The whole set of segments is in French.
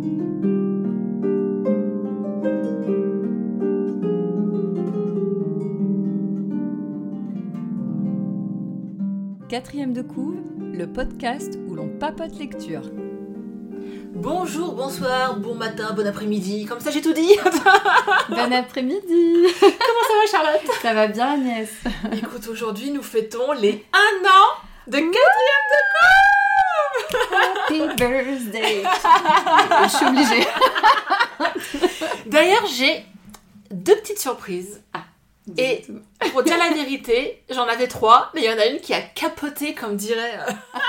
Quatrième de couve, le podcast où l'on papote lecture. Bonjour, bonsoir, bon matin, bon après-midi, comme ça j'ai tout dit. Bon après-midi. Comment ça va Charlotte? Ça va bien Agnès. Écoute, aujourd'hui nous fêtons les 1 an de quatrième de couve. Happy birthday. Je suis obligée. D'ailleurs j'ai 2 petites surprises. Et pour dire la vérité, j'en avais 3, mais il y en a une qui a capoté, comme diraient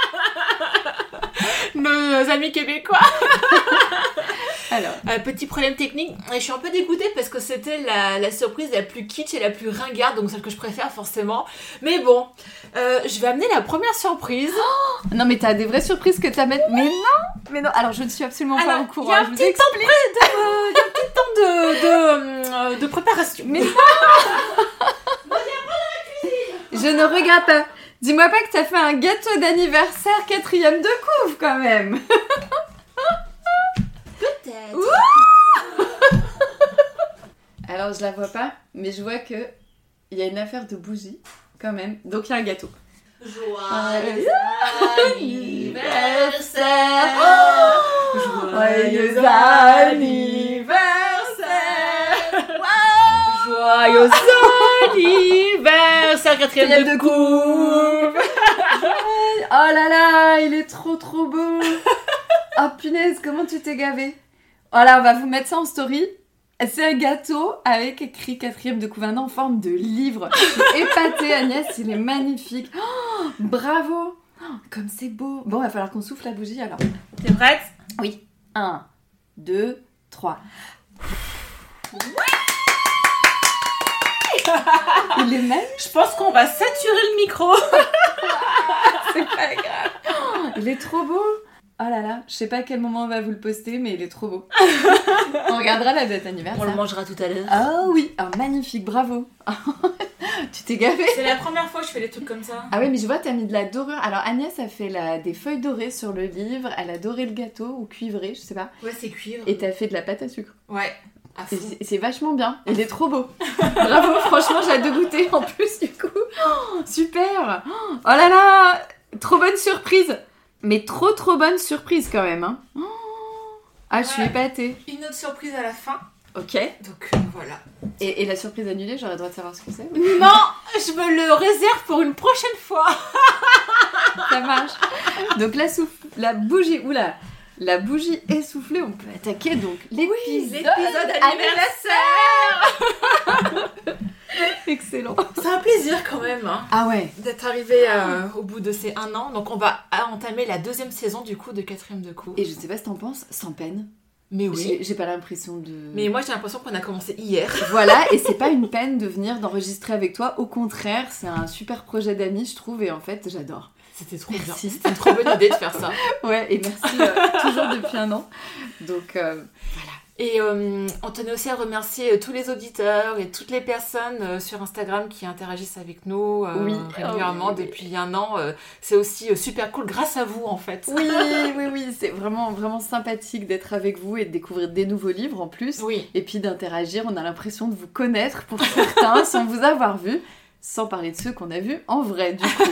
nos amis québécois. Alors, petit problème technique, et je suis un peu dégoûtée parce que c'était la surprise la plus kitsch et la plus ringarde, donc celle que je préfère forcément. Mais bon, je vais amener la première surprise. Oh non mais t'as des vraies surprises que t'amènes. Mais non. Alors je ne suis absolument pas au courant. Il y a un petit temps de préparation. Mais non. Je ne regarde pas. Dis-moi pas que t'as fait un gâteau d'anniversaire quatrième de couve quand même. Peut-être. Alors je la vois pas, mais je vois que il y a une affaire de bougie quand même. Donc il y a un gâteau. Joyeux anniversaire. Joyeux anniversaire. Joyeux anniversaire quatrième de couve. Oh là là, il est trop beau. Oh punaise, comment tu t'es gavé. Oh là, on va vous mettre ça en story. C'est un gâteau avec écrit quatrième de couve, en forme de livre. Je suis épatée, Agnès, il est magnifique. Oh, bravo. Oh, comme c'est beau. Bon, il va falloir qu'on souffle la bougie alors. T'es prête? Oui. 1, 2, 3. Il est magnifique. Je pense qu'on va saturer le micro. C'est pas grave. Oh, il est trop beau. Oh là là, je sais pas à quel moment on va vous le poster, mais il est trop beau. On regardera la date anniversaire. On le mangera tout à l'heure. Oh oui, oh, magnifique, bravo. Tu t'es gavée. C'est la première fois que je fais des trucs comme ça. Ah oui, mais je vois, t'as mis de la dorure. Alors Agnès a fait des feuilles dorées sur le livre, elle a doré le gâteau, ou cuivré, je sais pas. Ouais, c'est cuivre. Et t'as fait de la pâte à sucre. Ouais, à fond. C'est vachement bien, il est trop beau. Bravo, franchement, j'ai hâte de goûter en plus du coup. Oh, super. Oh là là, trop bonne surprise. Mais trop bonne surprise quand même. Hein. Oh. Ah, je suis épatée. Une autre surprise à la fin. Ok. Donc voilà. Et la surprise annulée, j'aurais le droit de savoir ce que c'est. Non, je me le réserve pour une prochaine fois. Ça marche. Donc la bougie, oula, la bougie essoufflée, on peut attaquer donc l'épisode anniversaire. Excellent. C'est un plaisir quand même Ah ouais. d'être arrivé au bout de ces 1 an. Donc on va entamer la 2e saison du coup de quatrième de couve. Et je sais pas si t'en penses, sans peine. Mais oui. J'ai pas l'impression de... Mais moi j'ai l'impression qu'on a commencé hier. Voilà, et c'est pas une peine de venir d'enregistrer avec toi. Au contraire, c'est un super projet d'amis, je trouve, et en fait, j'adore. C'était trop Merci. bien. C'était une trop bonne idée de faire ça. Ouais, et merci toujours depuis 1 an. Donc voilà. Et on tenait aussi à remercier tous les auditeurs et toutes les personnes sur Instagram qui interagissent avec nous régulièrement depuis 1 an. C'est aussi super cool grâce à vous en fait. Oui, c'est vraiment sympathique d'être avec vous et de découvrir des nouveaux livres en plus. Oui. Et puis d'interagir, on a l'impression de vous connaître pour certains sans vous avoir vu, sans parler de ceux qu'on a vus en vrai du coup.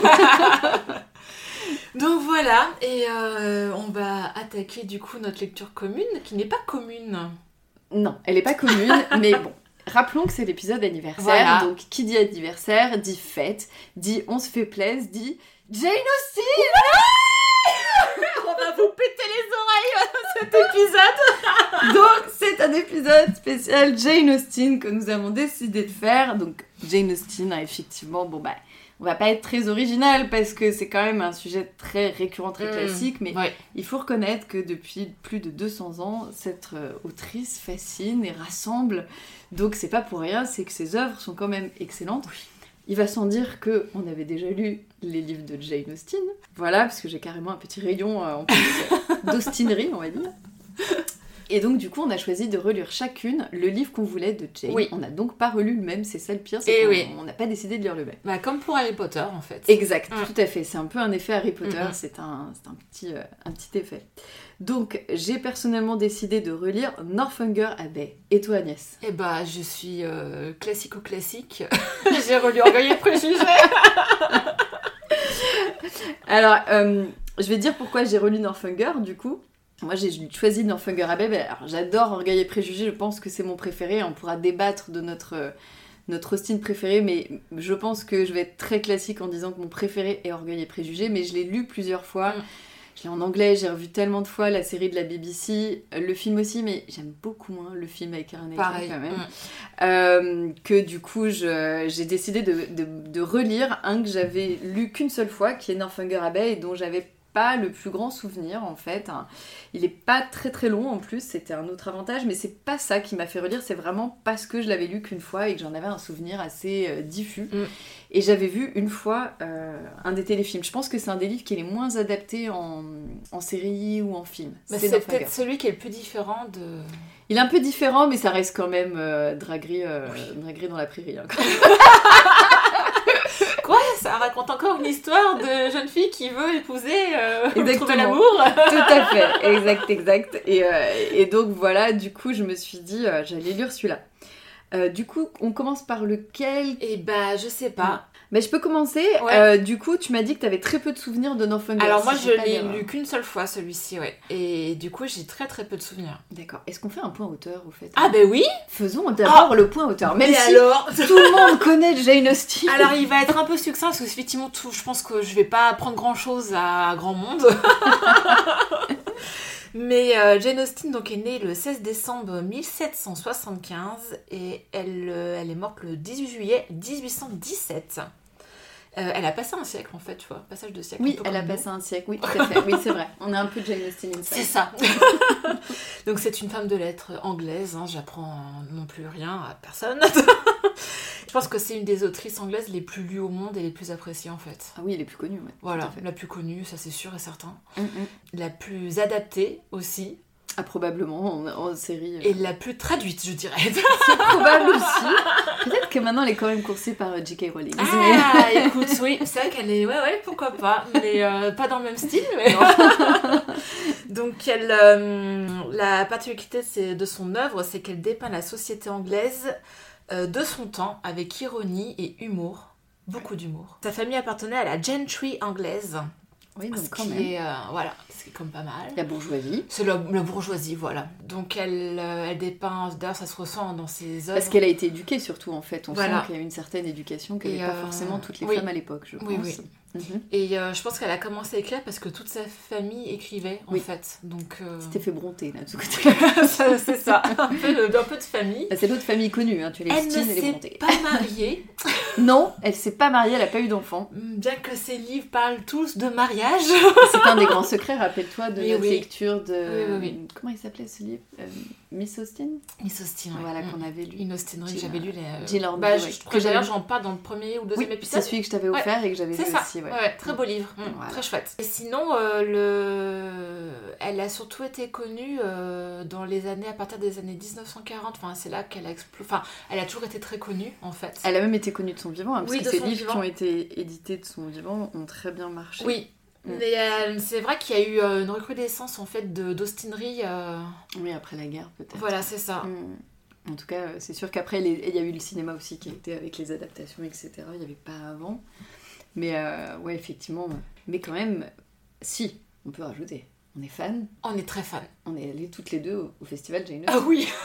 Donc voilà, et on va attaquer du coup notre lecture commune, qui n'est pas commune. Non, elle n'est pas commune, mais bon. Rappelons que c'est l'épisode anniversaire, voilà. Donc qui dit anniversaire, dit fête, dit on se fait plaisir, dit Jane Austen. On va vous péter les oreilles cet épisode. Donc c'est un épisode spécial Jane Austen que nous avons décidé de faire. Donc Jane Austen, effectivement, on va pas être très original parce que c'est quand même un sujet très récurrent, très classique, mais ouais. Il faut reconnaître que depuis plus de 200 ans, cette autrice fascine et rassemble. Donc c'est pas pour rien, c'est que ses œuvres sont quand même excellentes. Oui. Il va sans dire qu'on avait déjà lu les livres de Jane Austen. Voilà, parce que j'ai carrément un petit rayon en plus d'austinerie, on va dire. Et donc du coup on a choisi de relire chacune le livre qu'on voulait de Jane. Oui. On n'a donc pas relu le même, c'est ça le pire, c'est qu'on n'a pas décidé de lire le même. Bah, comme pour Harry Potter en fait. Exact, tout à fait. C'est un peu un effet Harry Potter, c'est un petit effet. Donc j'ai personnellement décidé de relire Northanger Abbey. Et toi Agnès? Eh bah je suis classico-classique. J'ai relu Orgueil et Préjugés. Alors, je vais dire pourquoi j'ai relu Northanger, du coup. Moi, j'ai choisi Northanger Abbey. Alors, j'adore Orgueil et Préjugés, je pense que c'est mon préféré. On pourra débattre de notre Austen préféré, mais je pense que je vais être très classique en disant que mon préféré est Orgueil et Préjugés, mais je l'ai lu plusieurs fois. Je l'ai en anglais, j'ai revu tellement de fois la série de la BBC, le film aussi, mais j'aime beaucoup moins le film avec Aaron Eckhart quand même. Que du coup, j'ai décidé de relire un que j'avais lu qu'une seule fois, qui est Northanger Abbey, et dont j'avais pas le plus grand souvenir en fait. Il est pas très très long en plus, c'était un autre avantage, mais c'est pas ça qui m'a fait relire, c'est vraiment parce que je l'avais lu qu'une fois et que j'en avais un souvenir assez diffus. Et j'avais vu une fois un des téléfilms. Je pense que c'est un des livres qui est les moins adaptés en série ou en film. Bah, c'est peut-être celui qui est le plus différent de... Il est un peu différent, mais ça reste quand même draguerie dans la prairie. Hein, Quoi? Ça raconte encore une histoire de jeune fille qui veut épouser, trouver l'amour. Tout à fait, exact. Et donc voilà, du coup, je me suis dit, j'allais lire celui-là. Du coup, on commence par lequel? Eh bah, je sais pas. Mais je peux commencer. Du coup, tu m'as dit que tu avais très peu de souvenirs de Northanger. Alors moi, je l'ai lu qu'une seule fois, celui-ci, ouais. Et du coup, j'ai très très peu de souvenirs. D'accord. Est-ce qu'on fait un point auteur, au fait? Ah ben oui. Faisons d'abord le point auteur. Même si alors tout le monde connaît Jane Austen. Alors, il va être un peu succinct, parce que effectivement, je pense que je vais pas apprendre grand-chose à grand monde. Mais Jane Austen donc, est née le 16 décembre 1775 et elle est morte le 18 juillet 1817. Elle a passé un siècle en fait, tu vois, passage de siècle. Oui, elle a passé un siècle, oui, tout à fait. Oui, c'est vrai. On a un peu de Jane Austen inside. C'est ça. Donc c'est une femme de lettres anglaise, hein, j'apprends non plus rien à personne. Je pense que c'est une des autrices anglaises les plus lues au monde et les plus appréciées en fait. Ah oui, les plus connues, ouais. Voilà, la plus connue, ça c'est sûr et certain. La plus adaptée aussi. Ah, probablement, en série. Et la plus traduite, je dirais. C'est probable aussi. Peut-être que maintenant elle est quand même coursée par J.K. Rowling. Ah, écoute, oui, c'est vrai qu'elle est... Ouais, pourquoi pas. Mais pas dans le même style, mais... Donc, la particularité de son œuvre, c'est qu'elle dépeint la société anglaise de son temps avec ironie et humour. Beaucoup d'humour. Sa famille appartenait à la gentry anglaise. Oui, donc quand même. Voilà, c'est comme pas mal. La bourgeoisie. C'est la bourgeoisie, voilà. Donc elle dépeint, d'ailleurs ça se ressent dans ses œuvres. Parce qu'elle a été éduquée surtout en fait. On sent qu'il y a une certaine éducation qu'elle n'avait pas forcément toutes les femmes à l'époque, je pense. Oui. Et je pense qu'elle a commencé à écrire parce que toute sa famille écrivait en fait. Donc c'était fait bronter là, de ce côté-là. C'est ça, un peu de famille. C'est l'autre famille connue, hein. Tu les Elle ne s'est pas mariée. Non, elle s'est pas mariée, elle a pas eu d'enfant. Bien que ses livres parlent tous de mariage. C'est un des grands secrets, rappelle-toi, de notre lecture de... Oui. Comment il s'appelait ce livre? Miss Austen. Miss Austen, oui. Voilà, qu'on avait lu. Une Austenerie que j'avais lu. Jill Orby, que d'ailleurs j'en parle dans le premier ou le deuxième épisode. C'est celui que je t'avais offert et que j'avais lu aussi. Ouais, très beau livre, très chouette. Et sinon, elle a surtout été connue dans les années, à partir des années 1940, enfin c'est là qu'elle a explosé, enfin elle a toujours été très connue en fait. Elle a même été connue de son vivant, parce que ses livres vivant. Qui ont été édités de son vivant ont très bien marché. Oui. Mais c'est vrai qu'il y a eu une recrudescence en fait d'austenerie. Oui, après la guerre peut-être. Voilà, c'est ça. En tout cas, c'est sûr qu'après, il y a eu le cinéma aussi qui a été avec les adaptations, etc. Il n'y avait pas avant. Mais ouais, effectivement. Mais quand même, si, on peut rajouter. On est fans. On est très fans. On est allés toutes les deux au festival Jane Austen. Ah oui.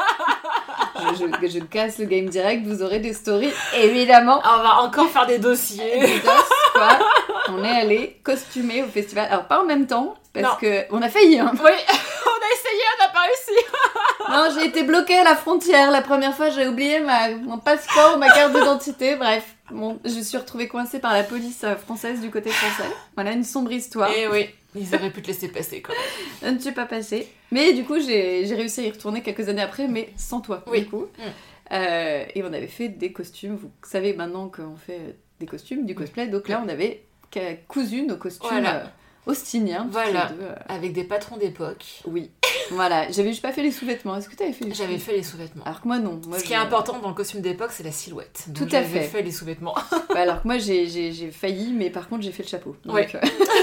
je casse le game direct, vous aurez des stories, évidemment. On va encore faire des dossiers. Quoi. On est allés costumés au festival. Alors, pas en même temps, parce qu'on a failli. Hein. Oui, on a essayé, on n'a pas réussi. Non, j'ai été bloquée à la frontière. La première fois, j'ai oublié mon passeport, ma carte d'identité. Bref, je suis retrouvée coincée par la police française du côté français. Voilà, une sombre histoire. Et oui, ils auraient pu te laisser passer quand même. Je ne suis pas passée. Mais du coup, j'ai réussi à y retourner quelques années après, mais sans toi, du coup. Et on avait fait des costumes. Vous savez maintenant qu'on fait des costumes, du cosplay. Donc là, on avait cousu nos costumes austiniens. Voilà, avec des patrons d'époque. Oui. Voilà, j'avais juste pas fait les sous-vêtements. Est-ce que tu avais fait les J'avais fait les sous-vêtements. Alors que moi, non. Moi, Ce qui est important dans le costume d'époque, c'est la silhouette. Donc, Tout à fait. J'avais fait les sous-vêtements. Alors que moi, j'ai failli, mais par contre, j'ai fait le chapeau. Donc, ouais.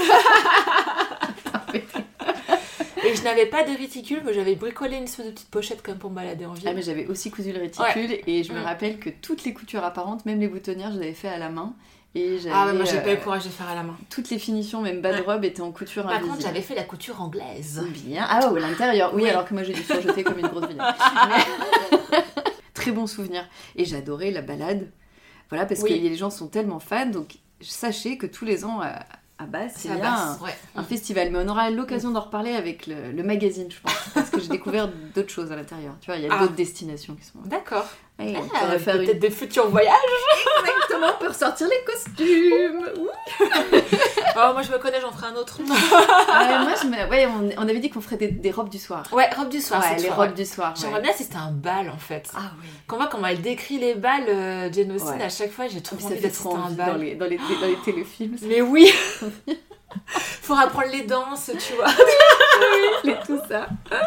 Et je n'avais pas de réticule, mais j'avais bricolé une espèce de petite pochette comme pour me balader en ville. Ah, mais j'avais aussi cousu le réticule, et je me rappelle que toutes les coutures apparentes, même les boutonnières, je les avais fait à la main. Et ah ouais, moi j'ai pas eu le courage de faire à la main. Toutes les finitions, même bas de robe, étaient en couture invisible. Par contre, j'avais fait la couture anglaise. Bien. Ah ouais, l'intérieur. Oui, alors que moi j'ai dû surjeter comme une grosse vilaine. Très bon souvenir. Et j'adorais la balade. Voilà, parce que les gens sont tellement fans, donc sachez que tous les ans à Basse, il y a un festival. Mais on aura l'occasion d'en reparler avec le magazine, je pense. Parce que j'ai découvert d'autres choses à l'intérieur. Tu vois, il y a d'autres destinations qui sont... D'accord. Ouais, peut-être des futurs voyages. Exactement, pour sortir les costumes. Oh, moi je me connais, j'en ferai un autre. On avait dit qu'on ferait des robes du soir. Ouais, robes du soir. Ouais, les robes du soir. J'aimerais bien si c'était un bal en fait. Ah oui. Quand on voit comment elle décrit les balles, Jane Austen, à chaque fois j'ai trop envie d'assister à un bal. Dans les téléfilms. Mais oui. Faut apprendre les danses, tu vois. Tout ça.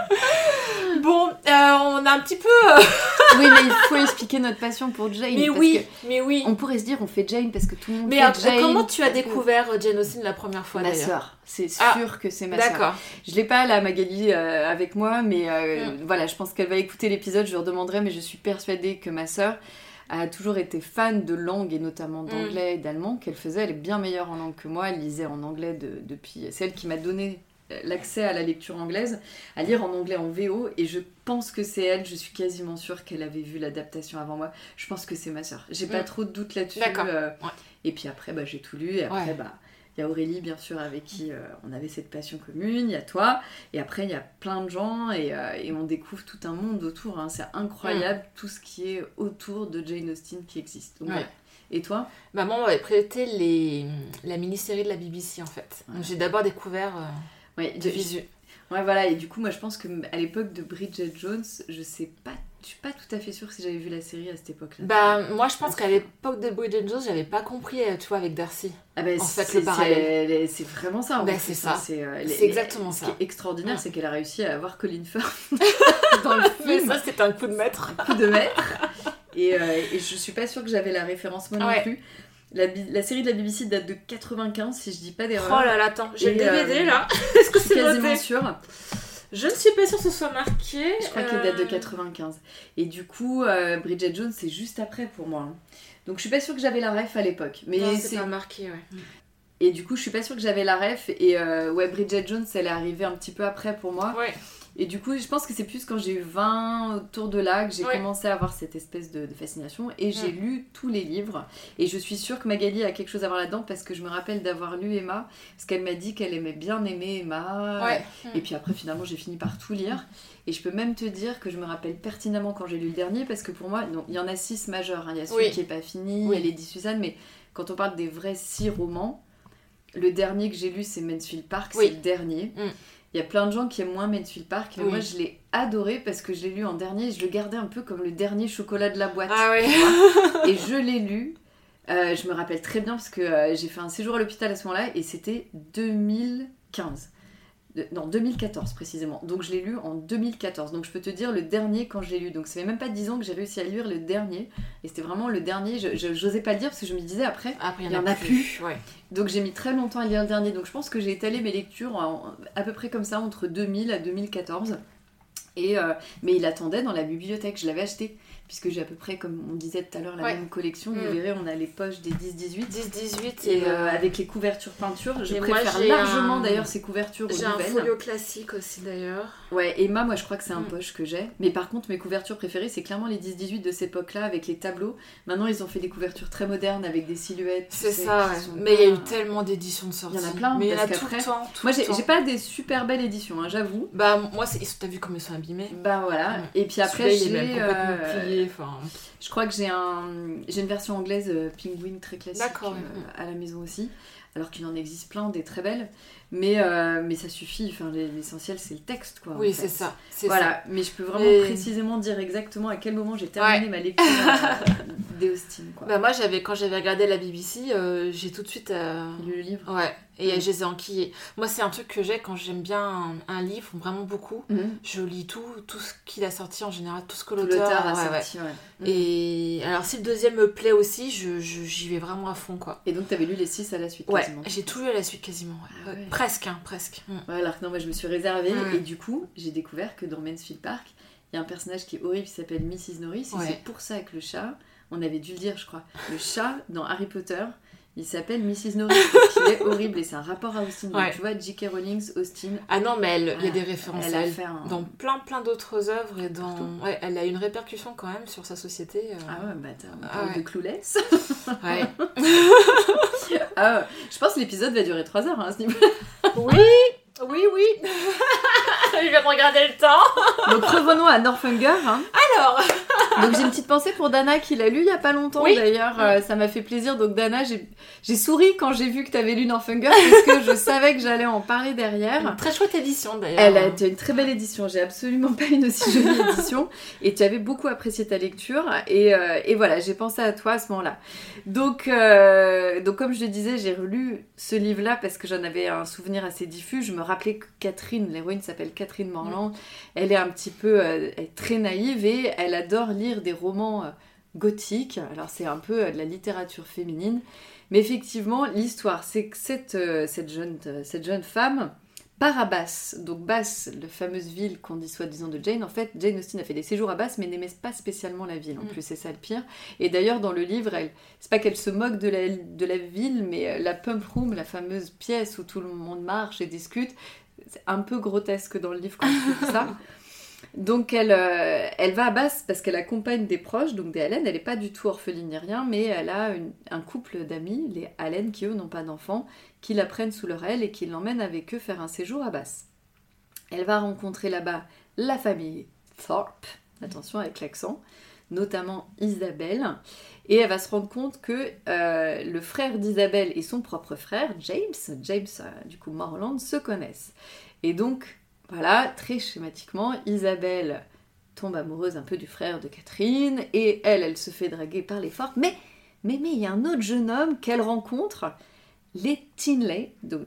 Bon, on a un petit peu... Oui, mais il faut expliquer notre passion pour Jane. Mais oui. On pourrait se dire, on fait Jane parce que tout le monde fait Jane. Mais comment tu as découvert Jane Austen la première fois, d'ailleurs ? Ma sœur. C'est sûr que c'est ma sœur. D'accord. Je l'ai pas, là, Magali, avec moi, mais voilà, je pense qu'elle va écouter l'épisode, je lui redemanderai, mais je suis persuadée que ma sœur a toujours été fan de langue, et notamment d'anglais et d'allemand, qu'elle faisait. Elle est bien meilleure en langue que moi, elle lisait en anglais depuis... C'est elle qui m'a donné l'accès à la lecture anglaise, à lire en anglais en VO, et je pense que c'est elle, je suis quasiment sûre qu'elle avait vu l'adaptation avant moi. Je pense que c'est ma sœur. J'ai pas trop de doute là-dessus. D'accord. Et puis après, j'ai tout lu, et après, il y a Aurélie, bien sûr, avec qui on avait cette passion commune, il y a toi, et après, il y a plein de gens, et on découvre tout un monde autour. Hein. C'est incroyable, tout ce qui est autour de Jane Austen qui existe. Donc, voilà. Et toi ? Maman m'avait prêté la mini-série de la BBC, en fait. Donc, j'ai d'abord découvert de visu. Ouais, voilà, et du coup, moi, je pense qu'à l'époque de Bridget Jones, je suis pas tout à fait sûre si j'avais vu la série à cette époque-là. Moi, je pense qu'à l'époque de Bridget Jones, j'avais pas compris, tu vois, avec Darcy. En fait, le parallèle. C'est vraiment ça. C'est ça. C'est exactement ça. Ce qui est extraordinaire, c'est qu'elle a réussi à avoir Colin Firth dans le film. Mais ça, c'était un coup de maître. Et je suis pas sûre que j'avais la référence moi non plus. La série de la BBC date de 95, si je dis pas d'erreur. Oh là là, attends, j'ai le DVD là. Est-ce que c'est quasiment noté ? sûre. Je ne suis pas sûre que ce soit marqué. Je crois qu'il date de 95. Et du coup, Bridget Jones, c'est juste après pour moi. Donc je suis pas sûre que j'avais la ref à l'époque. Mais non, c'est pas marqué, Et du coup, je suis pas sûre que j'avais la ref. Et Bridget Jones, elle est arrivée un petit peu après pour moi. Ouais. Et du coup, je pense que c'est plus quand j'ai eu 20 autour de là que j'ai commencé à avoir cette espèce de fascination. Et j'ai lu tous les livres. Et je suis sûre que Magali a quelque chose à voir là-dedans parce que je me rappelle d'avoir lu Emma. Parce qu'elle m'a dit qu'elle aimait bien aimer Emma. Ouais. Et puis après, finalement, j'ai fini par tout lire. Et je peux même te dire que je me rappelle pertinemment quand j'ai lu le dernier. Parce que pour moi, il y en a 6 majeurs. Hein. Il y a celui qui n'est pas fini, il y a Lady Suzanne. Mais quand on parle des vrais 6 romans, le dernier que j'ai lu, c'est Mansfield Park. C'est le dernier. Il y a plein de gens qui aiment moins Mansfield Park, mais moi je l'ai adoré parce que je l'ai lu en dernier et je le gardais un peu comme le dernier chocolat de la boîte. Ah ouais. Et je l'ai lu, je me rappelle très bien parce que j'ai fait un séjour à l'hôpital à ce moment-là et c'était 2015. Non, 2014 précisément. Donc je l'ai lu en 2014. Donc je peux te dire le dernier quand je l'ai lu. Donc ça fait même pas 10 ans que j'ai réussi à lire le dernier. Et c'était vraiment le dernier. J'osais pas le dire parce que je me disais après il y en a plus. Ouais. Donc j'ai mis très longtemps à lire le dernier. Donc je pense que j'ai étalé mes lectures à peu près comme ça entre 2000 à 2014. Mais il attendait dans la bibliothèque. Je l'avais acheté. Puisque j'ai à peu près, comme on disait tout à l'heure, la même collection. Vous verrez, on a les poches des 10-18. 10-18 et avec les couvertures peinture. Je préfère largement d'ailleurs ces couvertures aux nouvelles. J'ai un folio classique aussi d'ailleurs. Ouais, Emma, moi je crois que c'est un poche que j'ai. Mais par contre, mes couvertures préférées, c'est clairement les 10-18 de cette époque-là avec les tableaux. Maintenant, ils ont fait des couvertures très modernes avec des silhouettes. C'est ça, ouais. Mais il y a eu tellement d'éditions de sortie. Il y en a plein. Mais il y en a tout le temps. Moi, j'ai pas des super belles éditions, hein, j'avoue. Moi, t'as vu comme ils sont abîmés. Voilà. Et puis après, j'ai complètement plié. Je crois que j'ai une version anglaise Penguin très classique à la maison aussi, alors qu'il en existe plein des très belles, mais ça suffit. Enfin, l'essentiel c'est le texte, quoi. Oui, en fait. c'est ça. Voilà, mais je peux vraiment précisément dire exactement à quel moment j'ai terminé ma lecture des Austen, quoi. Bah moi, quand j'avais regardé la BBC, j'ai tout de suite... lu le livre. Ouais, et je les ai enquillés. Moi, c'est un truc que j'ai quand j'aime bien un livre, vraiment beaucoup. Je lis tout ce qu'il a sorti en général, tout ce que l'auteur a sorti, ouais. Et alors, si le deuxième me plaît aussi, j'y vais vraiment à fond, quoi. Et donc, t'avais lu les 6 à la suite, ouais, quasiment. J'ai tout lu à la suite, quasiment. Ouais. Presque. Ouais, alors que non, moi, je me suis réservée. Et du coup, j'ai découvert que dans Mansfield Park, il y a un personnage qui est horrible qui s'appelle Mrs. Norris. Et c'est pour ça que le chat, on avait dû le dire, je crois, le chat dans Harry Potter, il s'appelle Mrs. Norris parce qu'il est horrible et c'est un rapport à Austen. Donc, tu vois, J.K. Rowling, Austen. Ah non, mais il y a des références elle à a elle fait dans plein d'autres œuvres et elle a une répercussion quand même sur sa société. Ah ouais, bah on parle de Clueless. Ouais. Je pense que l'épisode va durer 3 heures à ce niveau-là. Oui. Je vais regarder le temps. Donc revenons à Northanger. Alors. Donc j'ai une petite pensée pour Dana qui l'a lu il y a pas longtemps d'ailleurs. Ça m'a fait plaisir. Donc Dana, j'ai souri quand j'ai vu que tu avais lu Northanger parce que je savais que j'allais en parler derrière. Une très chouette édition d'ailleurs. Elle a été une très belle édition. J'ai absolument pas une aussi jolie édition. Et tu avais beaucoup apprécié ta lecture. Et voilà, j'ai pensé à toi à ce moment-là. Donc comme je le disais, j'ai relu ce livre-là parce que j'en avais un souvenir assez diffus. Je me rappelais que Catherine, l'héroïne s'appelle Catherine Morland. Elle est un petit peu elle est très naïve et elle adore lire des romans gothiques. Alors c'est un peu de la littérature féminine. Mais effectivement, l'histoire, c'est que cette jeune femme part à Bath. Donc Bath, la fameuse ville qu'on dit soi-disant de Jane. En fait, Jane Austen a fait des séjours à Bath, mais n'aimait pas spécialement la ville. En plus, c'est ça le pire. Et d'ailleurs, dans le livre, c'est pas qu'elle se moque de la ville, mais la pump room, la fameuse pièce où tout le monde marche et discute, c'est un peu grotesque dans le livre quand je trouve ça. Donc elle va à Bath parce qu'elle accompagne des proches, donc des Allen. Elle n'est pas du tout orpheline ni rien, mais elle a un couple d'amis, les Allen, qui eux n'ont pas d'enfants, qui la prennent sous leur aile et qui l'emmènent avec eux faire un séjour à Bath. Elle va rencontrer là-bas la famille Thorpe, attention avec l'accent, notamment Isabelle, et elle va se rendre compte que le frère d'Isabelle et son propre frère, James du coup Morland, se connaissent. Et donc, voilà, très schématiquement, Isabelle tombe amoureuse un peu du frère de Catherine, et elle se fait draguer par les Thorpe, mais il y a un autre jeune homme qu'elle rencontre, les Tilney, donc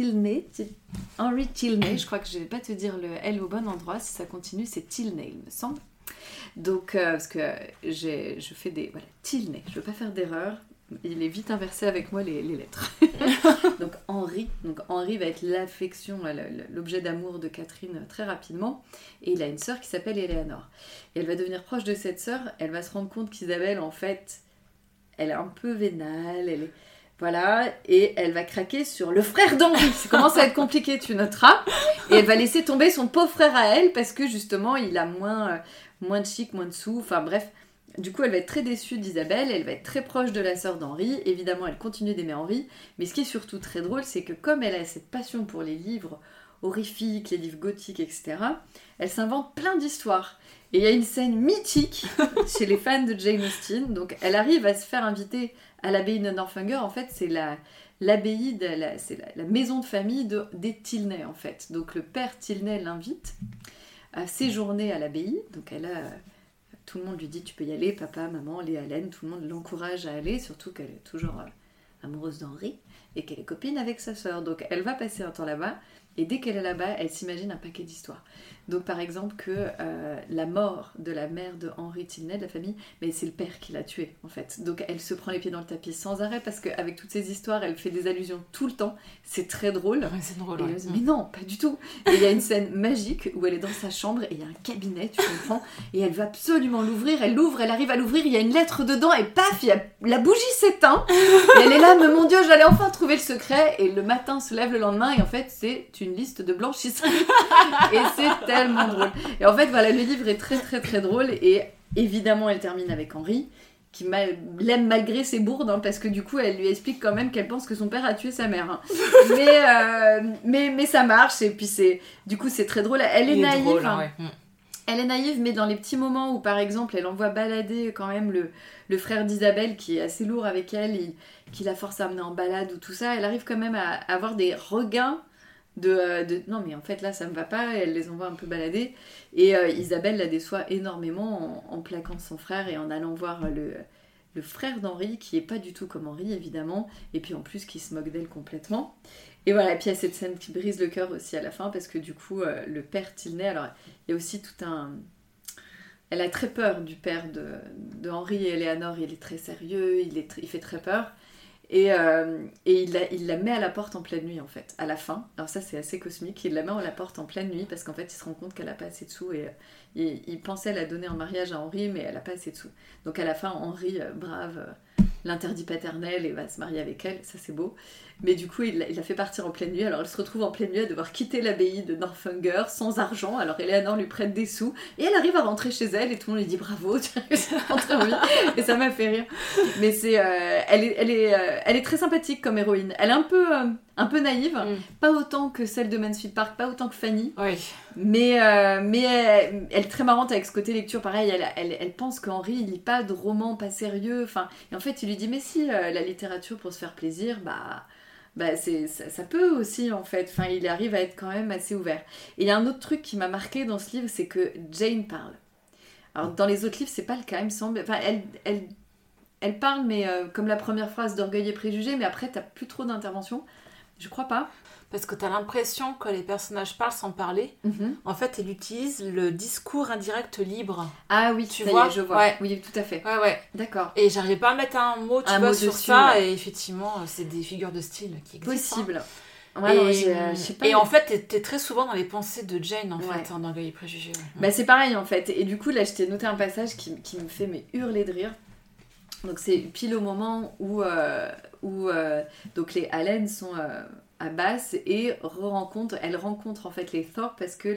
Henry Tilney, je crois que je ne vais pas te dire le L au bon endroit, si ça continue, c'est Tilney, il me semble. Donc, parce que je fais des... Voilà, Tilney, je ne veux pas faire d'erreur, il est vite inversé avec moi les lettres. Donc Henri va être l'affection, l'objet d'amour de Catherine très rapidement, et il a une sœur qui s'appelle Éléanore. Et elle va devenir proche de cette sœur, elle va se rendre compte qu'Isabelle, en fait, elle est un peu vénale, voilà, et elle va craquer sur le frère d'Henri. Ça commence à être compliqué, tu noteras. Et elle va laisser tomber son pauvre frère à elle, parce que justement, il a moins de chic, moins de sous, enfin bref. Du coup, elle va être très déçue d'Isabelle, elle va être très proche de la sœur d'Henri. Évidemment, elle continue d'aimer Henri. Mais ce qui est surtout très drôle, c'est que comme elle a cette passion pour les livres horrifiques, les livres gothiques, etc., elle s'invente plein d'histoires. Et il y a une scène mythique chez les fans de Jane Austen. Donc, elle arrive à se faire inviter à l'abbaye de Northanger. En fait, c'est l'abbaye, c'est la maison de famille des Tilney, en fait. Donc, le père Tilney l'invite à séjourner à l'abbaye. Donc, tout le monde lui dit tu peux y aller, papa, maman, les Allen, tout le monde l'encourage à aller, surtout qu'elle est toujours amoureuse d'Henri et qu'elle est copine avec sa sœur. Donc elle va passer un temps là-bas et dès qu'elle est là-bas, elle s'imagine un paquet d'histoires. Donc par exemple que la mort de la mère de Henry Tilney, de la famille, mais c'est le père qui l'a tuée en fait. Donc elle se prend les pieds dans le tapis sans arrêt parce qu'avec toutes ces histoires, elle fait des allusions tout le temps. C'est très drôle. Ouais, c'est drôle. Ouais. Mais non, pas du tout. Et il y a une scène magique où elle est dans sa chambre et il y a un cabinet, tu comprends, et elle veut absolument l'ouvrir. Elle l'ouvre, elle arrive à l'ouvrir, il y a une lettre dedans et paf, la bougie s'éteint. Et elle est là, mais mon Dieu, j'allais enfin trouver le secret. Et le matin se lève le lendemain et en fait, c'est une liste de blanchisserie. Et c'est tellement drôle. Et en fait, voilà, le livre est très très très drôle et évidemment, elle termine avec Henri qui l'aime malgré ses bourdes, hein, parce que du coup, elle lui explique quand même qu'elle pense que son père a tué sa mère. Hein. Mais ça marche et puis du coup, c'est très drôle. Elle est naïve. Drôle, hein, ouais. Elle est naïve, mais dans les petits moments où, par exemple, elle envoie balader quand même le frère d'Isabelle qui est assez lourd avec elle, qui la force à amener en balade ou tout ça, elle arrive quand même à avoir des regains de non mais en fait là ça me va pas, elle les envoie un peu balader et Isabelle la déçoit énormément en plaquant son frère et en allant voir le frère d'Henri, qui est pas du tout comme Henri, évidemment, et puis en plus qui se moque d'elle complètement. Et voilà, et puis il y a cette scène qui brise le cœur aussi à la fin, parce que du coup, le père Tilney, alors il y a aussi tout un... Elle a très peur du père de Henri et Eleanor, il est très sérieux, il fait très peur. Et il la met à la porte en pleine nuit, en fait, à la fin. Alors ça, c'est assez cosmique. Il la met à la porte en pleine nuit, parce qu'en fait, il se rend compte qu'elle n'a pas assez de sous. Et il pensait la donner en mariage à Henri, mais elle n'a pas assez de sous. Donc à la fin, Henri, brave, l'interdit paternel et va se marier avec elle. Ça, c'est beau. Mais du coup, il la fait partir en pleine nuit. Alors elle se retrouve en pleine nuit à devoir quitter l'abbaye de Northanger sans argent. Alors Eleanor lui prête des sous et elle arrive à rentrer chez elle et tout le monde lui dit bravo, tu as réussi à rentrer en vie. Et ça m'a fait rire. Mais elle est très sympathique comme héroïne. Elle est un peu naïve, pas autant que celle de Mansfield Park, pas autant que Fanny. Oui. Mais elle est très marrante avec ce côté lecture. Pareil, elle pense qu'Henri il lit pas de romans pas sérieux. Enfin, et en fait, il lui dit mais si la littérature pour se faire plaisir, ça peut aussi en fait. Enfin, il arrive à être quand même assez ouvert. Et il y a un autre truc qui m'a marqué dans ce livre, c'est que Jane parle. Alors dans les autres livres, c'est pas le cas, il me semble. Enfin, elle parle, mais comme la première phrase d'Orgueil et Préjugés, mais après t'as plus trop d'intervention. Je crois pas. Parce que t'as l'impression que les personnages parlent sans parler. En fait, elle utilise le discours indirect libre. Ah oui, tu vois. Je vois. Ouais. Oui, tout à fait. Ouais. D'accord. Et j'arrivais pas à mettre un mot, sur dessus, ça. ouais. Et effectivement, c'est des figures de style qui existent. Possible. Hein. Ouais, non, je sais pas. Et en fait, t'es très souvent dans les pensées de Jane, en fait, dans Orgueil et Préjugés. Ouais. Bah, c'est pareil, en fait. Et du coup, là, je t'ai noté un passage qui me fait hurler de rire. Donc, c'est pile au moment où donc les Allen sont... à Bath et elle rencontre en fait les Thorpe parce que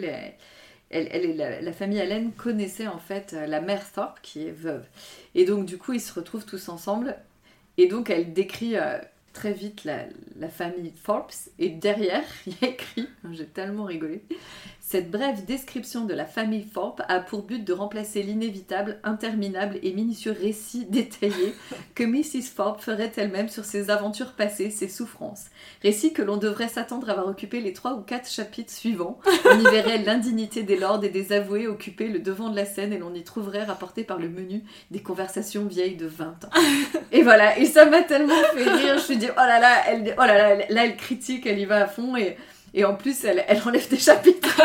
la famille Allen connaissait en fait la mère Thorpe qui est veuve. Et donc du coup ils se retrouvent tous ensemble et donc elle décrit très vite la famille Thorpe et derrière il y a écrit, j'ai tellement rigolé, cette brève description de la famille Thorpe a pour but de remplacer l'inévitable, interminable et minutieux récit détaillé que Mrs. Thorpe ferait elle-même sur ses aventures passées, ses souffrances. Récit que l'on devrait s'attendre à voir occuper les 3 ou 4 chapitres suivants. On y verrait l'indignité des lords et des avoués occuper le devant de la scène et l'on y trouverait rapporté par le menu des conversations vieilles de 20 ans. Et voilà, et ça m'a tellement fait rire, je me suis dit, oh là là, là elle critique, elle y va à fond et en plus, elle enlève des chapitres.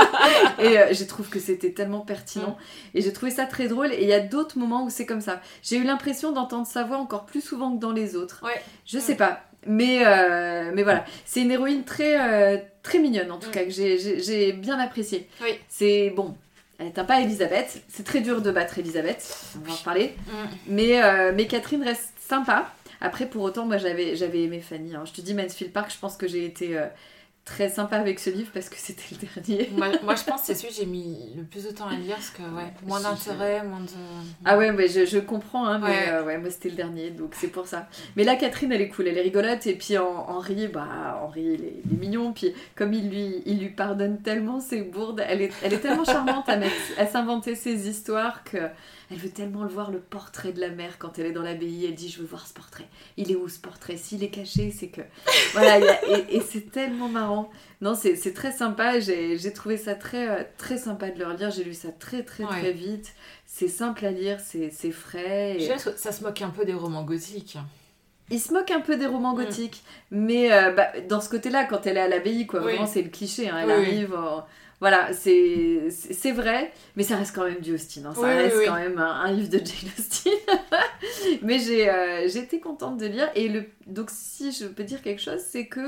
Et je trouve que c'était tellement pertinent. Et j'ai trouvé ça très drôle. Et il y a d'autres moments où c'est comme ça. J'ai eu l'impression d'entendre sa voix encore plus souvent que dans les autres. Ouais. Je sais pas. Mais voilà. C'est une héroïne très, très mignonne, en tout cas, que j'ai bien appréciée. Oui. C'est bon. Elle n'atteint pas Elisabeth. C'est très dur de battre Elisabeth. On va en reparler. Mais Catherine reste sympa. Après, pour autant, moi, j'avais aimé Fanny. Hein. Je te dis, Mansfield Park, je pense que j'ai été... très sympa avec ce livre parce que c'était le dernier. moi je pense que c'est celui que j'ai mis le plus de temps à lire parce que moins d'intérêt, moins de... Ah ouais, mais je comprends, hein, mais moi c'était le dernier, donc c'est pour ça. Mais là, Catherine, elle est cool, elle est rigolote, et puis Henri, il est mignon, puis comme il lui pardonne tellement ses bourdes, elle est tellement charmante à s'inventer ses histoires que... Elle veut tellement le voir, le portrait de la mère, quand elle est dans l'abbaye. Elle dit, je veux voir ce portrait. Il est où ce portrait? S'il est caché, c'est que... Voilà, et c'est tellement marrant. Non, c'est très sympa. J'ai trouvé ça très, très sympa de le relire. J'ai lu ça très, très, très vite. C'est simple à lire, c'est frais. Je sais que ça se moque un peu des romans gothiques. Il se moque un peu des romans gothiques. Mais dans ce côté-là, quand elle est à l'abbaye, quoi, vraiment, c'est le cliché. Hein, elle arrive... Voilà, c'est vrai, mais ça reste quand même du Austen. Hein. Ça reste quand même un livre de Jane Austen. Mais j'ai été contente de lire. Et donc, si je peux dire quelque chose, c'est que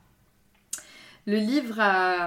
le livre a...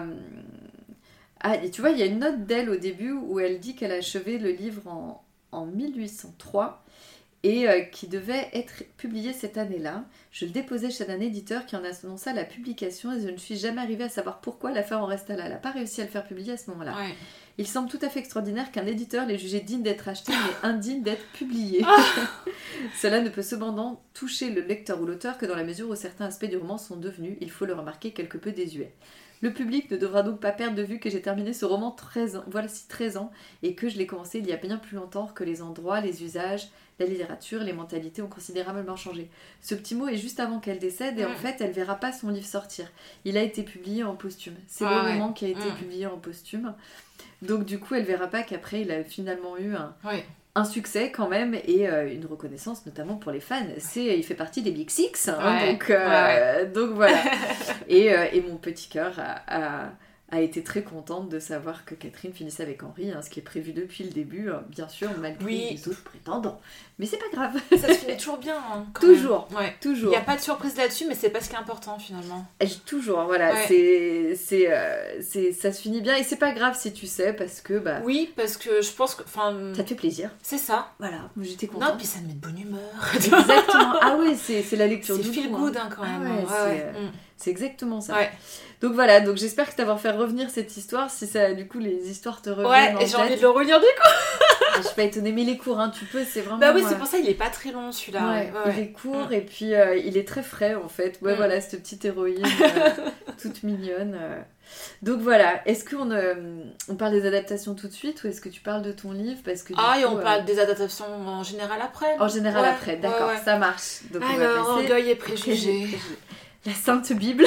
et tu vois, il y a une note d'elle au début où elle dit qu'elle a achevé le livre en 1803 et qui devait être publié cette année-là. Je le déposais chez un éditeur qui en annonça la publication et je ne suis jamais arrivée à savoir pourquoi l'affaire en resta là. Elle n'a pas réussi à le faire publier à ce moment-là. Ouais. Il semble tout à fait extraordinaire qu'un éditeur l'ait jugé digne d'être acheté mais indigne d'être publié. Cela ne peut cependant toucher le lecteur ou l'auteur que dans la mesure où certains aspects du roman sont devenus, il faut le remarquer, quelque peu désuets. Le public ne devra donc pas perdre de vue que j'ai terminé ce roman 13 ans et que je l'ai commencé il y a bien plus longtemps, que les endroits, les usages, la littérature, les mentalités ont considérablement changé. Ce petit mot est juste avant qu'elle décède et en fait elle verra pas son livre sortir. Il a été publié en posthume. C'est le roman qui a été publié en posthume. Donc du coup elle verra pas qu'après il a finalement eu un succès quand même et une reconnaissance notamment pour les fans. Il fait partie des Big Six, hein, donc voilà. Et mon petit cœur a été très contente de savoir que Catherine finissait avec Henri, ce qui est prévu depuis le début, bien sûr, malgré les autres prétendants. Mais c'est pas grave. Ça se finit toujours bien. Toujours. Ouais. Toujours. Il n'y a pas de surprise là-dessus, mais c'est pas ce qui est important finalement. Toujours, voilà. Ouais. Ça se finit bien et c'est pas grave si tu sais parce que... Oui, parce que je pense que... Ça te fait plaisir. C'est ça. Voilà, j'étais contente. Non, puis ça te met de bonne humeur. Exactement. Ah ouais, c'est la lecture du tout. C'est feel good quand même. C'est exactement ça. Ouais. Donc voilà, donc j'espère que t'avoir fait revenir cette histoire, si ça, du coup, les histoires te reviennent en tête. Ouais, et j'ai envie de le relire du coup. Je suis pas étonnée, mais les cours, tu peux, c'est vraiment... Bah oui, c'est pour ça, il est pas très long celui-là. Ouais. Il est court et puis il est très frais en fait. Ouais, voilà, cette petite héroïne toute mignonne. Donc voilà, est-ce qu'on parle des adaptations tout de suite ou est-ce que tu parles de ton livre parce que, et on parle des adaptations en général après. En général après, d'accord, ça marche. Donc alors, Orgueil et préjugés. La Sainte Bible.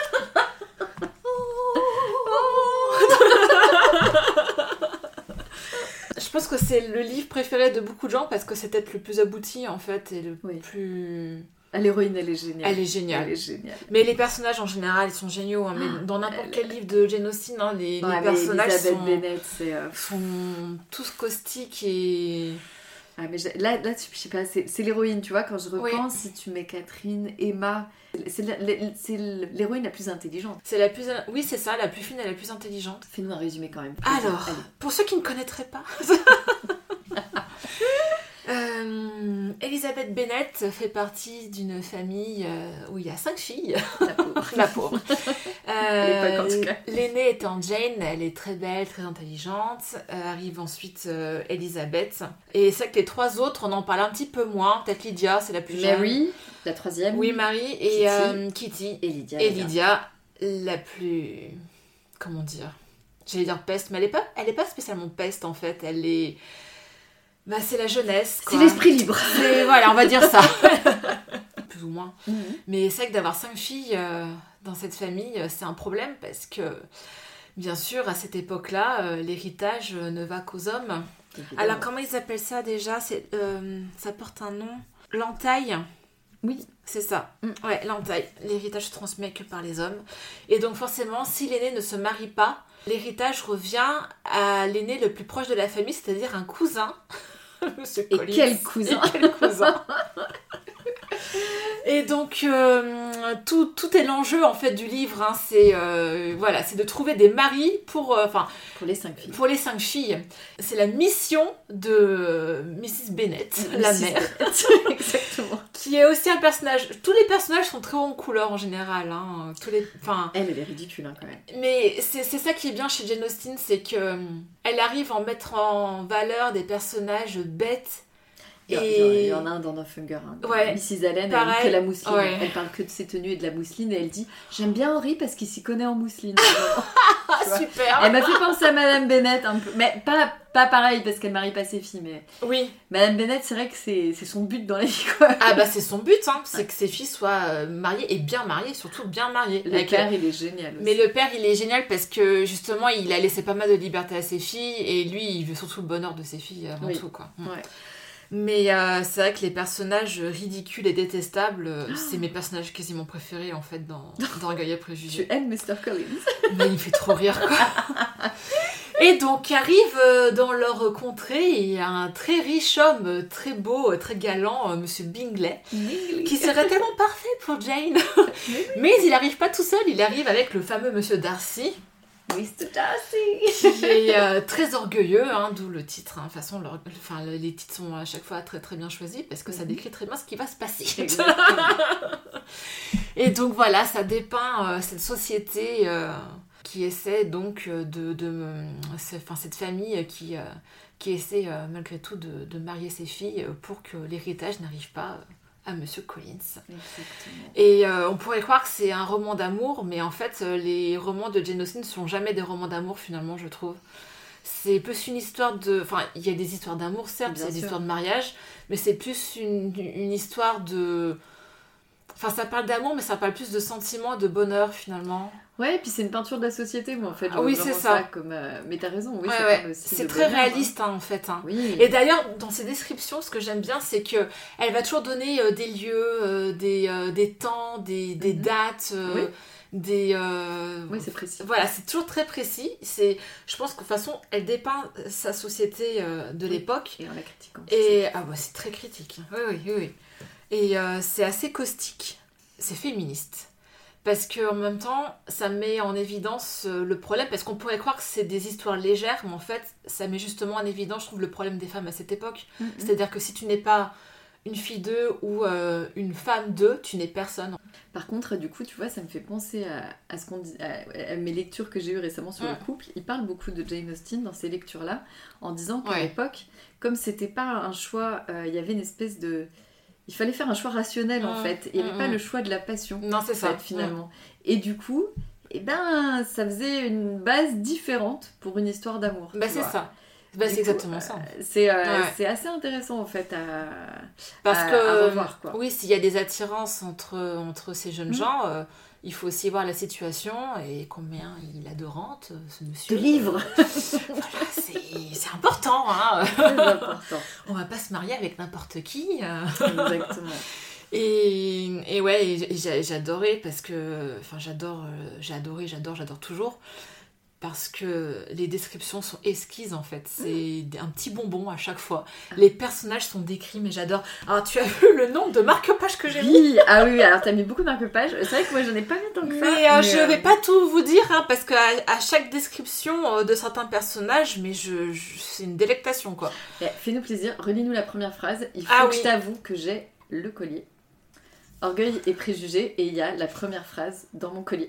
Je pense que c'est le livre préféré de beaucoup de gens parce que c'est peut-être le plus abouti en fait et le plus... L'héroïne, elle est géniale. Elle est géniale. Mais les personnages en général, ils sont géniaux. Mais dans n'importe quel livre de Jane Austen, les personnages sont tous caustiques et... Ah, mais là, je sais pas, c'est l'héroïne, tu vois, quand je repense, si tu mets Catherine, Emma, c'est l'héroïne la plus intelligente. Oui, c'est ça, la plus fine et la plus intelligente. Fais-nous un résumé quand même. Alors, pour ceux qui ne connaîtraient pas... Elizabeth Bennet fait partie d'une famille où il y a 5 filles. La pauvre. L'aînée étant Jane, elle est très belle, très intelligente. Arrive ensuite Elizabeth. Et c'est vrai que les 3 autres, on en parle un petit peu moins. Peut-être Lydia, c'est la plus jeune. Mary, la 3e. Oui, Mary. Et Kitty. Et Lydia, la plus... Comment dire ? J'allais dire peste, mais elle est pas spécialement peste en fait. Elle est... c'est la jeunesse, quoi. C'est l'esprit libre. Voilà, on va dire ça. Plus ou moins. Mm-hmm. Mais c'est vrai que d'avoir 5 filles dans cette famille, c'est un problème parce que, bien sûr, à cette époque-là, l'héritage ne va qu'aux hommes. Évidemment. Alors, comment ils appellent ça déjà ? Ça porte un nom. L'entaille. Oui. C'est ça. Ouais, l'entaille. L'héritage se transmet que par les hommes. Et donc, forcément, si l'aîné ne se marie pas, l'héritage revient à l'aîné le plus proche de la famille, c'est-à-dire un cousin. Monsieur Collins. Quel cousin. Et donc, tout est l'enjeu en fait du livre. Hein. C'est de trouver des maris pour les 5 filles. Pour les 5 filles. C'est la mission de Mrs. Bennett, la mère. Exactement. Qui est aussi un personnage. Tous les personnages sont très hauts en couleur en général. Hein. Elle est ridicule quand même. Mais c'est ça qui est bien chez Jane Austen, c'est que elle arrive à mettre en valeur des personnages bêtes. Il y en a un dans Northanger. Mrs. Allen, elle aime que la mousseline. Ouais. Elle parle que de ses tenues et de la mousseline et elle dit « J'aime bien Henri parce qu'il s'y connaît en mousseline. » Super. Elle m'a fait penser à Madame Bennett un peu. Mais pas pareil parce qu'elle marie pas ses filles. Mais oui. Madame Bennett, c'est vrai que c'est son but dans la vie. Quoi. Ah c'est son but. Hein. C'est que ses filles soient mariées et bien mariées, surtout bien mariées. Le père, il est génial aussi. Mais le père, il est génial parce que justement, il a laissé pas mal de liberté à ses filles et lui, il veut surtout le bonheur de ses filles avant tout. Quoi. Ouais. Mais c'est vrai que les personnages ridicules et détestables, c'est mes personnages quasiment préférés en fait dans Orgueil et préjugés. Tu aimes Mr. Collins. Mais il me fait trop rire quoi. Et donc arrive dans leur contrée, il y a un très riche homme, très beau, très galant, Monsieur Bingley, qui serait tellement parfait pour Jane. Mais il n'arrive pas tout seul, il arrive avec le fameux Monsieur Darcy. Mr. Darcy qui est très orgueilleux, hein, d'où le titre. Hein. De toute façon, les titres sont à chaque fois très très bien choisis parce que ça décrit très bien ce qui va se passer. Et donc voilà, ça dépeint cette société qui essaie donc cette famille qui essaie malgré tout de marier ses filles pour que l'héritage n'arrive pas à Monsieur Collins. Exactement. Et on pourrait croire que c'est un roman d'amour, mais en fait, les romans de Jane Austen ne sont jamais des romans d'amour, finalement, je trouve. C'est plus une histoire de... Enfin, il y a des histoires d'amour, certes, il y a des histoires de mariage, mais c'est plus une histoire de... Enfin, ça parle d'amour, mais ça parle plus de sentiments, de bonheur, finalement. Ouais, et puis c'est une peinture de la société, moi en fait. Oui, c'est ça. Comme, mais t'as raison, oui, ouais. C'est très bonheur, réaliste en fait. Oui. Et d'ailleurs, dans ses descriptions, ce que j'aime bien, c'est que elle va toujours donner des lieux, des temps, des dates. Oui, c'est précis. Voilà, c'est toujours très précis. Je pense que de toute façon, elle dépeint sa société de l'époque. Et on la critique. C'est très critique. Oui. Et c'est assez caustique. C'est féministe. Parce qu'en même temps, ça met en évidence le problème, parce qu'on pourrait croire que c'est des histoires légères, mais en fait, ça met justement en évidence, je trouve, le problème des femmes à cette époque. C'est-à-dire que si tu n'es pas une fille d'eux ou une femme d'eux, tu n'es personne. Par contre, du coup, tu vois, ça me fait penser à ce qu'on dit, à mes lectures que j'ai eues récemment sur le couple. Il parle beaucoup de Jane Austen dans ces lectures-là, en disant qu'à l'époque, comme c'était pas un choix, il y avait une espèce de... Il fallait faire un choix rationnel en fait. Il n'y avait pas le choix de la passion. Non, c'est ça. Finalement. Et du coup, ça faisait une base différente pour une histoire d'amour. C'est ça. C'est exactement ça. C'est assez intéressant en fait à revoir. Quoi. Oui, s'il y a des attirances entre ces jeunes gens, il faut aussi voir la situation et combien il a de rente, ce monsieur. De livres. Voilà, c'est important. Hein. C'est important. On va pas se marier avec n'importe qui. Exactement. Et ouais, j'adorais parce que... Enfin, j'adore toujours. Parce que les descriptions sont esquises en fait, c'est un petit bonbon à chaque fois. Les personnages sont décrits, mais j'adore. Alors tu as vu le nombre de marque-pages que j'ai mis? Oui, alors t'as mis beaucoup de marque-pages. C'est vrai que moi j'en ai pas mis tant que ça. Mais je vais pas tout vous dire, parce qu'à chaque description de certains personnages, mais c'est une délectation quoi. Fais-nous plaisir, relis-nous la première phrase. Il faut que je t'avoue que j'ai le collier. Orgueil et préjugés, et il y a la première phrase dans mon collier.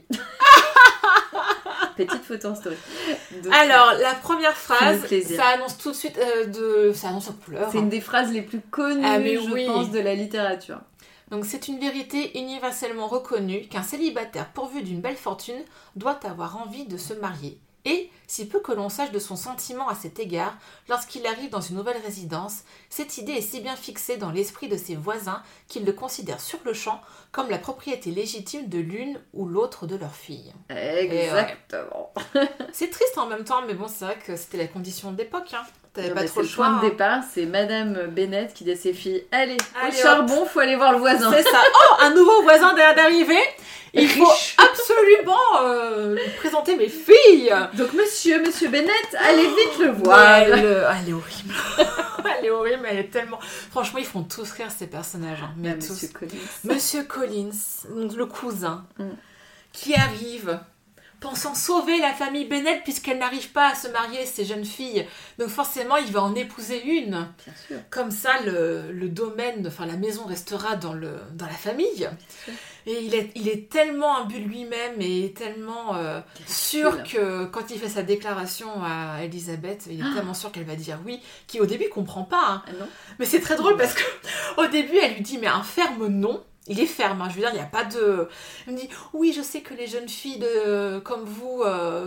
Petite photo en story. Donc, alors, la première phrase, ça annonce tout de suite ça annonce la couleur. C'est une des phrases les plus connues, je pense, de la littérature. Donc, c'est une vérité universellement reconnue qu'un célibataire pourvu d'une belle fortune doit avoir envie de se marier. Et, si peu que l'on sache de son sentiment à cet égard, lorsqu'il arrive dans une nouvelle résidence, cette idée est si bien fixée dans l'esprit de ses voisins qu'ils le considèrent sur le champ comme la propriété légitime de l'une ou l'autre de leurs filles. Exactement. C'est triste en même temps, mais bon, c'est vrai que c'était la condition de l'époque. T'avais pas trop le choix. Le point de départ, c'est Madame Bennett qui dit à ses filles « Allez, au charbon, faut aller voir le voisin. » C'est ça. Oh, un nouveau voisin d'arriver. Il faut absolument lui présenter mes filles. Donc monsieur Bennett, allez vite le voir. Elle est horrible. Elle est horrible, elle est tellement... Franchement, ils font tous rire ces personnages. Mais tous. Monsieur Collins. Monsieur Collins, donc le cousin, qui arrive... pensant sauver la famille Bennett puisqu'elle n'arrive pas à se marier, ces jeunes filles. Donc forcément, il va en épouser une. Bien sûr. Comme ça, le domaine, enfin la maison restera dans la famille. Bien sûr. Et il est tellement imbu de lui-même et tellement sûr que quand il fait sa déclaration à Elisabeth, il est tellement sûr qu'elle va dire oui, qui au début comprend pas. Non. Mais c'est très drôle parce qu'au début, elle lui dit mais un ferme non. Il est ferme, je veux dire, il n'y a pas de... Il me dit, oui, je sais que les jeunes filles comme vous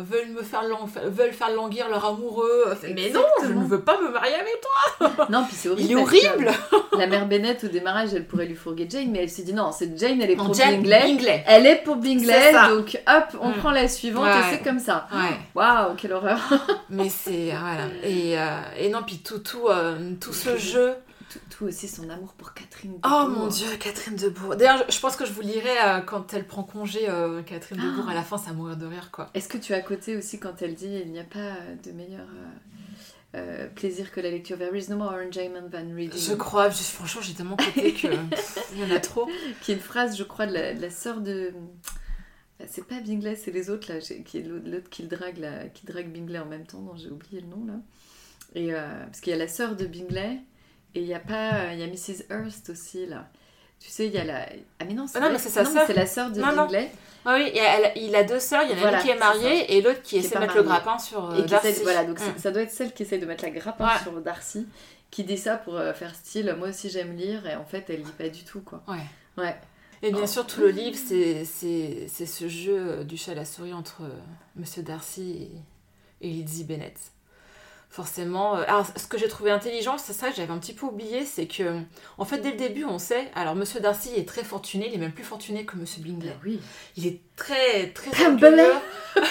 veulent faire languir leur amoureux. Mais non, je ne veux pas me marier avec toi. Non, puis c'est horrible. Il est horrible. La mère Bennett, au démarrage, elle pourrait lui fourguer Jane, mais elle s'est dit, non, c'est Jane, elle est pour Bingley. Elle est pour Bingley, donc hop, on prend la suivante et c'est comme ça. Waouh, quelle horreur. Mais c'est... Voilà. Et non, puis tout ce jeu... Tout aussi son amour pour Catherine de Bourg. Oh mon Dieu, Catherine de Bourg. D'ailleurs, je pense que je vous lirai quand elle prend congé, Catherine de Bourg, à la fin, ça mourir de rire, quoi. Est-ce que tu as à côté aussi quand elle dit « Il n'y a pas de meilleur plaisir que la lecture ». There is no more enjoyment than reading. Je crois, franchement, j'ai tellement coupé qu'il y en a trop. Qui est une phrase, je crois, de la sœur de... C'est pas Bingley, c'est les autres, là, qui est l'autre qui drague Bingley en même temps, dont j'ai oublié le nom, là. Et, parce qu'il y a la sœur de Bingley... Et il y a Mrs. Hurst aussi, là. Tu sais, il y a la... Ah mais non, c'est sa sœur. C'est la sœur de Bingley. Ah oui, il a deux sœurs. Il y en a une qui est mariée et l'autre qui essaie de mettre le grappin sur Darcy. Voilà, donc ça doit être celle qui essaie de mettre la grappin sur Darcy, qui dit ça pour faire style « Moi aussi j'aime lire » et en fait, elle lit pas du tout, quoi. Ouais. Et bien sûr, tout le livre, c'est ce jeu du chat à la souris entre Monsieur Darcy et Lizzie Bennet. Forcément. Alors, ce que j'ai trouvé intelligent, c'est ça que j'avais un petit peu oublié, c'est que, en fait, dès le début, on sait. Alors, Monsieur Darcy est très fortuné, il est même plus fortuné que Monsieur Bingley. Ah oui. Il est très, très Pemberley. orgueilleux.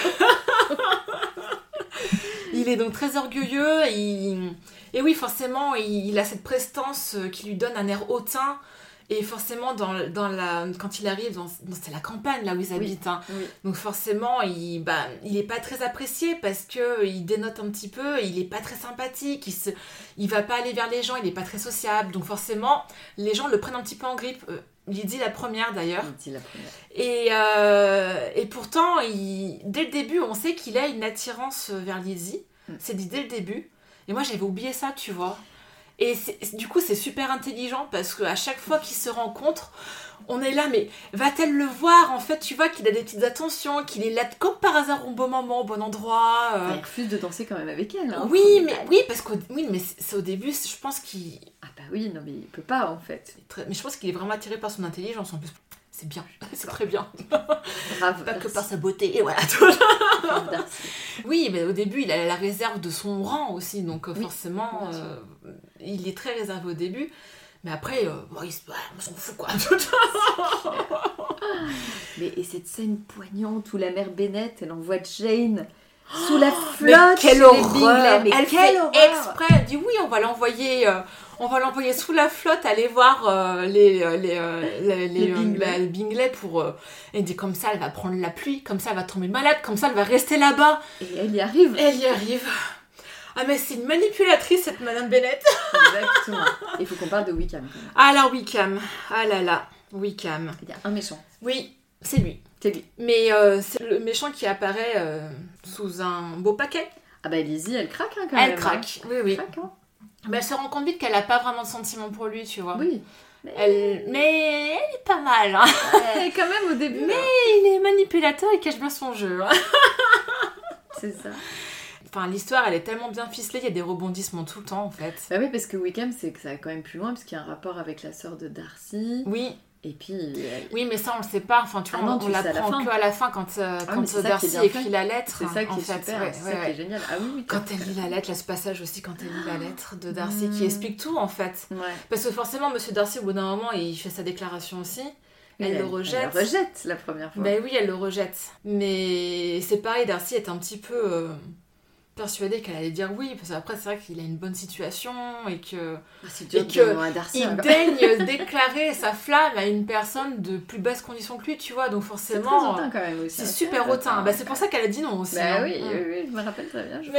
Il est donc très orgueilleux. Et oui, forcément, il a cette prestance qui lui donne un air hautain. Et forcément, quand il arrive, c'est la campagne, là où ils habitent. Hein. Oui. Donc forcément, il est pas très apprécié parce qu'il dénote un petit peu, il est pas très sympathique, il va pas aller vers les gens, il est pas très sociable. Donc forcément, les gens le prennent un petit peu en grippe. Lydie la première, d'ailleurs. Lydie la première. Et pourtant, dès le début, on sait qu'il a une attirance vers Lydie. C'est dit dès le début. Et moi, j'avais oublié ça, tu vois. Et du coup, c'est super intelligent parce qu'à chaque fois qu'ils se rencontrent, on est là, mais va-t-elle le voir? En fait, tu vois qu'il a des petites attentions, qu'il est là comme par hasard au bon moment, au bon endroit. Il refuse de danser quand même avec elle. Hein, oui, mais c'est au début, je pense qu'il... Ah bah oui, non mais il peut pas en fait. Mais je pense qu'il est vraiment attiré par son intelligence en plus. C'est bien, c'est très bien. Brave. Pas que par sa beauté, et voilà. Brave Darcy. Oui, mais au début, il a la réserve de son rang aussi, donc Oui, forcément, il est très réservé au début. Mais après, on s'en fout, quoi. Et cette scène poignante où la mère Bennet, elle envoie Jane sous la flotte. Mais quelle horreur! Bingley, mais elle quelle fait horreur! exprès, elle dit oui, on va l'envoyer sous la flotte, aller voir les Bingley pour... elle dit comme ça, elle va prendre la pluie, comme ça, elle va tomber malade, comme ça, elle va rester là-bas. Et elle y arrive. Ah mais c'est une manipulatrice, cette Madame Bennet. Exactement. Il faut qu'on parle de Wickham. Quand même. Alors Wickham, ah là là, Wickham. Il y a un méchant. Oui, c'est lui. C'est lui. Mais c'est le méchant qui apparaît sous un beau paquet. Ah bah Lizzie, elle craque quand même. Elle craque, oui. Elle craque, hein. Mais elle se rend compte vite qu'elle n'a pas vraiment de sentiments pour lui, tu vois. Oui. Mais elle est pas mal, hein. Ouais, quand même au début. Mais il est manipulateur et cache bien son jeu. Hein. C'est ça. Enfin, l'histoire, elle est tellement bien ficelée, il y a des rebondissements tout le temps, en fait. Bah oui, parce que Wickham, c'est que ça va quand même plus loin, parce qu'il y a un rapport avec la sœur de Darcy. Oui. Et puis... Oui, mais ça, on le sait pas. Enfin, tu vois, on l'apprend qu'à la fin, quand Darcy écrit la lettre. C'est ça qui est fait. super, c'est ça qui est génial. Ah oui, quand elle lit la lettre, là, ce passage aussi, quand elle lit la lettre de Darcy, qui explique tout, en fait. Ouais. Parce que forcément, Monsieur Darcy, au bout d'un moment, il fait sa déclaration aussi. Elle le rejette. Elle le rejette la première fois. Ben oui, elle le rejette. Mais c'est pareil, Darcy est un petit peu... persuadée qu'elle allait dire oui, parce qu'après c'est vrai qu'il a une bonne situation et que c'est dur de Darcy, il daigne déclarer sa flamme à une personne de plus basse condition que lui, tu vois, donc forcément c'est très hautain quand même aussi. C'est super hautain. Bah, c'est pour ça qu'elle a dit non aussi. Bah oui, je me rappelle très bien.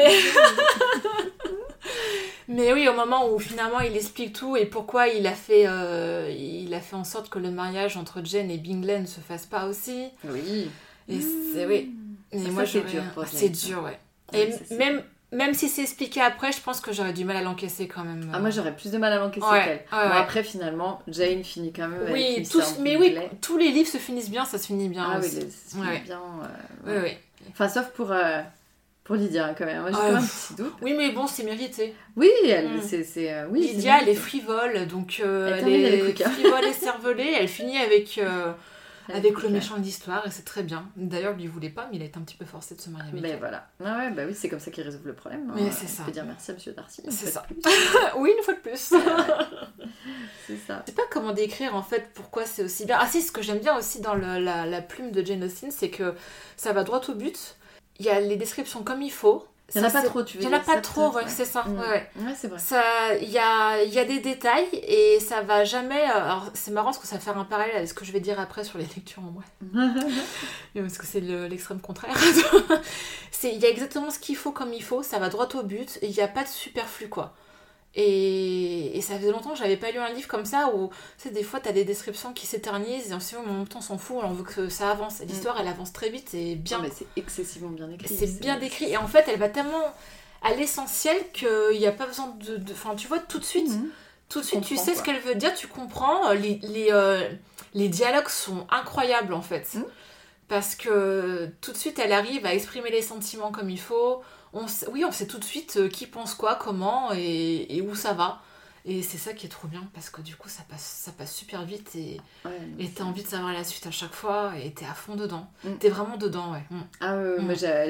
Mais oui, au moment où finalement il explique tout et pourquoi il a fait en sorte que le mariage entre Jane et Bingley ne se fasse pas aussi. Oui. Et c'est oui. Et ça, moi c'est dur pour c'est dur, ouais. Et même si c'est expliqué après, je pense que j'aurais du mal à l'encaisser quand même. Ah, moi j'aurais plus de mal à l'encaisser qu'elle. Bon, après, finalement, Jane finit quand même avec une sœur Bingley. Oui, tous les livres se finissent bien, ça se finit bien aussi. Oui, ça se finit bien. Oui. Enfin, sauf pour Lydia quand même. Moi j'ai quand même un petit doute. Oui, mais bon, c'est mérité. Oui, oui, Lydia, elle est frivole, donc elle est frivole et cervelée. Elle finit avec le méchant de l'histoire et c'est très bien. D'ailleurs, lui voulait pas, mais il a été un petit peu forcé de se marier avec elle. Voilà. Ah ouais, bah oui, c'est comme ça qu'il résout le problème. Mais c'est ça. On peut dire merci à Monsieur Darcy. C'est ça. Oui, une fois de plus. C'est ça. Je sais pas comment décrire en fait pourquoi c'est aussi bien. Ah si, ce que j'aime bien aussi dans la plume de Jane Austen, c'est que ça va droit au but. Il y a les descriptions comme il faut. Il n'y en a pas trop, tu veux dire. Il n'y en a pas trop, ouais, c'est ça. Ouais, c'est vrai. Il y a des détails et ça va jamais... Alors, c'est marrant parce que ça va faire un parallèle avec ce que je vais dire après sur les lectures en moi. Parce que c'est l'extrême contraire. Il y a exactement ce qu'il faut comme il faut, ça va droit au but et il n'y a pas de superflu, quoi. Et ça faisait longtemps que j'avais pas lu un livre comme ça où, tu sais, des fois t'as des descriptions qui s'éternisent et en même temps on s'en fout, on veut que ça avance. Et l'histoire elle avance très vite et bien. Non, mais c'est excessivement bien écrit. C'est bien décrit et en fait elle va tellement à l'essentiel qu'il n'y a pas besoin de... Enfin, tu vois, tout de suite tu sais ce qu'elle veut dire, tu comprends. Les dialogues sont incroyables en fait. Parce que tout de suite elle arrive à exprimer les sentiments comme il faut. On sait tout de suite qui pense quoi, comment et où ça va. Et c'est ça qui est trop bien parce que du coup ça passe super vite et t'as envie de savoir la suite à chaque fois et t'es à fond dedans. T'es vraiment dedans, ouais. Ah moi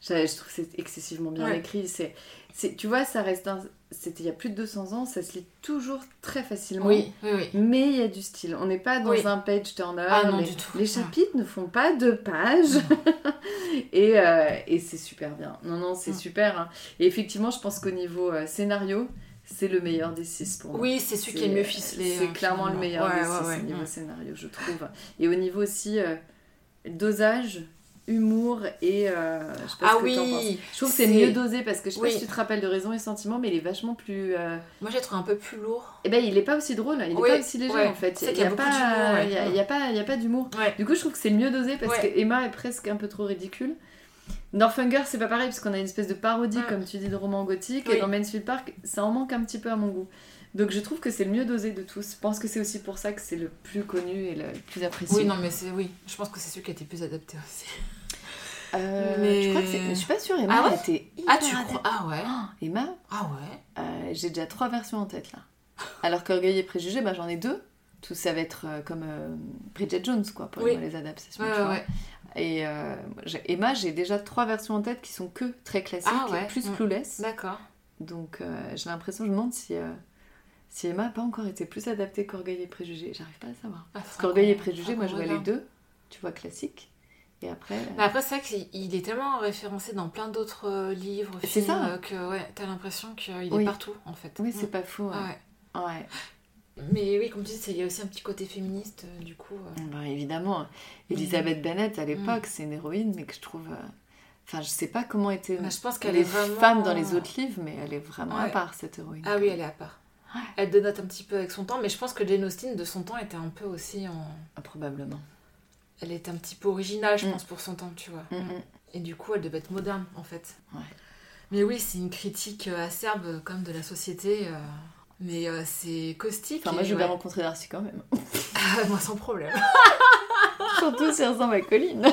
Je trouve que c'est excessivement bien écrit. Tu vois, ça reste c'était il y a plus de 200 ans, ça se lit toujours très facilement. Oui. Mais il y a du style. On n'est pas dans un page turner. Ah non, du tout. Les chapitres ne font pas 2 pages. et c'est super bien. Non, c'est super. Hein. Et effectivement, je pense qu'au niveau scénario, c'est le meilleur des 6 pour moi. Oui, c'est celui qui est le mieux ficelé. C'est clairement le meilleur des 6 au niveau scénario, je trouve. Et au niveau aussi dosage, humour et je sais pas ce que t'en penses. Je trouve que c'est mieux dosé parce que je sais pas si tu te rappelles de Raison et Sentiment, mais il est vachement plus moi j'ai trouvé un peu plus lourd. et ben il est pas aussi drôle, il est pas aussi léger en fait. Il y a pas d'humour. Du coup je trouve que c'est le mieux dosé parce que Emma est presque un peu trop ridicule. Northanger c'est pas pareil parce qu'on a une espèce de parodie comme tu dis de roman gothique et dans Mansfield Park ça en manque un petit peu à mon goût. Donc je trouve que c'est le mieux dosé de tous. Je pense que c'est aussi pour ça que c'est le plus connu et le plus apprécié. Oui, non, mais je pense que c'est celui qui a été plus adapté aussi. Je crois que c'est... Je suis pas sûre, Emma a été hyper tu crois? Ah ouais. Emma j'ai déjà 3 versions en tête là. Alors qu'Orgueil et Préjugés, j'en ai 2. Tout ça va être comme Bridget Jones quoi, pour les adaptations. Et Emma, j'ai déjà 3 versions en tête qui sont que très classiques, plus Clueless. D'accord. Donc j'ai l'impression, je me demande si Emma n'a pas encore été plus adaptée qu'Orgueil et Préjugés. J'arrive pas à savoir. Parce qu'Orgueil et Préjugés, moi je vois les 2, tu vois, classiques. Et après... Mais après, c'est vrai qu'il est tellement référencé dans plein d'autres livres, films, que t'as l'impression qu'il est partout, en fait. Oui, c'est pas faux. Ouais. Mais oui, comme tu dis, il y a aussi un petit côté féministe, du coup. Évidemment. Elisabeth Bennet, à l'époque, c'est une héroïne, mais que je trouve... Enfin, je sais pas comment était je pense qu'elle est vraiment... femme dans les autres livres, mais elle est vraiment à part, cette héroïne. Ah oui, elle est à part. Elle dénote un petit peu avec son temps, mais je pense que Jane Austen, de son temps, était un peu aussi en... Probablement. Elle était un petit peu originale, je pense, pour son temps, tu vois. Et du coup, elle devait être moderne, en fait. Mais oui, c'est une critique acerbe, comme de la société... Mais c'est caustique. Enfin, moi, je vais rencontrer Darcy quand même. Moi, sans problème. Surtout si elle ressemble à Colin.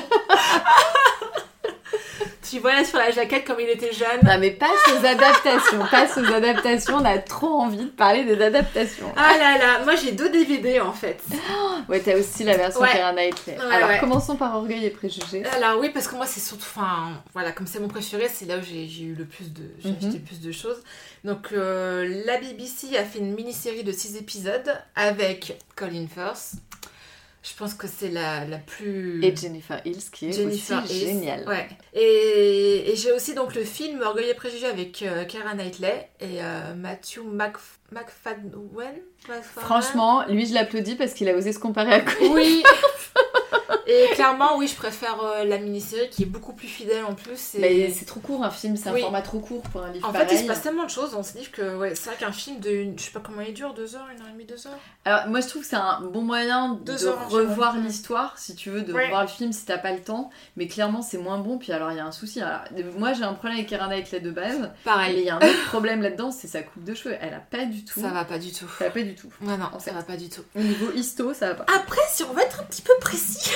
Tu voyages sur la jaquette comme il était jeune. Non, mais passe aux adaptations. On a trop envie de parler des adaptations. Ah là là, moi j'ai 2 DVD en fait. Ouais, t'as aussi la version Keira Knightley. Alors, commençons par Orgueil et Préjugés. Alors oui, parce que moi c'est surtout... Enfin, voilà, comme c'est mon préféré, c'est là où j'ai eu le plus de... J'ai acheté plus de choses. Donc, la BBC a fait une mini-série de 6 épisodes avec Colin Firth. Je pense que c'est la plus... Et Jennifer Hills, qui est aussi géniale. Ouais. Et j'ai aussi donc le film Orgueil et Préjugés avec Keira Knightley et Matthew McFadden. Franchement, lui, je l'applaudis parce qu'il a osé se comparer à Colin. Oui. Et clairement, oui, je préfère la mini-série qui est beaucoup plus fidèle en plus. Mais c'est trop court un film, c'est un format trop court pour un livre pareil. En fait, il se passe tellement de choses dans ce livre que c'est vrai qu'un film de, je sais pas comment il dure, 2 heures, 1h30, 2 heures. Alors moi je trouve que c'est un bon moyen de revoir l'histoire, si tu veux, de revoir le film si t'as pas le temps. Mais clairement c'est moins bon, puis alors il y a un souci. Alors, moi j'ai un problème avec Keira Knightley de base. Pareil. Mais il y a un autre problème là-dedans, c'est sa coupe de cheveux. Elle a pas du tout. Ça va pas du tout. Ça va pas du tout. Ouais, non, ça va pas du tout. Au niveau histo, ça va pas. Après, si on va être un petit peu précis...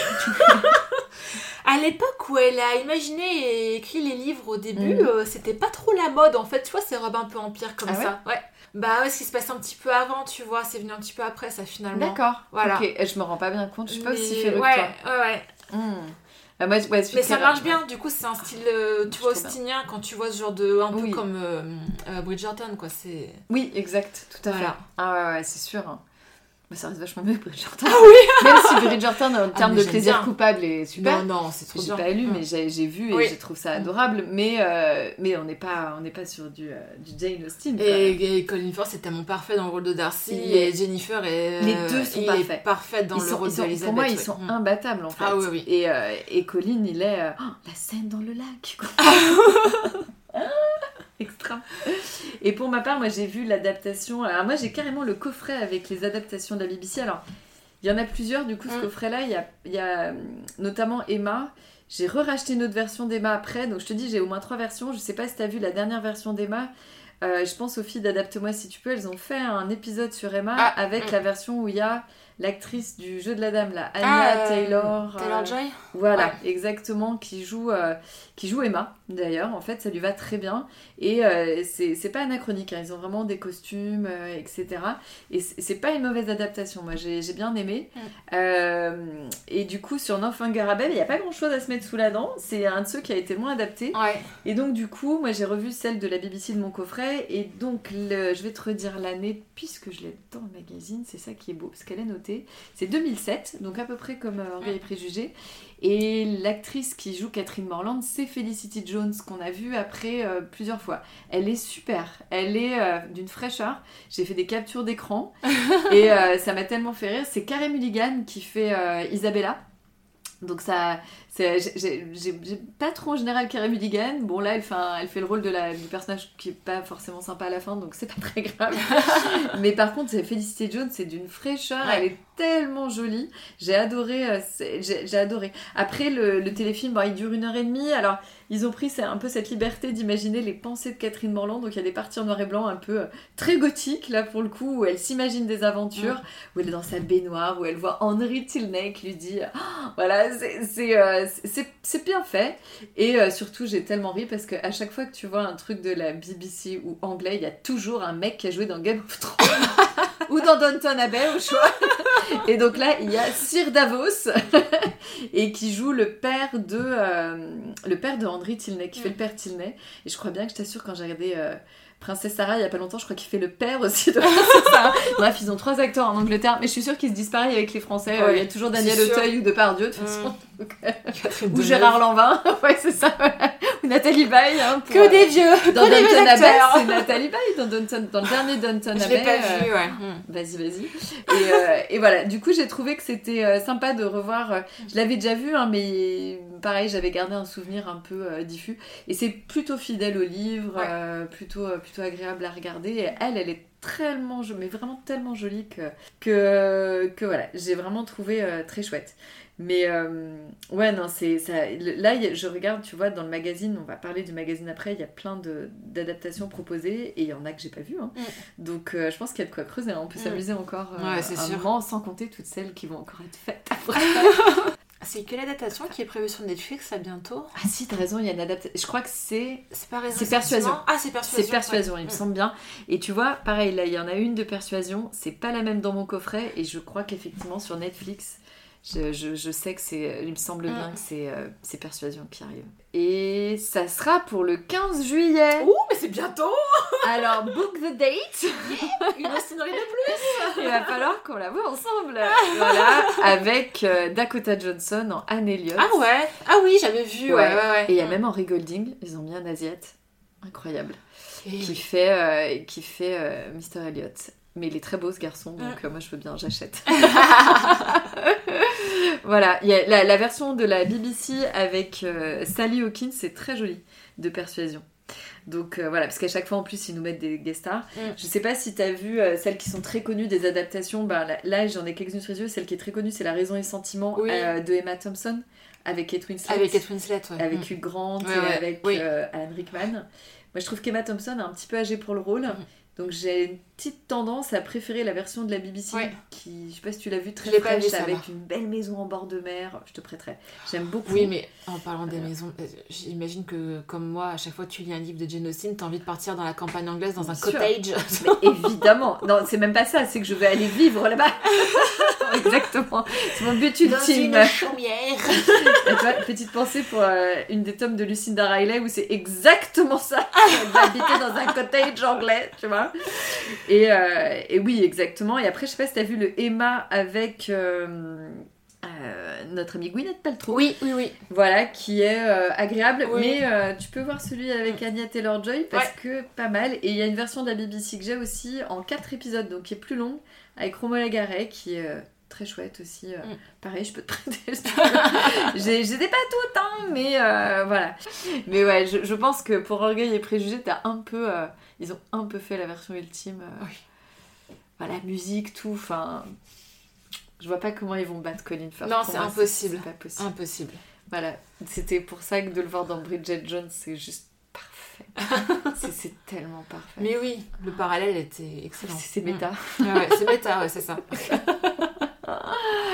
À l'époque où elle a imaginé et écrit les livres au début, c'était pas trop la mode en fait, tu vois, ces robes un peu empire comme ça. Ouais. Bah ouais, ce qui se passe un petit peu avant, tu vois, c'est venu un petit peu après ça finalement. D'accord. Voilà. Ok, je me rends pas bien compte, je suis pas aussi férue que toi. Ouais. Moi, mais ça marche bien, du coup c'est un style, tu vois, austinien quand tu vois ce genre de... un peu comme Bridgerton quoi, c'est... Oui, exact, tout à fait. Ah ouais, c'est sûr. Mais ça reste vachement mieux que Bridgerton. Ah oui. Même si Bridgerton en termes de plaisir coupable est super. Non, c'est trop bien. J'ai pas lu mais j'ai vu et je trouve ça adorable. Mais on n'est pas sur du Jane Austen. Et Colin Firth est tellement parfait dans le rôle de Darcy et Jennifer est... Les deux sont parfaits. Parfaite dans le rôle d'Elizabeth. Pour moi ils sont imbattables en fait. Ah oui. Et Colin il est... la scène dans le lac quoi. Extra. Et pour ma part, moi j'ai vu l'adaptation. Alors moi j'ai carrément le coffret avec les adaptations de la BBC. Alors il y en a plusieurs du coup ce coffret-là. Il y a notamment Emma. J'ai racheté une autre version d'Emma après. Donc je te dis j'ai au moins 3 versions. Je sais pas si t'as vu la dernière version d'Emma. Je pense aux filles d'Adapte-moi si tu peux. Elles ont fait un épisode sur Emma avec la version où il y a l'actrice du Jeu de la Dame là, Anya Taylor-Joy. Taylor-Joy. Voilà, exactement, qui joue Emma. d'ailleurs, en fait, ça lui va très bien. Et c'est pas anachronique, hein. Ils ont vraiment des costumes, etc. Et c'est pas une mauvaise adaptation, moi j'ai bien aimé. Et du coup, sur Northanger Abbey, il n'y a pas grand chose à se mettre sous la dent. C'est un de ceux qui a été moins adapté. Ouais. Et donc, du coup, moi j'ai revu celle de la BBC de mon coffret. Et donc, je vais te redire l'année, puisque je l'ai dans le magazine, c'est ça qui est beau, parce qu'elle est notée. C'est 2007, donc à peu près comme Orgueil et Préjugés. Et l'actrice qui joue Catherine Morland, c'est Felicity Jones, qu'on a vue après plusieurs fois. Elle est super, elle est d'une fraîcheur. J'ai fait des captures d'écran et ça m'a tellement fait rire. C'est Carey Mulligan qui fait Isabella. Donc ça, j'ai pas trop en général Carey Mulligan. Bon là, elle fait le rôle du personnage qui est pas forcément sympa à la fin, donc c'est pas très grave. Mais par contre, Felicity Jones, c'est d'une fraîcheur. Elle est tellement jolie. J'ai adoré. J'ai adoré. Après, le téléfilm, il dure 1h30. Alors, ils ont pris un peu cette liberté d'imaginer les pensées de Catherine Morland. Donc, il y a des parties en noir et blanc un peu très gothiques, là, pour le coup, où elle s'imagine des aventures, où elle est dans sa baignoire, où elle voit Henry Tilney qui lui dit... voilà, c'est bien fait. Et surtout, j'ai tellement ri parce qu'à chaque fois que tu vois un truc de la BBC ou anglais, il y a toujours un mec qui a joué dans Game of Thrones ou dans Downton Abbey, au choix. Et donc là, il y a Sir Davos et qui joue le père de Henry Tilney, qui fait le père Tilney. Et je crois bien que je t'assure, quand j'ai regardé Princesse Sarah il y a pas longtemps, je crois qu'il fait le père aussi de Princesse Sarah. Bref, ils ont 3 acteurs en Angleterre, mais je suis sûre qu'ils se disent pareil avec les Français. Il y a toujours Daniel Auteuil ou Depardieu, de toute façon. Ou Gérard Lanvin, ouais, c'est ça. Ou Nathalie Baye. Hein, que des vieux, dans que des vieux acteurs. C'est Nathalie Baye dans le dernier Downton Abbey. Je l'ai pas vu, ouais. Vas-y. Et voilà, du coup, j'ai trouvé que c'était sympa de revoir. Je l'avais déjà vu, hein, mais pareil, j'avais gardé un souvenir un peu diffus. Et c'est plutôt fidèle au livre, plutôt agréable à regarder. Et elle est tellement, mais vraiment tellement jolie que voilà, j'ai vraiment trouvé très chouette. Mais ouais, non, c'est ça. Là, je regarde, tu vois, dans le magazine, on va parler du magazine après, il y a plein d'adaptations proposées et il y en a que j'ai pas vues. Hein. Donc, je pense qu'il y a de quoi creuser. Hein. On peut s'amuser encore un moment, sans compter toutes celles qui vont encore être faites après. C'est quelle adaptation qui est prévue sur Netflix à bientôt? Ah si, t'as raison, il y a une adaptation. Je crois que c'est Persuasion. Ah, c'est Persuasion. C'est Persuasion, il me semble bien. Et tu vois, pareil, là, il y en a une de Persuasion. C'est pas la même dans mon coffret. Et je crois qu'effectivement, sur Netflix, je sais que c'est... Il me semble bien que c'est Persuasion qui arrive. Et ça sera pour le 15 juillet. Ouh, mais c'est bientôt. Alors, book the date. Une scénario de plus. Il va falloir qu'on la voit ensemble. Voilà, avec Dakota Johnson en Anne Elliot. Ah ouais. Ah oui, j'avais vu. Ouais. Et il y a même Henry Golding. Ils ont mis un Asiate. Incroyable. Qui fait Mr. Elliot. Mais il est très beau ce garçon, donc moi je veux bien, j'achète. Voilà, il y a la version de la BBC avec Sally Hawkins, c'est très joli, de Persuasion. Donc voilà, parce qu'à chaque fois en plus ils nous mettent des guest stars. Je sais pas si t'as vu celles qui sont très connues des adaptations, là j'en ai quelques-unes sur les yeux. Celle qui est très connue, c'est La Raison et le Sentiment de Emma Thompson avec Kate Winslet. Avec Hugh Grant et avec Alan Rickman. Moi je trouve qu'Emma Thompson est un petit peu âgée pour le rôle. Donc j'ai une petite tendance à préférer la version de la BBC qui, je sais pas si tu l'as vu, très fraîche, avec une belle maison en bord de mer. Je te prêterai. J'aime beaucoup. Oui, mais en parlant des maisons, j'imagine que comme moi, à chaque fois que tu lis un livre de Jane Austen, t'as envie de partir dans la campagne anglaise, dans un cottage. Mais évidemment. Non, c'est même pas ça, c'est que je veux aller vivre là-bas. Exactement. C'est mon but ultime. Dans une chaumière. Tu vois, petite pensée pour une des tomes de Lucinda Riley où c'est exactement ça. Elle va habiter dans un cottage anglais, tu vois. Et oui, exactement. Et après, je sais pas si t'as vu le Emma avec notre amie Gwyneth Paltrow. Oui. Voilà, qui est agréable. Oui. Mais tu peux voir celui avec Anya Taylor-Joy parce que pas mal. Et il y a une version de la BBC que j'ai aussi en 4 épisodes, donc qui est plus longue, avec Romola Garai, qui est très chouette aussi. Pareil, je peux te prêter. J'étais pas toutes, hein, mais voilà. Mais ouais, je pense que pour Orgueil et Préjugés, t'as un peu... ils ont un peu fait la version ultime. Voilà, musique, tout, enfin... Je vois pas comment ils vont battre Colin Firth. Non, c'est impossible. C'est pas possible. Impossible. Voilà, c'était pour ça que de le voir dans Bridget Jones, c'est juste parfait. c'est tellement parfait. Mais oui, le parallèle était excellent. C'est méta. Ouais, c'est méta, ouais, c'est ça.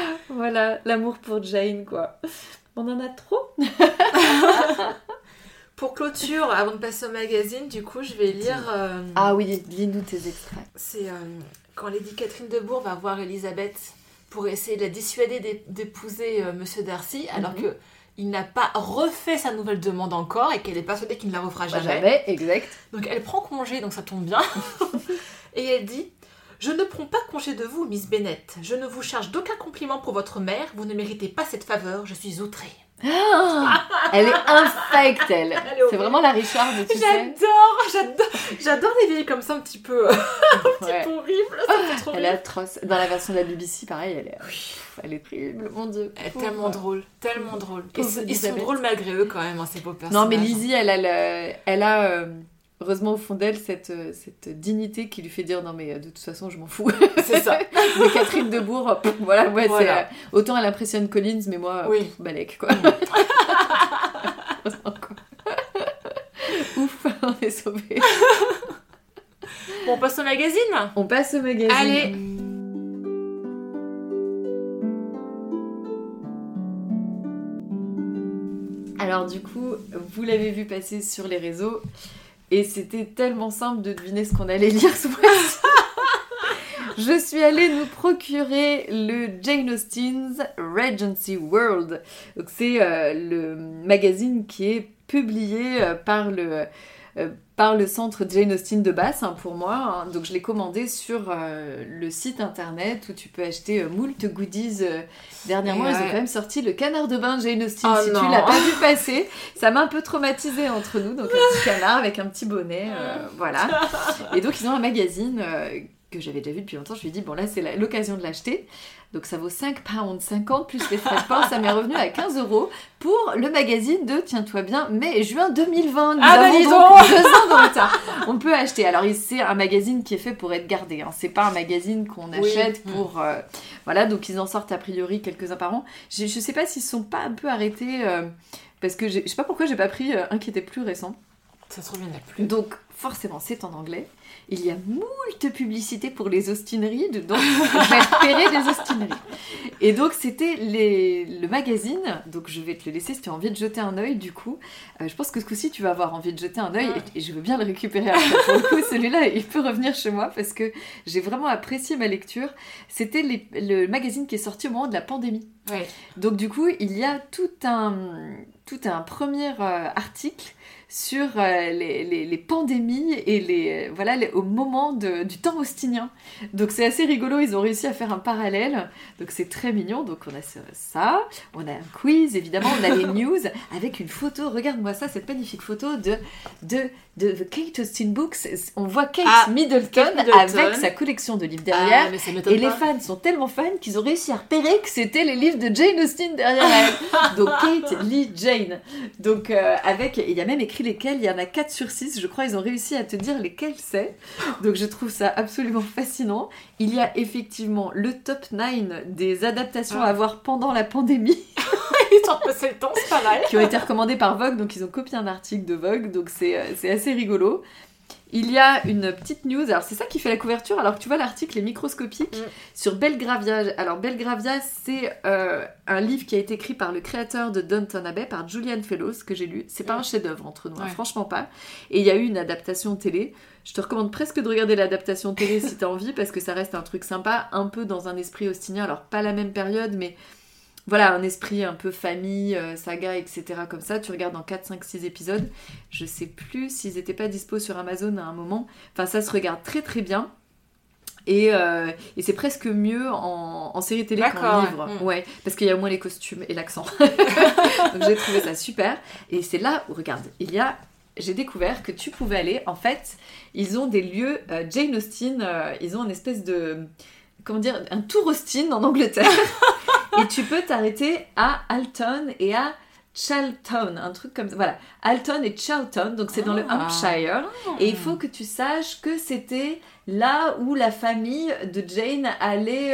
Voilà, l'amour pour Jane, quoi. On en a trop. Pour clôture, avant de passer au magazine, du coup, je vais lire... Ah oui, lis-nous tes extraits. C'est quand Lady Catherine de Bourgh va voir Elisabeth pour essayer de la dissuader d'épouser Monsieur Darcy, alors que il n'a pas refait sa nouvelle demande encore et qu'elle est persuadée qu'il ne la refera jamais. Jamais, exact. Donc elle prend congé, donc ça tombe bien. Et elle dit... Je ne prends pas congé de vous, Miss Bennet. Je ne vous charge d'aucun compliment pour votre mère. Vous ne méritez pas cette faveur. Je suis outrée. Ah, elle est infecte, elle. C'est vraiment la Richard, tu sais. J'adore les vieilles comme ça, un petit peu, peu horrible. Ça me fait trop elle est atroce. Dans la version de la BBC, pareil, elle est terrible, mon Dieu. Elle est tellement drôle. Ils sont drôles malgré eux quand même, hein, ces beaux personnages. Non, mais Lizzie, elle a heureusement au fond d'elle cette dignité qui lui fait dire non mais de toute façon je m'en fous. C'est ça. Mais Catherine de Bourgh, voilà. C'est autant elle impressionne Collins, mais moi balèque quoi. Ouf, on est sauvés. Bon, on passe au magazine. On passe au magazine. Allez. Alors du coup, vous l'avez vu passer sur les réseaux. Et c'était tellement simple de deviner ce qu'on allait lire ce mois-ci. Je suis allée nous procurer le Jane Austen's Regency World. Donc c'est le magazine qui est publié par le centre Jane Austen de Bath, pour moi. Donc je l'ai commandé sur le site internet où tu peux acheter moult goodies. Dernièrement, ils ont quand même sorti le canard de bain de Jane Austen. Si tu l'as pas vu passer, ça m'a un peu traumatisée entre nous. Donc un petit canard avec un petit bonnet, voilà. Et donc ils ont un magazine que j'avais déjà vu depuis longtemps. Je lui ai dit, bon là c'est l'occasion de l'acheter. Donc ça vaut 5,50 £, plus les frais de port, ça m'est revenu à 15 € pour le magazine de, tiens-toi bien, mai et juin 2020. Nous avons donc 2 ans de retard. On peut acheter. Alors c'est un magazine qui est fait pour être gardé. Hein. C'est pas un magazine qu'on achète pour... voilà, donc ils en sortent a priori quelques-uns par an. Je sais pas s'ils se sont pas un peu arrêtés, parce que je sais pas pourquoi j'ai pas pris un qui était plus récent. Ça se reviendra plus. Donc forcément c'est en anglais. Il y a moult publicités pour les austineries, donc je vais repérer des austineries. Et donc c'était le magazine, donc je vais te le laisser si tu as envie de jeter un œil du coup. Je pense que ce coup-ci tu vas avoir envie de jeter un œil et je veux bien le récupérer après. Pour le coup celui-là il peut revenir chez moi parce que j'ai vraiment apprécié ma lecture. C'était le magazine qui est sorti au moment de la pandémie. Ouais. Donc du coup il y a tout un premier article sur les pandémies et au moment du temps austinien. Donc c'est assez rigolo, ils ont réussi à faire un parallèle. Donc c'est très mignon. Donc on a ça, on a un quiz évidemment, on a les news avec une photo. Regarde-moi ça, cette magnifique photo de The Kate Austen Books. On voit Kate Middleton avec sa collection de livres derrière. Et les fans sont tellement fans qu'ils ont réussi à repérer que c'était les livres de Jane Austen derrière elle. Donc Kate lit Jane. Donc il y a même écrit lesquels, il y en a 4 sur 6, je crois, ils ont réussi à te dire lesquels c'est. Donc je trouve ça absolument fascinant. Il y a effectivement le top 9 des adaptations à voir pendant la pandémie. Ils ont passé le temps, c'est pas mal. Qui ont été recommandées par Vogue, donc ils ont copié un article de Vogue, donc c'est assez rigolo. Il y a une petite news, alors c'est ça qui fait la couverture, alors que tu vois l'article est microscopique, sur Belgravia. Alors Belgravia, c'est un livre qui a été écrit par le créateur de Downton Abbey, par Julian Fellowes, que j'ai lu. C'est pas un chef-d'œuvre entre nous, franchement pas. Et il y a eu une adaptation télé. Je te recommande presque de regarder l'adaptation télé si t'as envie, parce que ça reste un truc sympa, un peu dans un esprit austinien, alors pas la même période, mais... Voilà, un esprit un peu famille, saga, etc. comme ça. Tu regardes en 4, 5, 6 épisodes. Je sais plus s'ils étaient pas dispo sur Amazon à un moment. Enfin, ça se regarde très très bien. Et c'est presque mieux en série télé qu'en livre. Ouais, parce qu'il y a au moins les costumes et l'accent. Donc j'ai trouvé ça super. Et c'est là où, regarde, j'ai découvert que tu pouvais aller... En fait, ils ont des lieux... Jane Austen, ils ont une espèce de... Comment dire, un tour Austen en Angleterre. Et tu peux t'arrêter à Alton et à Charlton, un truc comme ça. Voilà, Alton et Charlton, donc c'est dans le Hampshire. Et il faut que tu saches que c'était là où la famille de Jane allait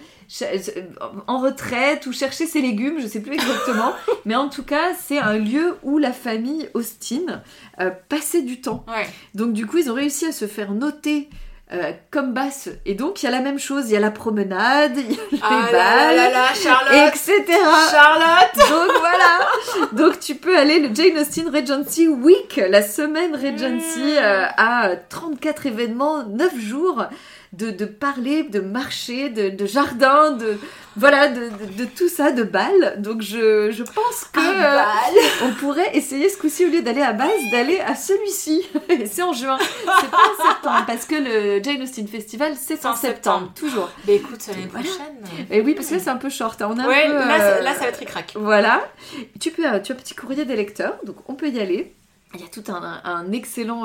en retraite ou chercher ses légumes, je sais plus exactement. Mais en tout cas, c'est un lieu où la famille Austen passait du temps. Ouais. Donc du coup, ils ont réussi à se faire noter comme basse. Et donc, il y a la même chose. Il y a la promenade, il y a les balles, Charlotte, etc. Charlotte. Donc, voilà. Donc, tu peux aller le Jane Austen Regency Week, la semaine Regency, à 34 événements, 9 jours. De parler, de marcher, de jardin, de tout ça, de bal. Donc je pense que on pourrait essayer ce coup-ci, au lieu d'aller à Bath, d'aller à celui-ci. Et c'est en juin, c'est pas en septembre, parce que le Jane Austen Festival c'est en septembre, toujours. Mais écoute, l'année prochaine. Et oui, parce que là c'est un peu short. On a un peu, là ça va être ric-rac. Voilà. Tu as un petit courrier des lecteurs, donc on peut y aller. Il y a tout un excellent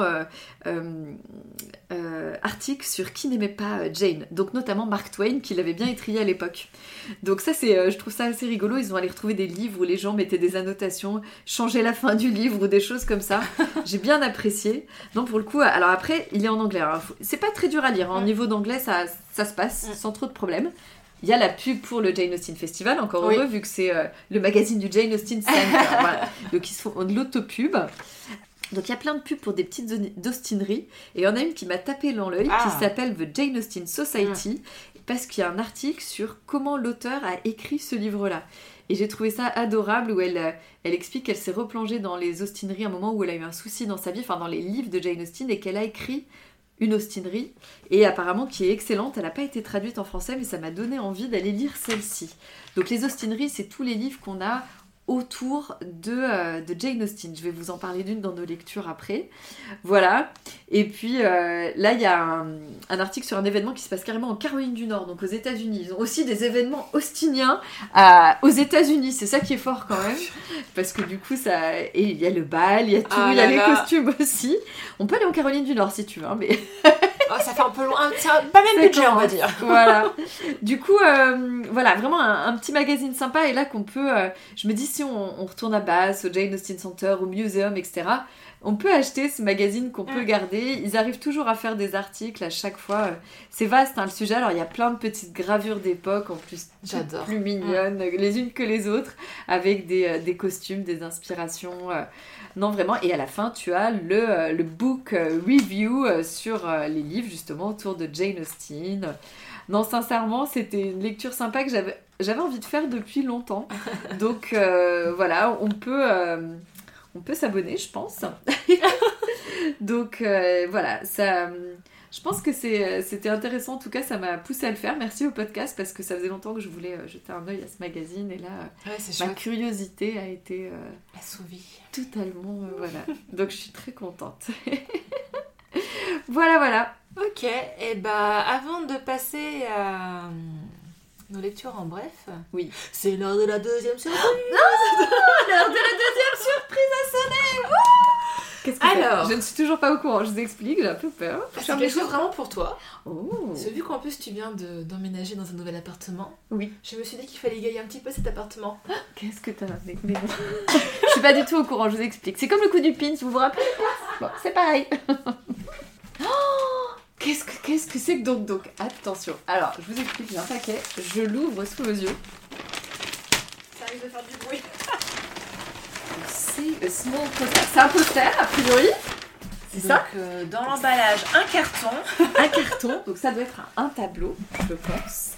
article sur qui n'aimait pas Jane, donc notamment Mark Twain, qui l'avait bien étrillé à l'époque. Donc ça, je trouve ça assez rigolo. Ils ont allé retrouver des livres où les gens mettaient des annotations, changeaient la fin du livre ou des choses comme ça. J'ai bien apprécié. Donc pour le coup, alors après, il est en anglais. Alors, c'est pas très dur à lire. Au niveau d'anglais, ça se passe sans trop de problèmes. Il y a la pub pour le Jane Austen Festival, encore heureux, vu que c'est le magazine du Jane Austen Center. Voilà. Donc ils se font de l'autopub. Donc il y a plein de pubs pour des petites austineries. Et il y en a une qui m'a tapé dans l'œil, qui s'appelle The Jane Austen Society, parce qu'il y a un article sur comment l'auteur a écrit ce livre-là. Et j'ai trouvé ça adorable, où elle explique qu'elle s'est replongée dans les austineries à un moment où elle a eu un souci dans sa vie, enfin dans les livres de Jane Austen, et qu'elle a écrit une austinerie, et apparemment qui est excellente. Elle n'a pas été traduite en français, mais ça m'a donné envie d'aller lire celle-ci. Donc les austineries, c'est tous les livres qu'on a autour de Jane Austen. Je vais vous en parler d'une dans nos lectures après. Voilà. Et puis là, il y a un article sur un événement qui se passe carrément en Caroline du Nord, donc aux États-Unis. Ils ont aussi des événements austiniens aux États-Unis. C'est ça qui est fort quand même, parce que du coup, et il y a le bal, il y a tout, il y a les costumes aussi. On peut aller en Caroline du Nord si tu veux, hein, mais... ça fait un peu loin, c'est pas même budget, on va dire. Voilà. Du coup, voilà, vraiment un petit magazine sympa. Et là qu'on peut, je me dis, si on retourne à Bath, au Jane Austen Center, au Museum, etc., on peut acheter ce magazine qu'on peut garder. Ils arrivent toujours à faire des articles à chaque fois. C'est vaste, hein, le sujet. Alors, il y a plein de petites gravures d'époque, en plus, j'adore, plus mignonnes, les unes que les autres, avec des costumes, des inspirations. Non, vraiment. Et à la fin, tu as le book review sur les livres, justement, autour de Jane Austen. Non, sincèrement, c'était une lecture sympa que j'avais envie de faire depuis longtemps. Donc, voilà, on peut s'abonner, je pense. Donc, voilà, ça... Je pense que c'était intéressant. En tout cas, ça m'a poussée à le faire. Merci au podcast, parce que ça faisait longtemps que je voulais jeter un œil à ce magazine. Et là, ma curiosité a été assouvie. Totalement, voilà. Donc, je suis très contente. Voilà. Ok, et avant de passer à nos lectures en bref, oui, c'est l'heure de la deuxième surprise. L'heure de la deuxième surprise a sonné. Alors, je ne suis toujours pas au courant, je vous explique, j'ai un peu peur. C'est quelque chose vraiment pour toi. Oh. Vu qu'en plus tu viens d'emménager dans un nouvel appartement, oui, je me suis dit qu'il fallait égayer un petit peu cet appartement. Qu'est-ce que t'as mais bon. Je suis pas du tout au courant, je vous explique. C'est comme le coup du pin, vous vous rappelez? Bon, c'est pareil. Qu'est-ce que c'est que donc attention. Alors, je vous explique, j'ai un paquet, je l'ouvre sous vos yeux. Ça risque de faire du bruit. C'est small poster. C'est un poster, a priori. C'est ça. Dans l'emballage, un carton. Un carton, donc ça doit être un tableau, je pense.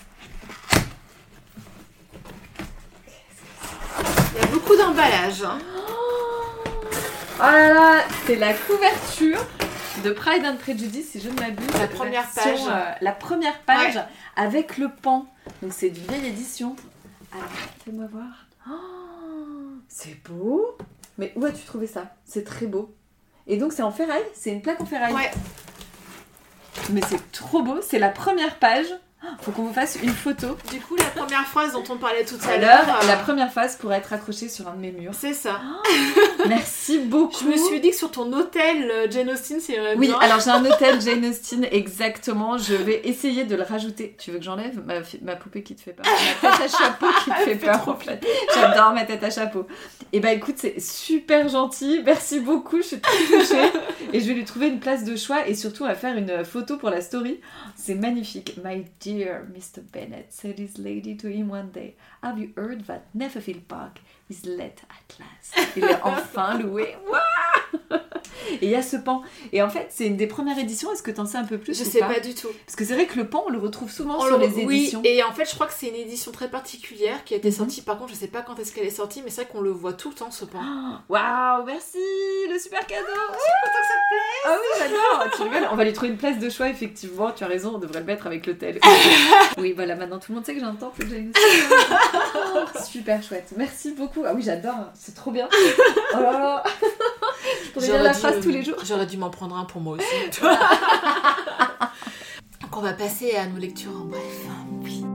Il y a beaucoup d'emballage. Hein. Oh là là, c'est la couverture de Pride and Prejudice, si je ne m'abuse. La première page. La première page avec le pan. Donc c'est une vieille édition. Alors, fais-moi voir. Oh, c'est beau. Mais où as-tu trouvé ça? C'est très beau. Et donc c'est en ferraille? C'est une plaque en ferraille? Ouais. Mais c'est trop beau. C'est la première page. Faut qu'on vous fasse une photo. Du coup, la première phrase dont on parlait tout à l'heure... La première phrase pourrait être accrochée sur un de mes murs. C'est ça. Oh, merci beaucoup. Je me suis dit que sur ton hôtel Jane Austen, c'est bien. Oui, alors j'ai un hôtel Jane Austen, exactement. Je vais essayer de le rajouter. Tu veux que j'enlève ma poupée qui te fait peur? Ma tête à chapeau qui te fait peur, en fait. J'adore ma tête à chapeau. Et écoute, c'est super gentil. Merci beaucoup, je suis très touchée. Et je vais lui trouver une place de choix. Et surtout, on va faire une photo pour la story. C'est magnifique. My dear Mr. Bennet, said his lady to him one day, have you heard that Netherfield Park is let at last? Il est enfin loué. Wow. Et il y a ce pan. Et en fait, c'est une des premières éditions. Est-ce que t'en sais un peu plus Je ou sais pas pas du tout. Parce que c'est vrai que le pan, on le retrouve souvent sur les éditions. Oui, et en fait, je crois que c'est une édition très particulière qui a été sortie. Par contre, je sais pas quand est-ce qu'elle est sortie, mais c'est vrai qu'on le voit tout le temps, ce pan. Waouh, merci, le super cadeau. Je suis contente que ça te plaise. Ah oui, j'adore. Tu rigoles, on va lui trouver une place de choix, effectivement. Tu as raison, on devrait le mettre avec l'hôtel. Oui, voilà, maintenant tout le monde sait que j'ai un temple Jane Austen. Super chouette. Merci beaucoup. Ah oui, j'adore. C'est trop bien. Oh là là. Je pourrais lire la phrase tous les jours. J'aurais dû m'en prendre un pour moi aussi. Donc on va passer à nos lectures en bref. Oui.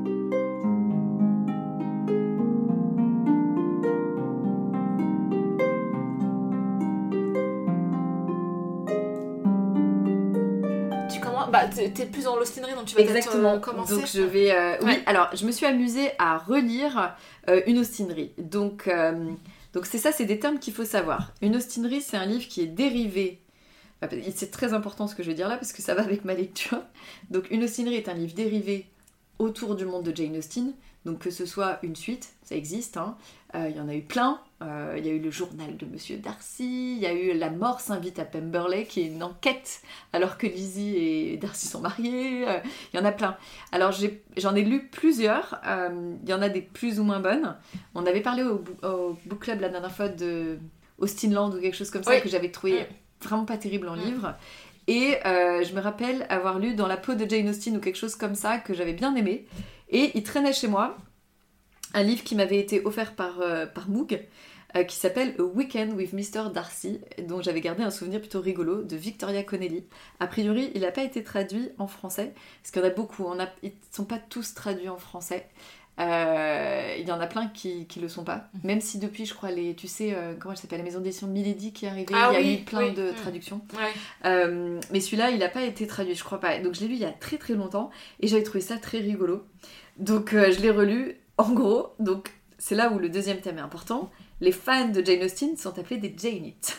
Bah, t'es plus dans l'ostinerie, donc tu vas exactement commencer. Donc je vais... Ouais. Oui, alors je me suis amusée à relire une ostinerie. Donc c'est ça, c'est des termes qu'il faut savoir. Une ostinerie, c'est un livre qui est dérivé. C'est très important ce que je vais dire là, parce que ça va avec ma lecture. Donc une ostinerie est un livre dérivé autour du monde de Jane Austen. Donc que ce soit une suite, ça existe, hein. Il y en a eu plein. Il y a eu le journal de Monsieur Darcy, il y a eu La mort s'invite à Pemberley, qui est une enquête alors que Lizzie et Darcy sont mariés. Il y en a plein. Alors j'en ai lu plusieurs. Il y en a des plus ou moins bonnes. On avait parlé au book club la dernière fois de Austenland ou quelque chose comme ça, oui, que j'avais trouvé vraiment pas terrible en livre. Et je me rappelle avoir lu Dans la peau de Jane Austen ou quelque chose comme ça, que j'avais bien aimé. Et il traînait chez moi un livre qui m'avait été offert par Moog, qui s'appelle A Weekend with Mr. Darcy, dont j'avais gardé un souvenir plutôt rigolo, de Victoria Connelly. A priori, il n'a pas été traduit en français, parce qu'il y en a beaucoup. Ils ne sont pas tous traduits en français. Il y en a plein qui le sont pas. Même si depuis, je crois, comment elle s'appelle, la maison d'édition Milady qui est arrivée, il y a eu plein de traductions. Ouais. Mais celui-là, il n'a pas été traduit, je crois pas. Donc je l'ai lu il y a très très longtemps, et j'avais trouvé ça très rigolo. Donc je l'ai relu. En gros, donc c'est là où le deuxième thème est important. Les fans de Jane Austen sont appelés des Janeites.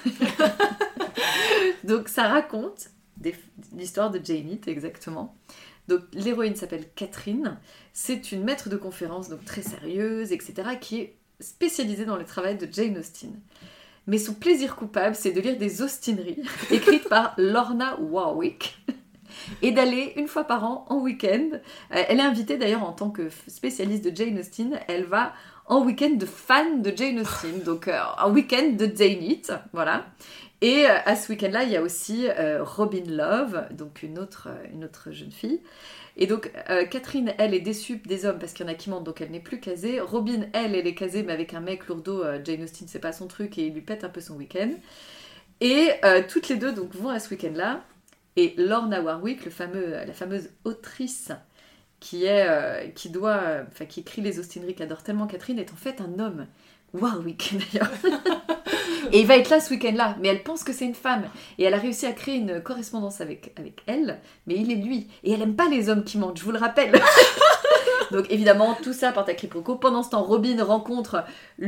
Donc ça raconte l'histoire de Janeit, exactement. Donc l'héroïne s'appelle Catherine. C'est une maître de conférence, donc très sérieuse, etc., qui est spécialisée dans le travail de Jane Austen. Mais son plaisir coupable, c'est de lire des austineries écrites par Lorna Warwick. Et d'aller une fois par an en week-end. Elle est invitée d'ailleurs en tant que spécialiste de Jane Austen. Elle va en week-end de fan de Jane Austen. Donc un week-end de Janeit, voilà. Et à ce week-end-là, il y a aussi Robin Love, donc une autre jeune fille. Et donc Catherine, elle, est déçue des hommes parce qu'il y en a qui mentent, donc elle n'est plus casée. Robin, elle est casée, mais avec un mec lourdeau. Jane Austen, c'est pas son truc et il lui pète un peu son week-end. Et toutes les deux donc, vont à ce week-end-là. Et Lorna Warwick, la fameuse autrice qui écrit les austineries qu'adore tellement Catherine, est en fait un homme. Warwick d'ailleurs. Et il va être là ce week-end-là, mais elle pense que c'est une femme. Et elle a réussi à créer une correspondance avec elle, mais il est lui. Et elle aime pas les hommes qui mentent, je vous le rappelle. Donc évidemment, tout ça porte à quiproquo. Pendant ce temps, Robin rencontre